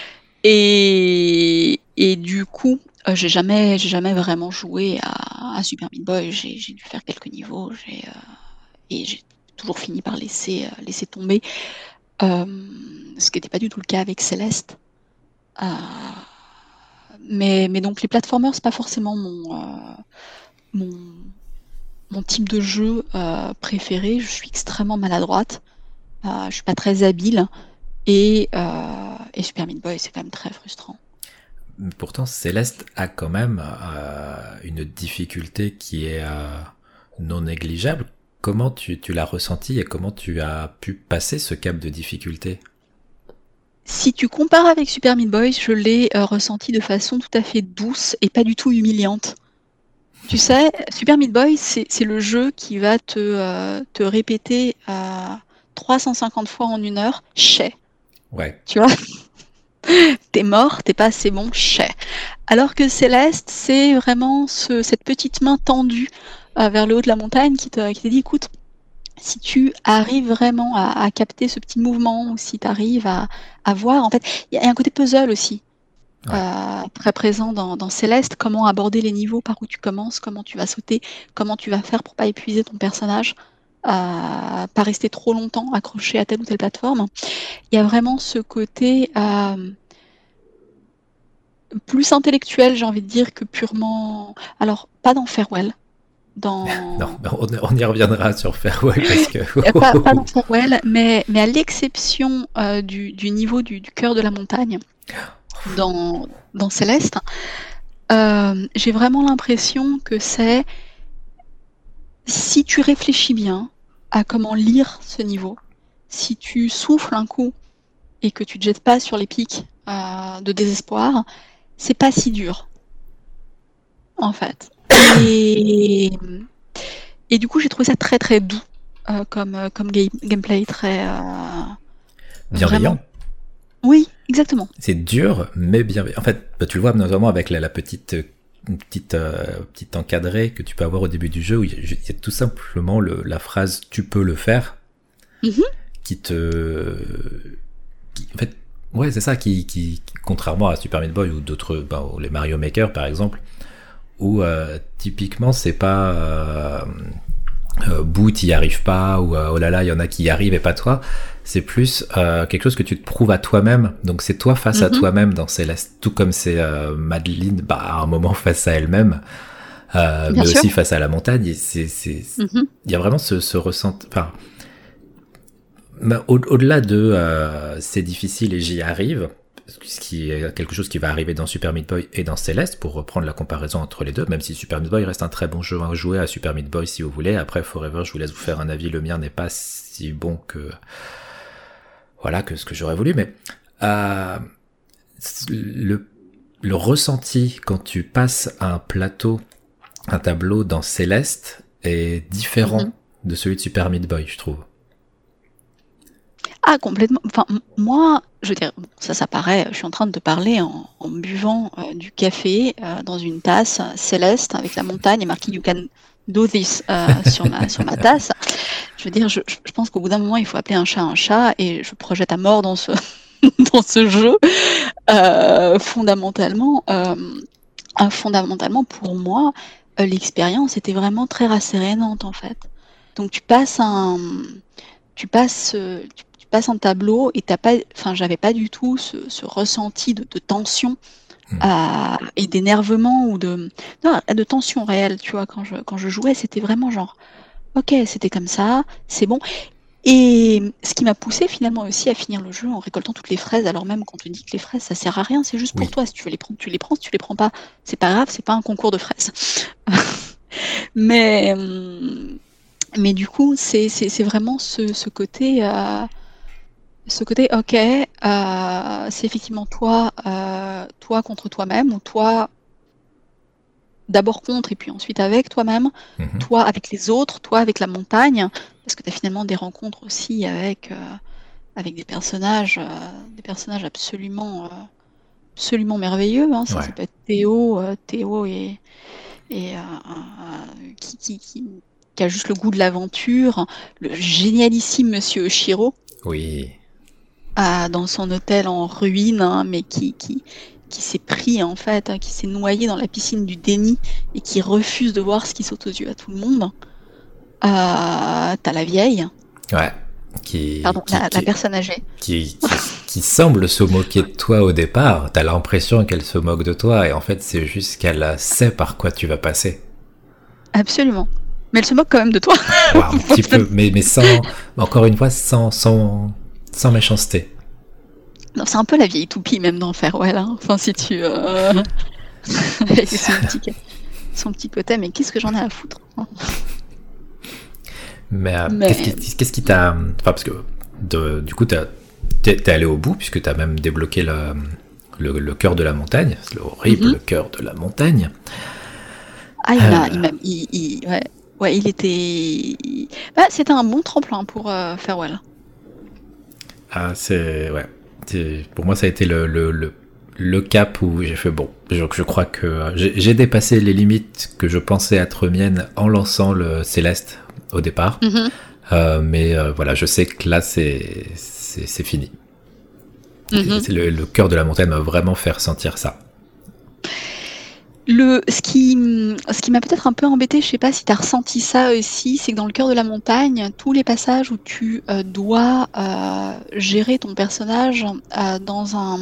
Et, et du coup, euh, j'ai jamais, j'ai jamais vraiment joué à, à Super Meat Boy. J'ai, j'ai dû faire quelques niveaux, j'ai, euh, et j'ai toujours fini par laisser, euh, laisser tomber. Euh, ce qui n'était pas du tout le cas avec Céleste. Euh, mais, mais donc les platformers, c'est pas forcément mon, euh, mon, mon type de jeu euh, préféré. Je suis extrêmement maladroite. Euh, je suis pas très habile. Et, euh, et Super Meat Boy, c'est quand même très frustrant. Pourtant, Céleste a quand même euh, une difficulté qui est euh, non négligeable. Comment tu, tu l'as ressenti et comment tu as pu passer ce cap de difficulté? Si tu compares avec Super Meat Boy, je l'ai euh, ressenti de façon tout à fait douce et pas du tout humiliante. Tu sais, Super Meat Boy, c'est, c'est le jeu qui va te, euh, te répéter euh, trois cent cinquante fois en une heure, chais. Ouais. Tu vois, t'es mort, t'es pas assez bon, chais. Alors que Céleste, c'est vraiment ce, cette petite main tendue euh, vers le haut de la montagne qui te, qui te dit, écoute, si tu arrives vraiment à, à capter ce petit mouvement, ou si tu arrives à, à voir, en fait, il y a un côté puzzle aussi, Ouais. euh, très présent dans, dans Céleste, comment aborder les niveaux, par où tu commences, comment tu vas sauter, comment tu vas faire pour pas épuiser ton personnage, euh, pas rester trop longtemps accroché à telle ou telle plateforme. Il y a vraiment ce côté euh, plus intellectuel, j'ai envie de dire, que purement... Alors, pas dans Farewell. Dans... Non, on, on y reviendra sur Farewell parce que... Euh, pas, pas dans Farewell, mais, mais à l'exception euh, du, du niveau du, du cœur de la montagne dans, dans Céleste, euh, j'ai vraiment l'impression que c'est, si tu réfléchis bien à comment lire ce niveau, si tu souffles un coup et que tu te jettes pas sur les pics euh, de désespoir, c'est pas si dur, en fait. Et, et du coup, j'ai trouvé ça très très doux euh, comme, euh, comme game, gameplay, très... Euh, Bienveillant. Vraiment. Oui, exactement. C'est dur, mais bienveillant. En fait, bah, tu le vois notamment avec la, la petite, une petite, euh, petite encadrée que tu peux avoir au début du jeu où il y a, il y a tout simplement le, la phrase « tu peux le faire Mm-hmm. » qui te... Qui, en fait, ouais, c'est ça, qui, qui, qui, contrairement à Super Meat Boy ou d'autres, bah, ou les Mario Maker par exemple, où euh, typiquement c'est pas... Euh, euh, Boo t'y arrive pas, ou euh, oh là là, il y en a qui y arrivent et pas toi. C'est plus euh, quelque chose que tu te prouves à toi-même. Donc c'est toi face mm-hmm. à toi-même dans Céleste. Tout comme c'est euh, Madeleine, bah, à un moment face à elle-même, euh, mais sûr. aussi face à la montagne. C'est, c'est, mm-hmm. Il y a vraiment ce, ce ressenti. Enfin, au, au-delà de euh, c'est difficile et j'y arrive, ce qui est quelque chose qui va arriver dans Super Meat Boy et dans Celeste, pour reprendre la comparaison entre les deux, même si Super Meat Boy reste un très bon jeu à jouer à Super Meat Boy si vous voulez. Après Forever, je vous laisse vous faire un avis, le mien n'est pas si bon que voilà que ce que j'aurais voulu, mais euh, le, le ressenti quand tu passes un plateau, un tableau dans Celeste est différent mm-hmm. de celui de Super Meat Boy, je trouve. Ah, complètement. Enfin, moi, je veux dire, ça, ça paraît, je suis en train de te parler en, en buvant euh, du café euh, dans une tasse céleste avec la montagne et marqué You can do this euh, sur, ma, sur ma tasse. Je veux dire, je, je pense qu'au bout d'un moment, il faut appeler un chat un chat et je projette à mort dans ce, dans ce jeu. Euh, fondamentalement, euh, euh, fondamentalement, pour moi, euh, l'expérience était vraiment très rassérénante en fait. Donc tu passes un. Tu passes. Tu passes un tableau et t'as pas, enfin, j'avais pas du tout ce, ce ressenti de, de tension mmh. euh, et d'énervement ou de, non, de tension réelle, tu vois, quand je, quand je jouais, c'était vraiment genre, ok, c'était comme ça, c'est bon. Et ce qui m'a poussé finalement aussi à finir le jeu en récoltant toutes les fraises, alors même quand on te dit que les fraises ça sert à rien, c'est juste pour oui. toi, si tu veux les prendre, tu les prends, si tu les prends pas, c'est pas grave, c'est pas un concours de fraises. mais, mais du coup, c'est, c'est, c'est vraiment ce, ce côté. Euh, Ce côté, ok, euh, c'est effectivement toi, euh, toi contre toi-même, ou toi d'abord contre et puis ensuite avec toi-même, mm-hmm. toi avec les autres, toi avec la montagne, parce que tu as finalement des rencontres aussi avec, euh, avec des personnages, euh, des personnages absolument, euh, absolument merveilleux. Hein. Ça, ouais. ça peut être Théo, euh, Théo et, et euh, euh, qui, qui, qui, qui a juste le goût de l'aventure, le génialissime Monsieur Oshiro. Oui. Dans son hôtel en ruine, hein, mais qui, qui, qui s'est pris en fait, hein, qui s'est noyé dans la piscine du déni et qui refuse de voir ce qui saute aux yeux à tout le monde. Euh, t'as la vieille. Ouais. Qui, Pardon, qui, la, qui, la personne âgée. Qui, qui, qui semble se moquer de toi au départ. T'as l'impression qu'elle se moque de toi et en fait c'est juste qu'elle sait par quoi tu vas passer. Absolument. Mais elle se moque quand même de toi. Ouais, un petit peu, mais, mais sans, encore une fois, sans, sans, sans méchanceté. Non, c'est un peu la vieille toupie même dans Farewell. Hein. Enfin, si tu... Euh... Avec son petit, son petit côté, mais qu'est-ce que j'en ai à foutre hein. Mais, euh, mais... Qu'est-ce, qui, qu'est-ce qui t'a... Enfin, parce que de, du coup, t'as, t'es, t'es allé au bout, puisque t'as même débloqué le, le, le cœur de la montagne, le horrible mm-hmm. cœur de la montagne. Ah, il m'a... Euh... Il m'a il, il, ouais. ouais, il était... Il... Bah, c'était un bon tremplin pour euh, Farewell. Ah, c'est... Ouais. C'est, pour moi, ça a été le, le, le, le cap où j'ai fait, bon, je, je crois que j'ai, j'ai dépassé les limites que je pensais être miennes en lançant le Céleste au départ. Mm-hmm. Euh, mais euh, voilà, je sais que là, c'est, c'est, c'est fini. Mm-hmm. C'est le, le cœur de la montagne m'a vraiment fait ressentir ça. Le, ce, qui, ce qui m'a peut-être un peu embêté, je sais pas si tu as ressenti ça aussi, c'est que dans le cœur de la montagne, tous les passages où tu euh, dois euh, gérer ton personnage euh, dans un,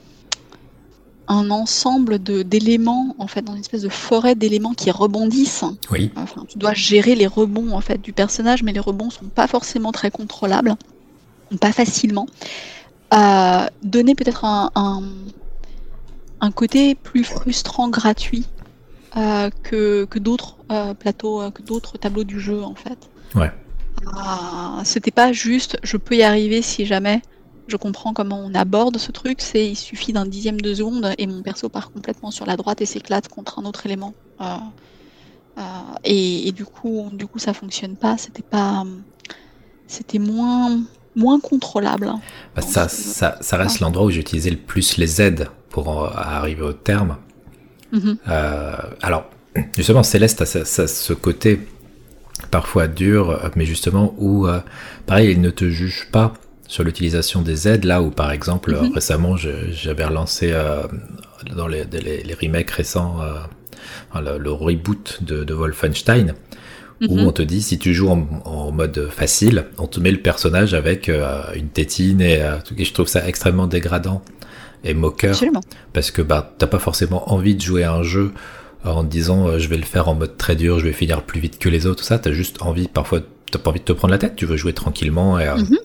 un ensemble de, d'éléments, en fait, dans une espèce de forêt d'éléments qui rebondissent. Oui. Enfin, tu dois gérer les rebonds en fait, du personnage, mais les rebonds sont pas forcément très contrôlables, pas facilement. Euh, donner peut-être un... un un côté plus frustrant, gratuit euh, que, que d'autres euh, plateaux, euh, que d'autres tableaux du jeu en fait. Ouais. Euh, c'était pas juste, je peux y arriver si jamais je comprends comment on aborde ce truc, c'est il suffit d'un dixième de seconde et mon perso part complètement sur la droite et s'éclate contre un autre élément. Euh, euh, et, et du coup, du coup, ça fonctionne pas. C'était pas, c'était moins. moins contrôlable. Bah ça, ça, ça reste l'endroit où j'ai utilisé le plus les aides pour en, arriver au terme. Mm-hmm. Euh, alors, justement, Céleste a ça, ça, ce côté parfois dur, mais justement où, euh, pareil, il ne te juge pas sur l'utilisation des aides, là où, par exemple, mm-hmm. récemment, je, j'avais relancé euh, dans les, les, les remakes récents, euh, le, le reboot de, de Wolfenstein, où mm-hmm. on te dit, si tu joues en, en mode facile, on te met le personnage avec euh, une tétine et, euh, et je trouve ça extrêmement dégradant et moqueur. Absolument. Parce que bah, t'as pas forcément envie de jouer à un jeu en te disant euh, je vais le faire en mode très dur, je vais finir plus vite que les autres, tout ça. T'as juste envie, parfois, t'as pas envie de te prendre la tête, tu veux jouer tranquillement et, euh, mm-hmm.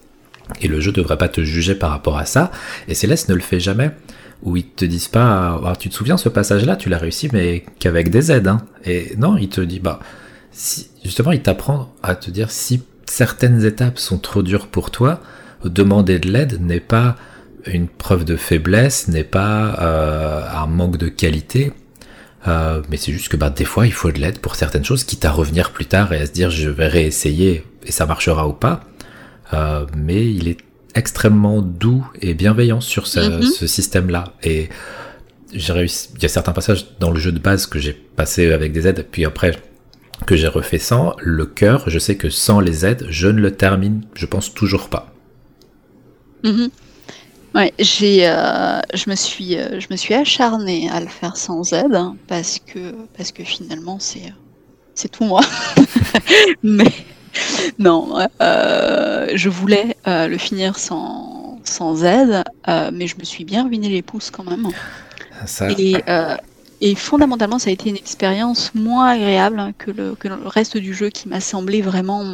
Et le jeu devrait pas te juger par rapport à ça. Et Céleste ne le fait jamais. Où ils te disent pas, ah, tu te souviens ce passage-là, tu l'as réussi, mais qu'avec des aides. Hein. Et non, il te dit, bah, si, justement, il t'apprend à te dire si certaines étapes sont trop dures pour toi, demander de l'aide n'est pas une preuve de faiblesse, n'est pas euh, un manque de qualité. Euh, mais c'est juste que bah, des fois, il faut de l'aide pour certaines choses, quitte à revenir plus tard et à se dire, je vais réessayer et ça marchera ou pas. Euh, mais il est extrêmement doux et bienveillant sur ce, mm-hmm. ce système-là. Et j'ai réussi. Il y a certains passages dans le jeu de base que j'ai passé avec des aides, puis après que j'ai refait sans. Le cœur, je sais que sans les aides, je ne le termine, je pense toujours pas. Mm-hmm. Ouais, j'ai, euh, je me suis, euh, je me suis acharnée à le faire sans aide hein, parce que, parce que finalement c'est, c'est tout moi. Mais non, euh, je voulais euh, le finir sans, sans aide, euh, mais je me suis bien ruiné les pouces quand même. Ça... Et, euh, et fondamentalement, ça a été une expérience moins agréable hein, que, le, que le reste du jeu qui m'a semblé vraiment,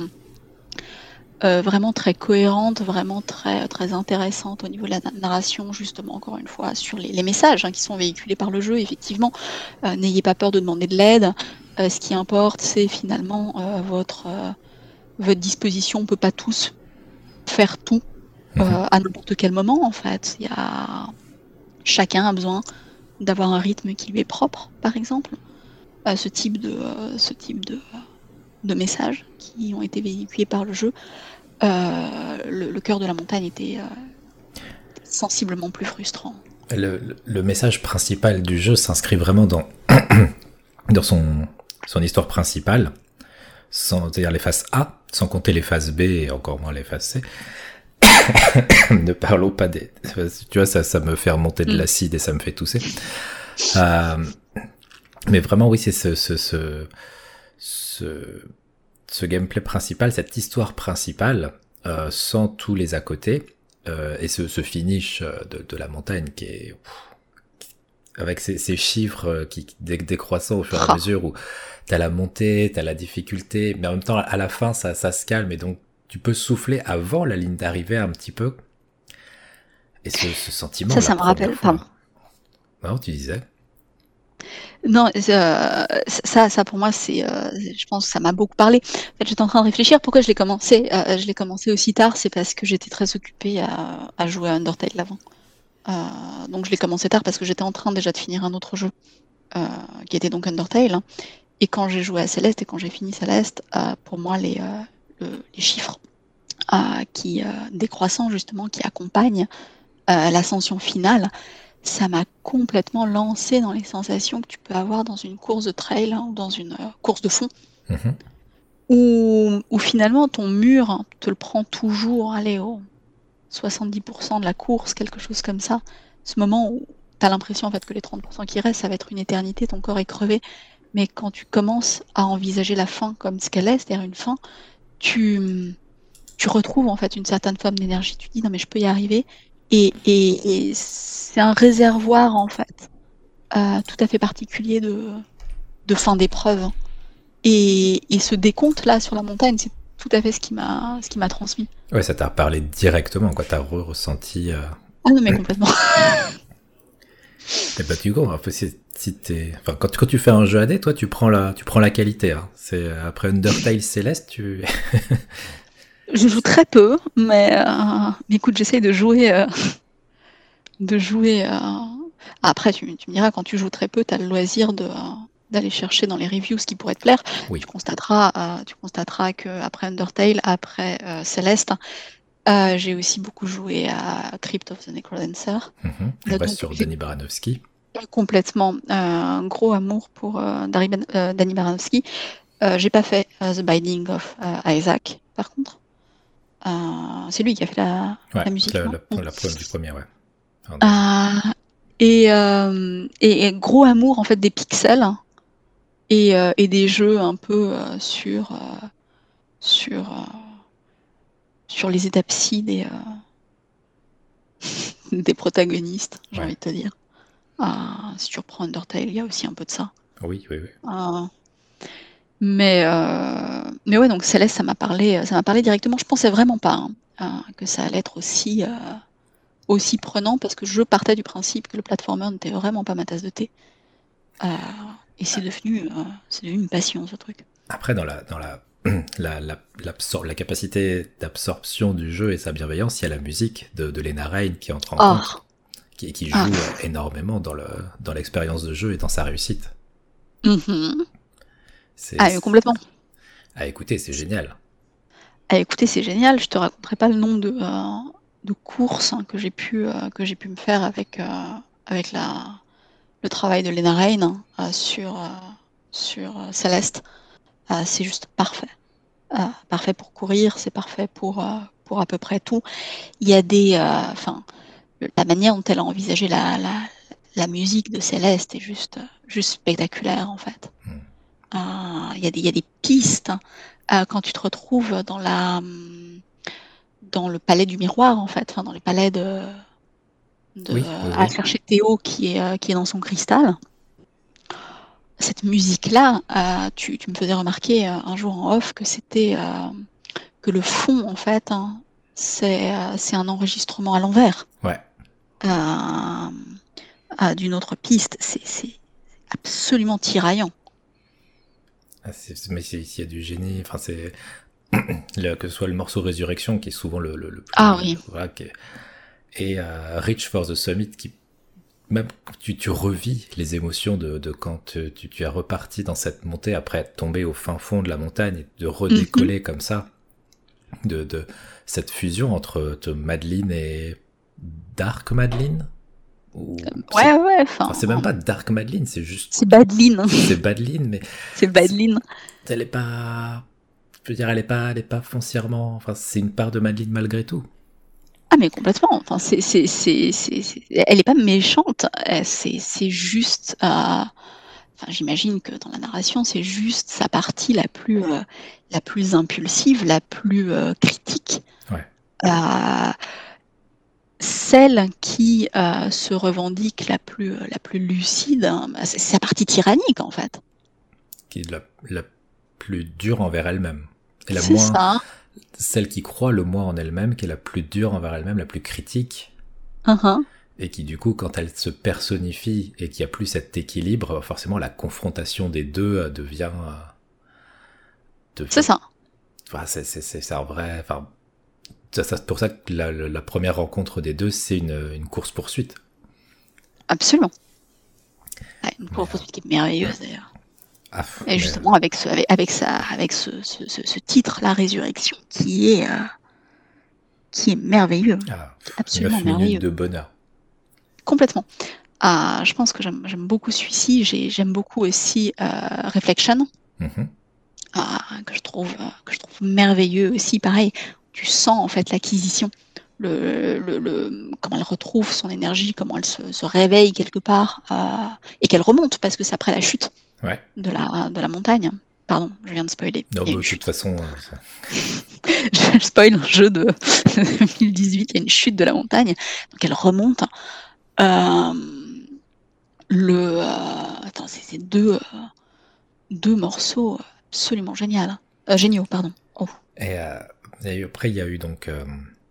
euh, vraiment très cohérente, vraiment très, très intéressante au niveau de la narration, justement, encore une fois, sur les, les messages hein, qui sont véhiculés par le jeu. Effectivement, euh, n'ayez pas peur de demander de l'aide. Euh, ce qui importe, c'est finalement euh, votre... Euh, votre disposition, on peut pas tous faire tout euh, mmh. à n'importe quel moment en fait. Il y a chacun a besoin d'avoir un rythme qui lui est propre, par exemple. Euh, ce type de euh, ce type de, de messages qui ont été véhiculés par le jeu. Euh, le, le cœur de la montagne était euh, sensiblement plus frustrant. Le, le, le message principal du jeu s'inscrit vraiment dans dans son son histoire principale. Sans, c'est-à-dire les phases A, sans compter les phases B et encore moins les phases C. Ne parlons pas des... Tu vois, ça, ça me fait remonter de l'acide et ça me fait tousser. Euh, mais vraiment, oui, c'est ce, ce, ce, ce, ce gameplay principal, cette histoire principale, euh, sans tous les à côté, euh, et ce, ce finish de, de la montagne qui est... avec ces, ces chiffres qui dé- décroissant au fur et à mesure où t'as la montée, t'as la difficulté, mais en même temps à la fin ça, ça se calme et donc tu peux souffler avant la ligne d'arrivée un petit peu. Et ce, ce sentiment. Ça, ça me rappelle. Fois... Pardon. Non, tu disais. Non, euh, ça, ça pour moi, c'est, euh, je pense que ça m'a beaucoup parlé. En fait, j'étais en train de réfléchir pourquoi je l'ai commencé. Euh, je l'ai commencé aussi tard, c'est parce que j'étais très occupée à, à jouer à Undertale avant. Euh, donc je l'ai commencé tard parce que j'étais en train déjà de finir un autre jeu euh, qui était donc Undertale. Hein. Et quand j'ai joué à Céleste et quand j'ai fini Céleste, euh, pour moi les, euh, le, les chiffres euh, qui euh, décroissants justement qui accompagnent euh, l'ascension finale, ça m'a complètement lancé dans les sensations que tu peux avoir dans une course de trail hein, ou dans une euh, course de fond. Mmh. Où, où finalement ton mur hein, te le prend toujours, allez, au soixante-dix pour cent de la course, quelque chose comme ça. Ce moment où tu as l'impression en fait, que les trente pour cent qui restent, ça va être une éternité, ton corps est crevé. Mais quand tu commences à envisager la fin comme ce qu'elle est, c'est-à-dire une fin, tu, tu retrouves en fait une certaine forme d'énergie. Tu te dis non mais je peux y arriver. Et, et, et c'est un réservoir en fait euh, tout à fait particulier de, de fin d'épreuve. Et, et ce décompte là sur la montagne, c'est tout à fait ce qui m'a, ce qui m'a transmis. Ouais, ça t'a parlé directement, quoi. T'as re-ressenti. Euh... Ah non mais complètement. Et bah du coup, un peu si, si t'es, enfin quand, quand tu fais un jeu A D, toi tu prends la, tu prends la qualité. Hein. C'est après Undertale Céleste, tu. Je joue très peu, mais, euh, mais écoute, j'essaye de jouer, euh, de jouer. Euh... Après, tu, tu me diras quand tu joues très peu, t'as le loisir de. Euh, d'aller chercher dans les reviews ce qui pourrait te plaire. Oui. Tu constateras, euh, tu constateras que après Undertale, après euh, Céleste, euh, j'ai aussi beaucoup joué à Crypt of the Necrodancer. Mm-hmm. On reste sur Danny Baranovsky. Complètement, euh, un gros amour pour euh, Danny, euh, Danny Baranovsky. Euh, j'ai pas fait uh, The Binding of uh, Isaac, par contre. Euh, c'est lui qui a fait la, ouais, la musique. La, la, la, la première du premier, ouais. Euh, et, euh, et, et gros amour en fait des pixels. Et, euh, et des jeux un peu euh, sur, euh, sur, euh, sur les étapes-ci des, euh, des protagonistes, j'ai ouais. envie de te dire. Euh, si tu reprends Undertale, il y a aussi un peu de ça. Oui, oui, oui. Euh, mais, euh, mais ouais, donc Céleste, ça m'a parlé, ça m'a parlé directement. Je pensais vraiment pas hein, euh, que ça allait être aussi, euh, aussi prenant, parce que je partais du principe que le platformer n'était vraiment pas ma tasse de thé. Euh, et c'est devenu, euh, c'est devenu une passion, ce truc. Après, dans la, dans la, la, la, l'absor- la capacité d'absorption du jeu et sa bienveillance, il y a la musique de, de Lena Raine qui entre en Oh, compte, qui, qui ah, joue énormément dans, le, dans l'expérience de jeu et dans sa réussite. mhm. C'est, Ah, mais complètement. à écouter, c'est génial. Ah, écoutez, c'est génial. Je te raconterai pas le nombre de, euh, de courses hein, que j'ai pu, euh, que j'ai pu me faire avec, euh, avec la, le travail de Lena Raine hein, euh, sur, euh, sur euh, Céleste. Euh, c'est juste parfait. Euh, parfait pour courir, c'est parfait pour, euh, pour à peu près tout. Il y a des, euh, enfin, la manière dont elle a envisagé la, la, la musique de Céleste est juste, juste spectaculaire en fait. Hmm. Euh, Il y a des, il y a des pistes euh, quand tu te retrouves dans la, dans le palais du miroir en fait, enfin dans les palais de, de Oui, oui, à oui. chercher Théo qui est, euh, qui est dans son cristal. Cette musique-là, euh, tu, tu me faisais remarquer euh, un jour en off que c'était euh, que le fond en fait, hein, c'est euh, c'est un enregistrement à l'envers Ouais. euh, euh, d'une autre piste. C'est c'est absolument tiraillant. Ah, c'est- c'est- mais c'est- s'il y a du génie, enfin c'est le- que ce soit le morceau Résurrection qui est souvent le, le, le Ah plus oui. voilà, qui est- et euh, Reach for the Summit qui même tu, tu revis les émotions de, de quand tu, tu, tu es reparti dans cette montée après être tombé au fin fond de la montagne et de Mhm. redécoller comme ça de, de cette fusion entre te- Madeline et Dark Madeline ou Ouais, c'est ouais, enfin enfin, c'est même pas Dark Madeline, c'est juste c'est Badeline. c'est Madeline mais C'est c'est- Badeline. elle est pas je veux dire elle est pas elle est pas foncièrement enfin c'est une part de Madeline malgré tout. Ah mais complètement. Enfin, c'est, c'est, c'est, c'est, c'est- elle est pas méchante. Euh, C'est, c'est juste. euh, Enfin, j'imagine que dans la narration, c'est juste sa partie la plus, euh, la plus impulsive, la plus euh, critique. Ouais. Euh, Celle qui euh, se revendique la plus, euh, la plus lucide, hein, bah, c'est c'est sa partie tyrannique en fait. Qui est la, la plus dure envers elle-même et la C'est moins ça. celle qui croit le moins en elle-même, qui est la plus dure envers elle-même, la plus critique, Uhum. et qui du coup, quand elle se personnifie et qu'il n'y a plus cet équilibre, forcément la confrontation des deux euh, devient, euh, C'est devient, ça. enfin, c'est, c'est, c'est, c'est un vrai, enfin, ça, ça, c'est pour ça que la, la, la première rencontre des deux, c'est une, une course poursuite. Absolument. Ouais, une Mais, poursuite qui est merveilleuse d'ailleurs. ah, Et mais, justement avec ce, avec, avec ça, avec ce, ce, ce, ce titre, la résurrection, qui est, euh, qui est merveilleux, ah, qui est absolument neuf minutes merveilleux, de bonheur. complètement. Ah, je pense que j'aime, j'aime beaucoup celui-ci. J'ai, j'aime beaucoup aussi euh, Reflection, Mm-hmm. ah, que je trouve, euh, que je trouve merveilleux aussi. Pareil, tu sens en fait l'acquisition, le, le, le- comment elle retrouve son énergie, comment elle se, se réveille quelque part, euh, et qu'elle remonte parce que c'est après la chute Ouais. de la, de la montagne. Pardon, je viens de spoiler. Non, Il y a bah, une de toute chute. façon, euh, ça- Je spoil un jeu de deux mille dix-huit, il y a une chute de la montagne, donc elle remonte. Euh, le, euh, attends, c'est c'est deux, euh, deux morceaux absolument géniaux. Euh, géniaux, pardon. Oh. et, euh, et après, il y a eu donc, euh,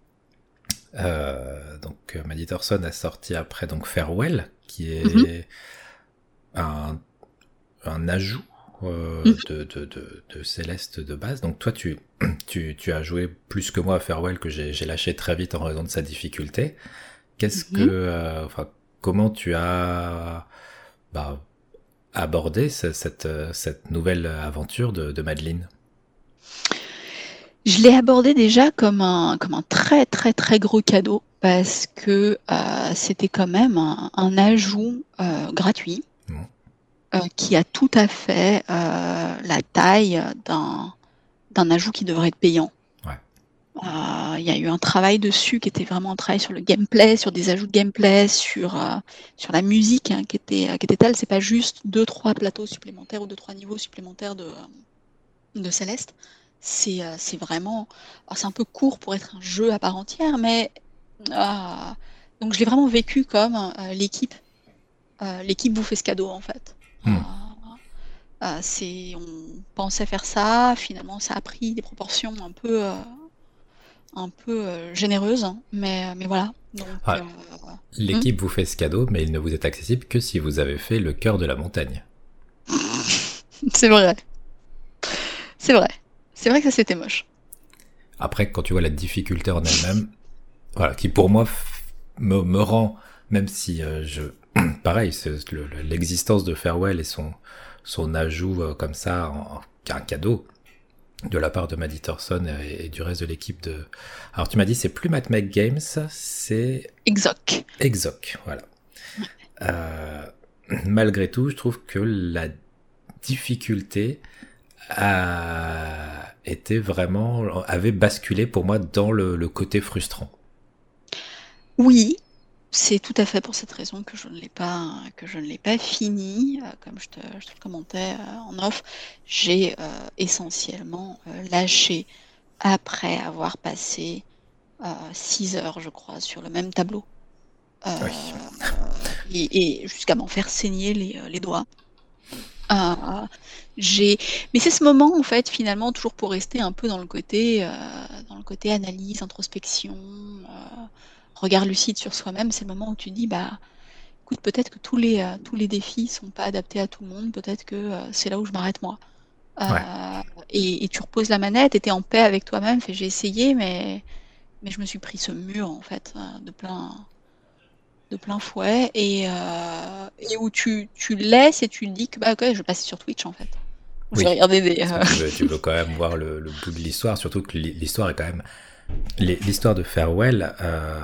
euh, donc euh, Maddie Thorson a sorti après donc Farewell, qui est Mhm. un, un ajout euh, Mhm. de, de, de, de Céleste de base. Donc toi, tu, tu, tu as joué plus que moi à Farewell, que j'ai j'ai lâché très vite en raison de sa difficulté. Qu'est-ce que, Mhm. euh, enfin, comment tu as bah, abordé ce- cette, euh, cette nouvelle aventure de, de Madeleine? Je l'ai abordé déjà comme un, comme un très très très gros cadeau parce que euh, c'était quand même un, un ajout euh, gratuit Bon. euh, qui a tout à fait euh, la taille d'un d'un ajout qui devrait être payant. Ouais. Euh, Il y a eu un travail dessus qui était vraiment un travail sur le gameplay, sur des ajouts de gameplay, sur, euh, sur la musique hein, qui était, qui était telle. C'est pas juste deux, trois plateaux supplémentaires ou deux, trois niveaux supplémentaires de, de Céleste. C'est euh, c'est vraiment. Alors, c'est un peu court pour être un jeu à part entière, mais. euh, donc je l'ai vraiment vécu comme euh, l'équipe. Euh, l'équipe vous fait ce cadeau en fait. Euh, Hmm. euh, c'est, on pensait faire ça, finalement ça a pris des proportions un peu, euh, un peu euh, généreuse, hein, mais, mais voilà. Donc, Ouais. euh, L'équipe hmm. vous fait ce cadeau, mais il ne vous est accessible que si vous avez fait le cœur de la montagne. C'est vrai. C'est vrai. C'est vrai que ça c'était moche. Après, quand tu vois la difficulté en elle-même, voilà, qui pour moi f- me, me rend, même si euh, je, pareil, c'est le, l'existence de Farewell et son son ajout euh, comme ça, en, un cadeau de la part de Maddie Thorson et, et du reste de l'équipe de. Alors tu m'as dit c'est plus Matt Make Games, c'est Exoc. Exoc, voilà. Ouais. Euh, malgré tout, je trouve que la difficulté a été vraiment avait basculé pour moi dans le, le côté frustrant. Oui, c'est tout à fait pour cette raison que je ne l'ai pas que je ne l'ai pas fini. Euh, comme je te, je te le commentais euh, en off, j'ai euh, essentiellement euh, lâché après avoir passé euh, six heures, je crois, sur le même tableau. Euh, oui. et, et jusqu'à m'en faire saigner les, les doigts. Euh, j'ai... Mais c'est ce moment, en fait, finalement, toujours pour rester un peu dans le côté, euh, dans le côté analyse, introspection, euh, regard lucide sur soi-même. C'est le moment où tu dis, bah, écoute, peut-être que tous les, euh, tous les défis sont pas adaptés à tout le monde. Peut-être que euh, c'est là où je m'arrête moi. Euh, ouais. et, et tu reposes la manette, et t'es en paix avec toi-même. Fait, j'ai essayé, mais, mais je me suis pris ce mur, en fait, de plein de plein fouet, et, euh, et où tu, tu laisses et tu dis que bah, okay, je vais passer sur Twitch en fait. Oui. Je vais regarder des. Parce que tu veux, tu veux quand même voir le, le bout de l'histoire, surtout que l'histoire est quand même. L'histoire de Farewell, euh,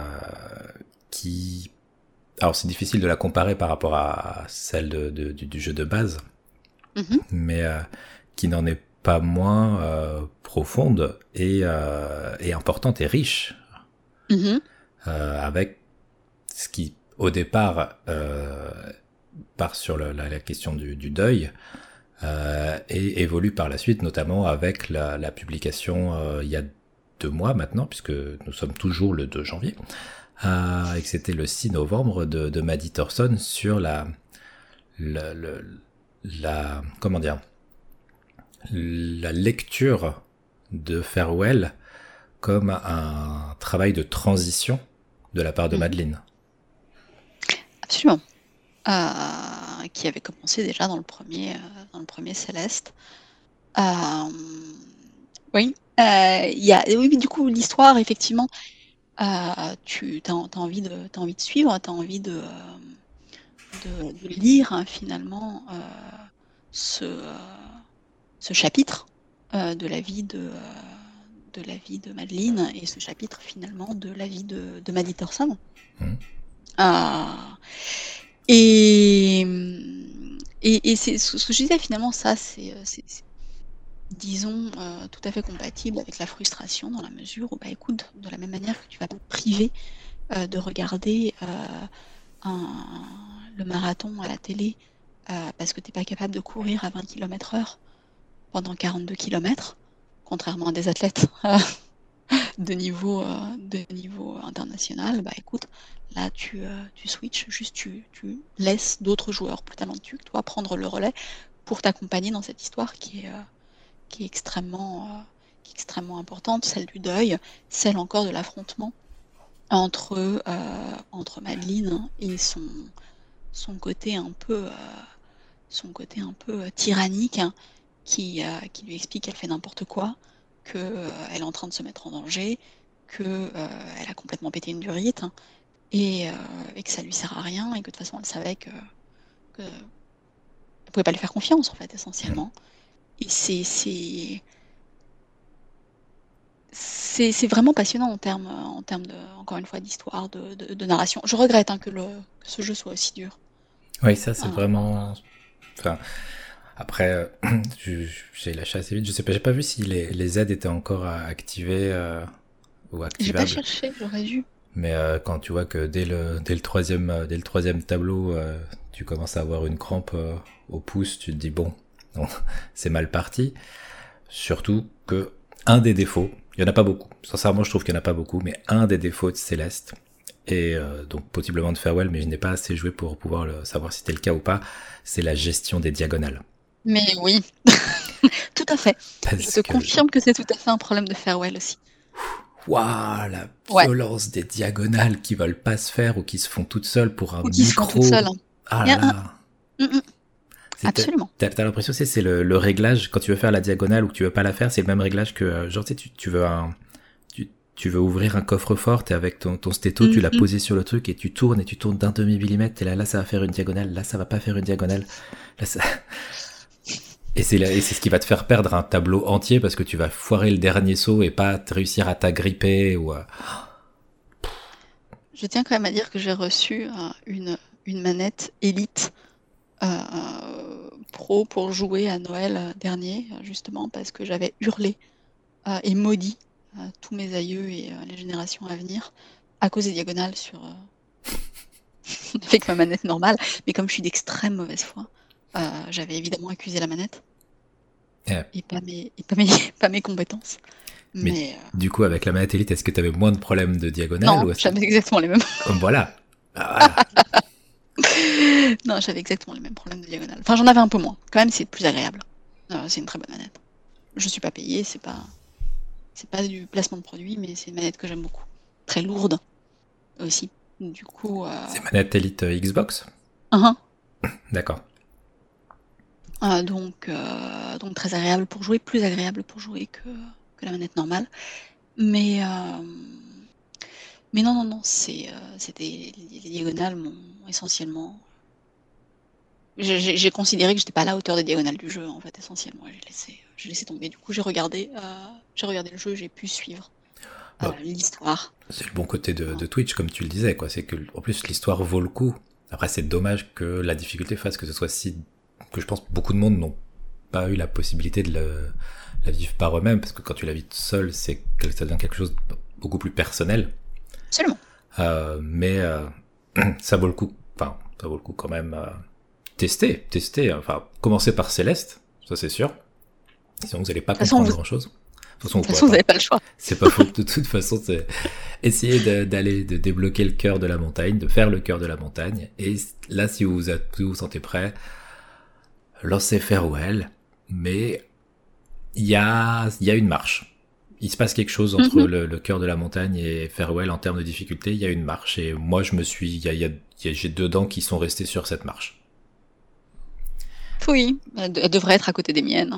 qui. Alors c'est difficile de la comparer par rapport à celle de, de, du, du jeu de base, mm-hmm. mais euh, qui n'en est pas moins euh, profonde et, euh, et importante et riche, mm-hmm. euh, avec ce qui, au départ, euh, part sur le, la, la question du, du deuil, euh, et évolue par la suite, notamment avec la, la publication euh, il y a deux mois maintenant, puisque nous sommes toujours le deux janvier, euh, et que c'était le six novembre de, de Maddie Thorson sur la, la, la, la comment dire, la lecture de Farewell comme un travail de transition de la part de mmh. Madeleine. Absolument. Euh, qui avait commencé déjà dans le premier, euh, dans le premier Céleste. Euh, oui, euh, y a, oui, mais du coup, l'histoire, effectivement, euh, tu as, as, envie de, t'as envie de suivre, tu as envie de, de, de lire, hein, finalement, euh, ce, euh, ce chapitre euh, de la vie de, euh, de la vie de Madeleine, et ce chapitre, finalement, de la vie de, de Maddie Thorson. Mmh. Euh, Et, et, et c'est ce que je disais, finalement, ça, c'est, c'est, c'est disons, euh, tout à fait compatible avec la frustration, dans la mesure où, bah, écoute, de la même manière que tu vas pas te priver euh, de regarder euh, un, le marathon à la télé euh, parce que tu n'es pas capable de courir à vingt kilomètres heure pendant quarante-deux kilomètres, contrairement à des athlètes de niveau, euh, de niveau international, bah écoute, là tu, euh, tu switches, juste tu, tu laisses d'autres joueurs plus talentueux que toi prendre le relais pour t'accompagner dans cette histoire qui est, euh, qui est extrêmement, euh, qui est extrêmement importante, celle du deuil, celle encore de l'affrontement entre, euh, entre Madeleine et son, son côté un peu, euh, son côté un peu euh, tyrannique, hein, qui, euh, qui lui explique qu'elle fait n'importe quoi, qu'elle euh, est en train de se mettre en danger, qu'elle euh, a complètement pété une durite, hein, et, euh, et que ça lui sert à rien, et que de toute façon elle savait que, que elle pouvait pas lui faire confiance, en fait, essentiellement. Et c'est c'est c'est, c'est vraiment passionnant en termes en termes de, encore une fois, d'histoire, de, de, de narration. Je regrette, hein, que le que ce jeu soit aussi dur. Oui, ça c'est ah. vraiment. Enfin. Après, euh, j'ai lâché assez vite. Je sais pas, j'ai pas vu si les, les aides étaient encore activées euh, ou activables. J'ai pas cherché, j'aurais dû. Mais euh, quand tu vois que dès le dès le troisième dès le troisième tableau, euh, tu commences à avoir une crampe euh, au pouce, tu te dis bon, non, c'est mal parti. Surtout que un des défauts, il y en a pas beaucoup. Sincèrement, je trouve qu'il y en a pas beaucoup, mais un des défauts de Céleste, et euh, donc possiblement de Farewell, mais je n'ai pas assez joué pour pouvoir le, savoir si c'était le cas ou pas, c'est la gestion des diagonales. Mais oui, tout à fait. Parce je te que confirme je... que c'est tout à fait un problème de Farewell aussi. waouh, la Ouais. violence des diagonales qui veulent pas se faire ou qui se font toutes seules pour un Ou qui se font micro. toutes seules. Ah Il y là a un- là. Mm, mm. C'est- Absolument. T'as, t'as l'impression que c'est, c'est le, le réglage, quand tu veux faire la diagonale ou que tu veux pas la faire, c'est le même réglage que, euh, genre, tu sais, tu, tu veux un, tu, tu veux ouvrir un coffre-fort, t'es avec ton, ton stéto, tu l'as Mhm. posé sur le truc et tu tournes et tu tournes d'un demi-millimètre, et là, là, ça va faire une diagonale, là, ça va pas faire une diagonale. Là, ça... Et c'est, là- et c'est ce qui va te faire perdre un tableau entier parce que tu vas foirer le dernier saut et pas te réussir à t'agripper ou à... Je tiens quand même à dire que j'ai reçu euh, une, une manette Elite euh, Pro pour jouer à Noël euh, dernier, euh, justement parce que j'avais hurlé euh, et maudit euh, tous mes aïeux et euh, les générations à venir à cause des diagonales sur euh, avec ma manette normale. Mais comme je suis d'extrême mauvaise foi, euh, j'avais évidemment accusé la manette Ouais. et pas mes, et pas mes, pas mes compétences. Mais Mais euh, du coup, avec la manette Elite, est-ce que t'avais moins de problèmes de diagonale non, ou est-ce que... j'avais exactement les mêmes. Oh, voilà. Ah, voilà. Non, j'avais exactement les mêmes problèmes de diagonale. Enfin, j'en avais un peu moins. Quand même, c'est plus agréable. Euh, c'est une très bonne manette. Je suis pas payée, c'est pas, c'est pas du placement de produit, mais c'est une manette que j'aime beaucoup. Très lourde aussi. Du coup, euh... C'est manette Elite euh, Xbox? uh-huh. D'accord. Euh, donc, euh, donc très agréable pour jouer, plus agréable pour jouer que, que la manette normale. Mais, euh... mais non, non, non, c'est, euh, c'était les, les diagonales m'ont essentiellement. J'ai, j'ai- j'ai considéré que j'étais pas à la hauteur des diagonales du jeu, en fait, essentiellement. J'ai laissé, j'ai laissé tomber. Du coup, j'ai regardé, euh, j'ai regardé le jeu, j'ai pu suivre euh, Bon, l'histoire. c'est le bon côté de, de Twitch, comme tu le disais, quoi. C'est que, en plus, l'histoire vaut le coup. Après, c'est dommage que la difficulté fasse que ce soit si, que je pense que beaucoup de monde n'ont pas eu la possibilité de le, la vivre par eux-mêmes, parce que quand tu la vis seul, c'est que ça devient quelque chose de beaucoup plus personnel. Absolument. Euh, mais euh, ça vaut le coup. Enfin, ça vaut le coup quand même. Euh, tester, tester. Enfin, commencer par Céleste, ça c'est sûr. Sinon, vous n'allez pas façon, comprendre vous- grand-chose. De toute De façon, toute façon, vous pas. n'avez pas le choix. C'est pas faux. De toute façon, c'est essayer de- d'aller, de débloquer le cœur de la montagne, de faire le cœur de la montagne. Et là, si vous êtes, si vous vous sentez prêt, lancez Farewell. Mais il y a, il y a une marche. Il se passe quelque chose entre Mhm. le, le cœur de la montagne et Farewell en termes de difficulté. Il y a une marche. Et moi, je me suis, il y a, il y a, il y a- j'ai deux dents qui sont restées sur cette marche. Oui, elle, de- elle devrait être à côté des miennes.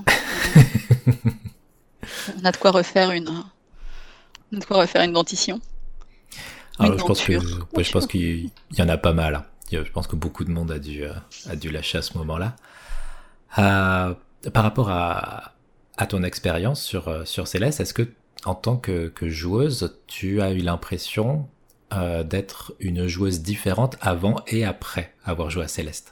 On a de quoi refaire une, on a de quoi refaire une dentition. Alors, Une je pense que, denture. ouais, je pense qu'il y en a pas mal. Hein. Il y a- Je pense que beaucoup de monde a dû, euh, a dû lâcher à ce moment-là. Euh, par rapport à, à ton expérience sur, euh, sur Céleste, est-ce que, en tant que, que joueuse, tu as eu l'impression euh, d'être une joueuse différente avant et après avoir joué à Céleste?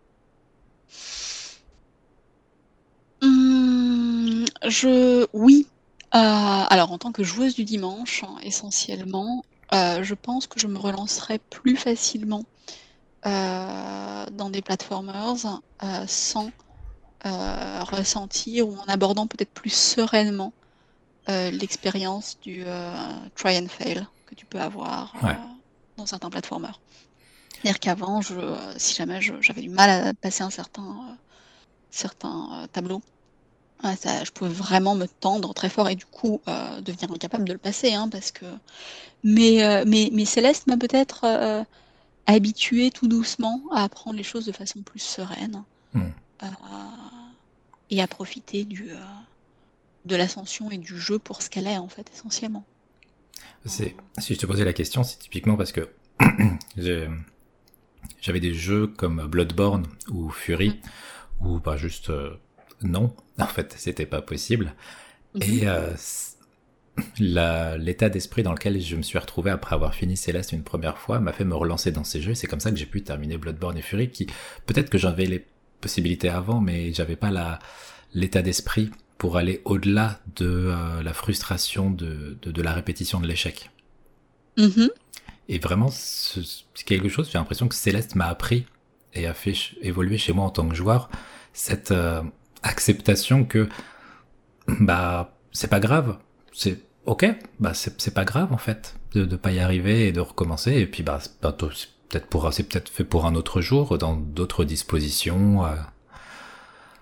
Hum, je, oui. Euh, alors, en tant que joueuse du dimanche, hein, essentiellement, euh, je pense que je me relancerai plus facilement euh, dans des platformers euh, sans euh, ressentir ou en abordant peut-être plus sereinement euh, l'expérience du euh, try and fail que tu peux avoir euh, Ouais. dans certains platformers. C'est-à-dire qu'avant, je, si jamais je- j'avais du mal à passer un certain, euh, certain euh, tableau, ah, ça, je pouvais vraiment me tendre très fort et du coup euh, devenir incapable de le passer, hein, parce que. Mais, euh, mais, mais Céleste m'a peut-être euh, habitué tout doucement à apprendre les choses de façon plus sereine Hmm. euh, et à profiter du, euh, de l'ascension et du jeu pour ce qu'elle est en fait essentiellement. C'est, si je te posais la question, c'est typiquement parce que j'ai- j'avais des jeux comme Bloodborne ou Fury, où bah juste euh, non, en fait, c'était pas possible. Mhm. Et euh, la, l'état d'esprit dans lequel je me suis retrouvé après avoir fini Céleste une première fois m'a fait me relancer dans ces jeux. C'est comme ça que j'ai pu terminer Bloodborne et Fury, qui peut-être que j'avais les possibilités avant, mais j'avais pas la, l'état d'esprit pour aller au-delà de euh, la frustration de, de, de la répétition de l'échec. Mhm. Et vraiment, c'est quelque chose, j'ai l'impression que Céleste m'a appris et a fait ch- évoluer chez moi en tant que joueur cette euh, acceptation que bah c'est pas grave, c'est ok, bah c'est c'est pas grave en fait de de pas y arriver et de recommencer, et puis bah c'est bientôt- c'est peut-être pour c'est peut-être fait pour un autre jour dans d'autres dispositions, euh,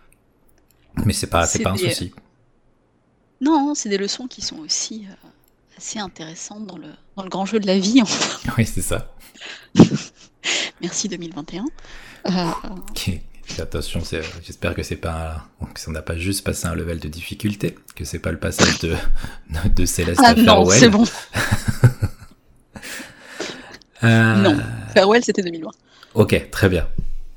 mais c'est pas c'est C'est pas un des... souci. Non, c'est des leçons qui sont aussi euh, assez intéressantes dans le, dans le grand jeu de la vie. En fait. Oui, c'est ça. Merci deux mille vingt et un. Euh... Okay. Attention, c'est, j'espère que c'est pas un, que on n'a pas juste passé un level de difficulté, que c'est pas le passage de, de Céleste ah à Farewell. Non, c'est bon. euh... Non, Farewell c'était deux mille vingt. Ok, très bien.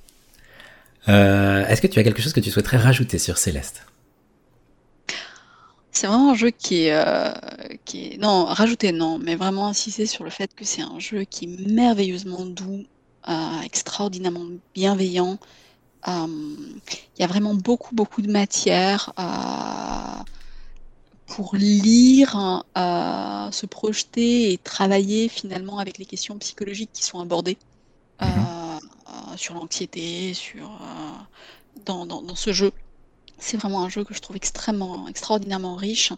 Euh, est-ce que tu as quelque chose que tu souhaiterais rajouter sur Céleste ? C'est vraiment un jeu qui est, euh, qui est... Non, rajouter non, mais vraiment insister sur le fait que c'est un jeu qui est merveilleusement doux, euh, extraordinairement bienveillant. Il euh, y a vraiment beaucoup, beaucoup de matière euh, pour lire, euh, se projeter et travailler finalement avec les questions psychologiques qui sont abordées euh, mmh. euh, sur l'anxiété, sur, euh, dans, dans, dans ce jeu. C'est vraiment un jeu que je trouve extrêmement, extraordinairement riche.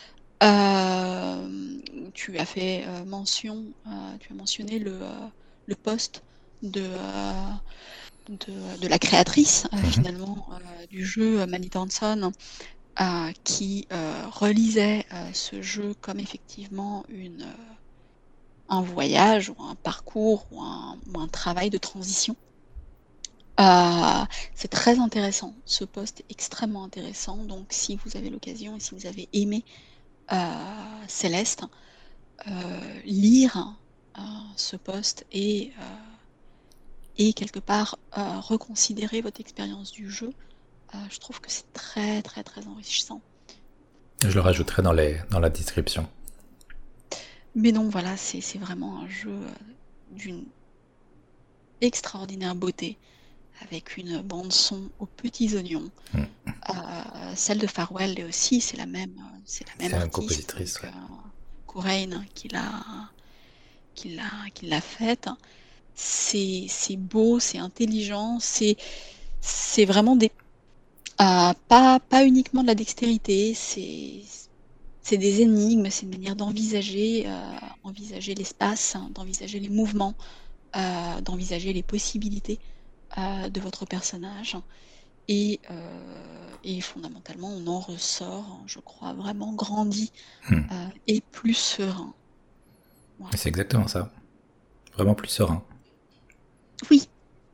Euh, tu as fait euh, mention, euh, tu as mentionné le, euh, le post de... Euh, De, de la créatrice euh, mmh. finalement euh, du jeu, Manny Thompson, euh, qui euh, relisait euh, ce jeu comme effectivement une, euh, un voyage ou un parcours ou un, ou un travail de transition. Euh, c'est très intéressant, ce post est extrêmement intéressant, donc si vous avez l'occasion et si vous avez aimé euh, Céleste, euh, lire euh, ce post et euh, et quelque part euh, reconsidérer votre expérience du jeu, euh, je trouve que c'est très très très enrichissant. Je le rajouterai dans, les, dans la description. Mais donc voilà, c'est, c'est vraiment un jeu euh, d'une extraordinaire beauté, avec une bande son aux petits oignons. Mmh. Euh, celle de Farewell aussi, c'est la même, c'est la même c'est artiste, compositrice, donc, ouais. euh, Coraine qui l'a, qui l'a, qui l'a faite. C'est, c'est beau, c'est intelligent, c'est, c'est vraiment des, euh, pas, pas uniquement de la dextérité, c'est, c'est des énigmes, c'est une manière d'envisager, euh, envisager l'espace, hein, d'envisager les mouvements, euh, d'envisager les possibilités euh, de votre personnage. Et, euh, et fondamentalement, on en ressort, je crois, vraiment grandi hmm. euh, et plus serein. Voilà. C'est exactement ça. Vraiment plus serein. Oui.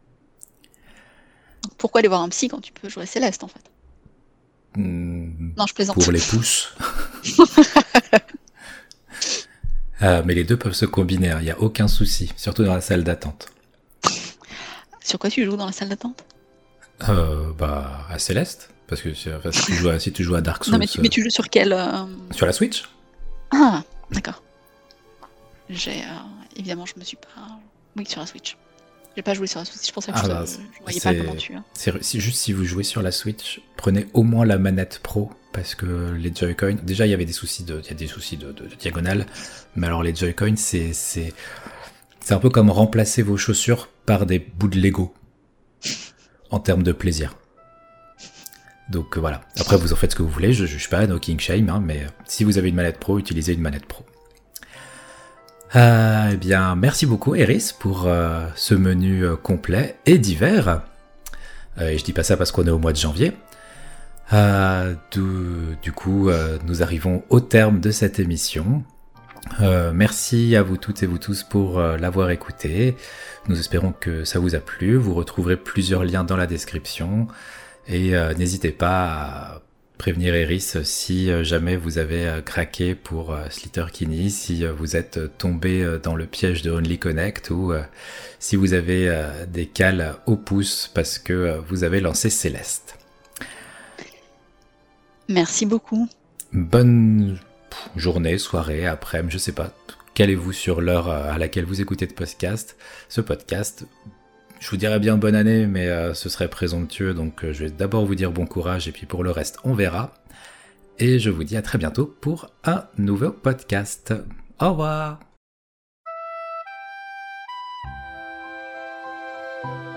Donc pourquoi aller voir un psy quand tu peux jouer à Céleste, en fait ? mmh, Non, je plaisante. Pour les pouces. euh, mais les deux peuvent se combiner, il hein, n'y a aucun souci, surtout dans la salle d'attente. Sur quoi tu joues dans la salle d'attente ? euh, Bah, à Céleste. Parce que enfin, si, tu joues à, si tu joues à Dark Souls... Non, mais tu, mais tu joues sur quel... Euh... Sur la Switch ? Ah, d'accord. J'ai... Euh, évidemment, je me suis pas... Oui, sur la Switch. J'ai pas joué sur la Switch, c'est pour ça que ah je, bah, je, je voyais pas comment tu... Hein. C'est, c'est juste si vous jouez sur la Switch, prenez au moins la manette Pro, parce que les Joy-Con... Déjà, il y avait des soucis de, il y a des soucis de, de, de diagonale, mais alors les Joy-Con, c'est, c'est, c'est un peu comme remplacer vos chaussures par des bouts de Lego, en termes de plaisir. Donc voilà, après vous en faites ce que vous voulez, je juge pas, no king shame, hein, mais si vous avez une manette Pro, utilisez une manette Pro. Euh, eh bien, merci beaucoup Eris pour euh, ce menu euh, complet et divers. Euh, et je dis pas ça parce qu'on est au mois de janvier. Euh, du, du coup, euh, nous arrivons au terme de cette émission. Euh, merci à vous toutes et vous tous pour euh, l'avoir écouté. Nous espérons que ça vous a plu. Vous retrouverez plusieurs liens dans la description. Et euh, n'hésitez pas à prévenir Eris si euh, jamais vous avez euh, craqué pour euh, Sleater-Kinney, si euh, vous êtes euh, tombé euh, dans le piège de Only Connect ou euh, si vous avez euh, des cales au pouce parce que euh, vous avez lancé Céleste. Merci beaucoup. Bonne journée, soirée, après-midi, je sais pas. Calez-vous sur l'heure à laquelle vous écoutez de podcast, ce podcast. Je vous dirais bien bonne année, mais euh, ce serait présomptueux, donc euh, je vais d'abord vous dire bon courage, et puis pour le reste, on verra. Et je vous dis à très bientôt pour un nouveau podcast. Au revoir.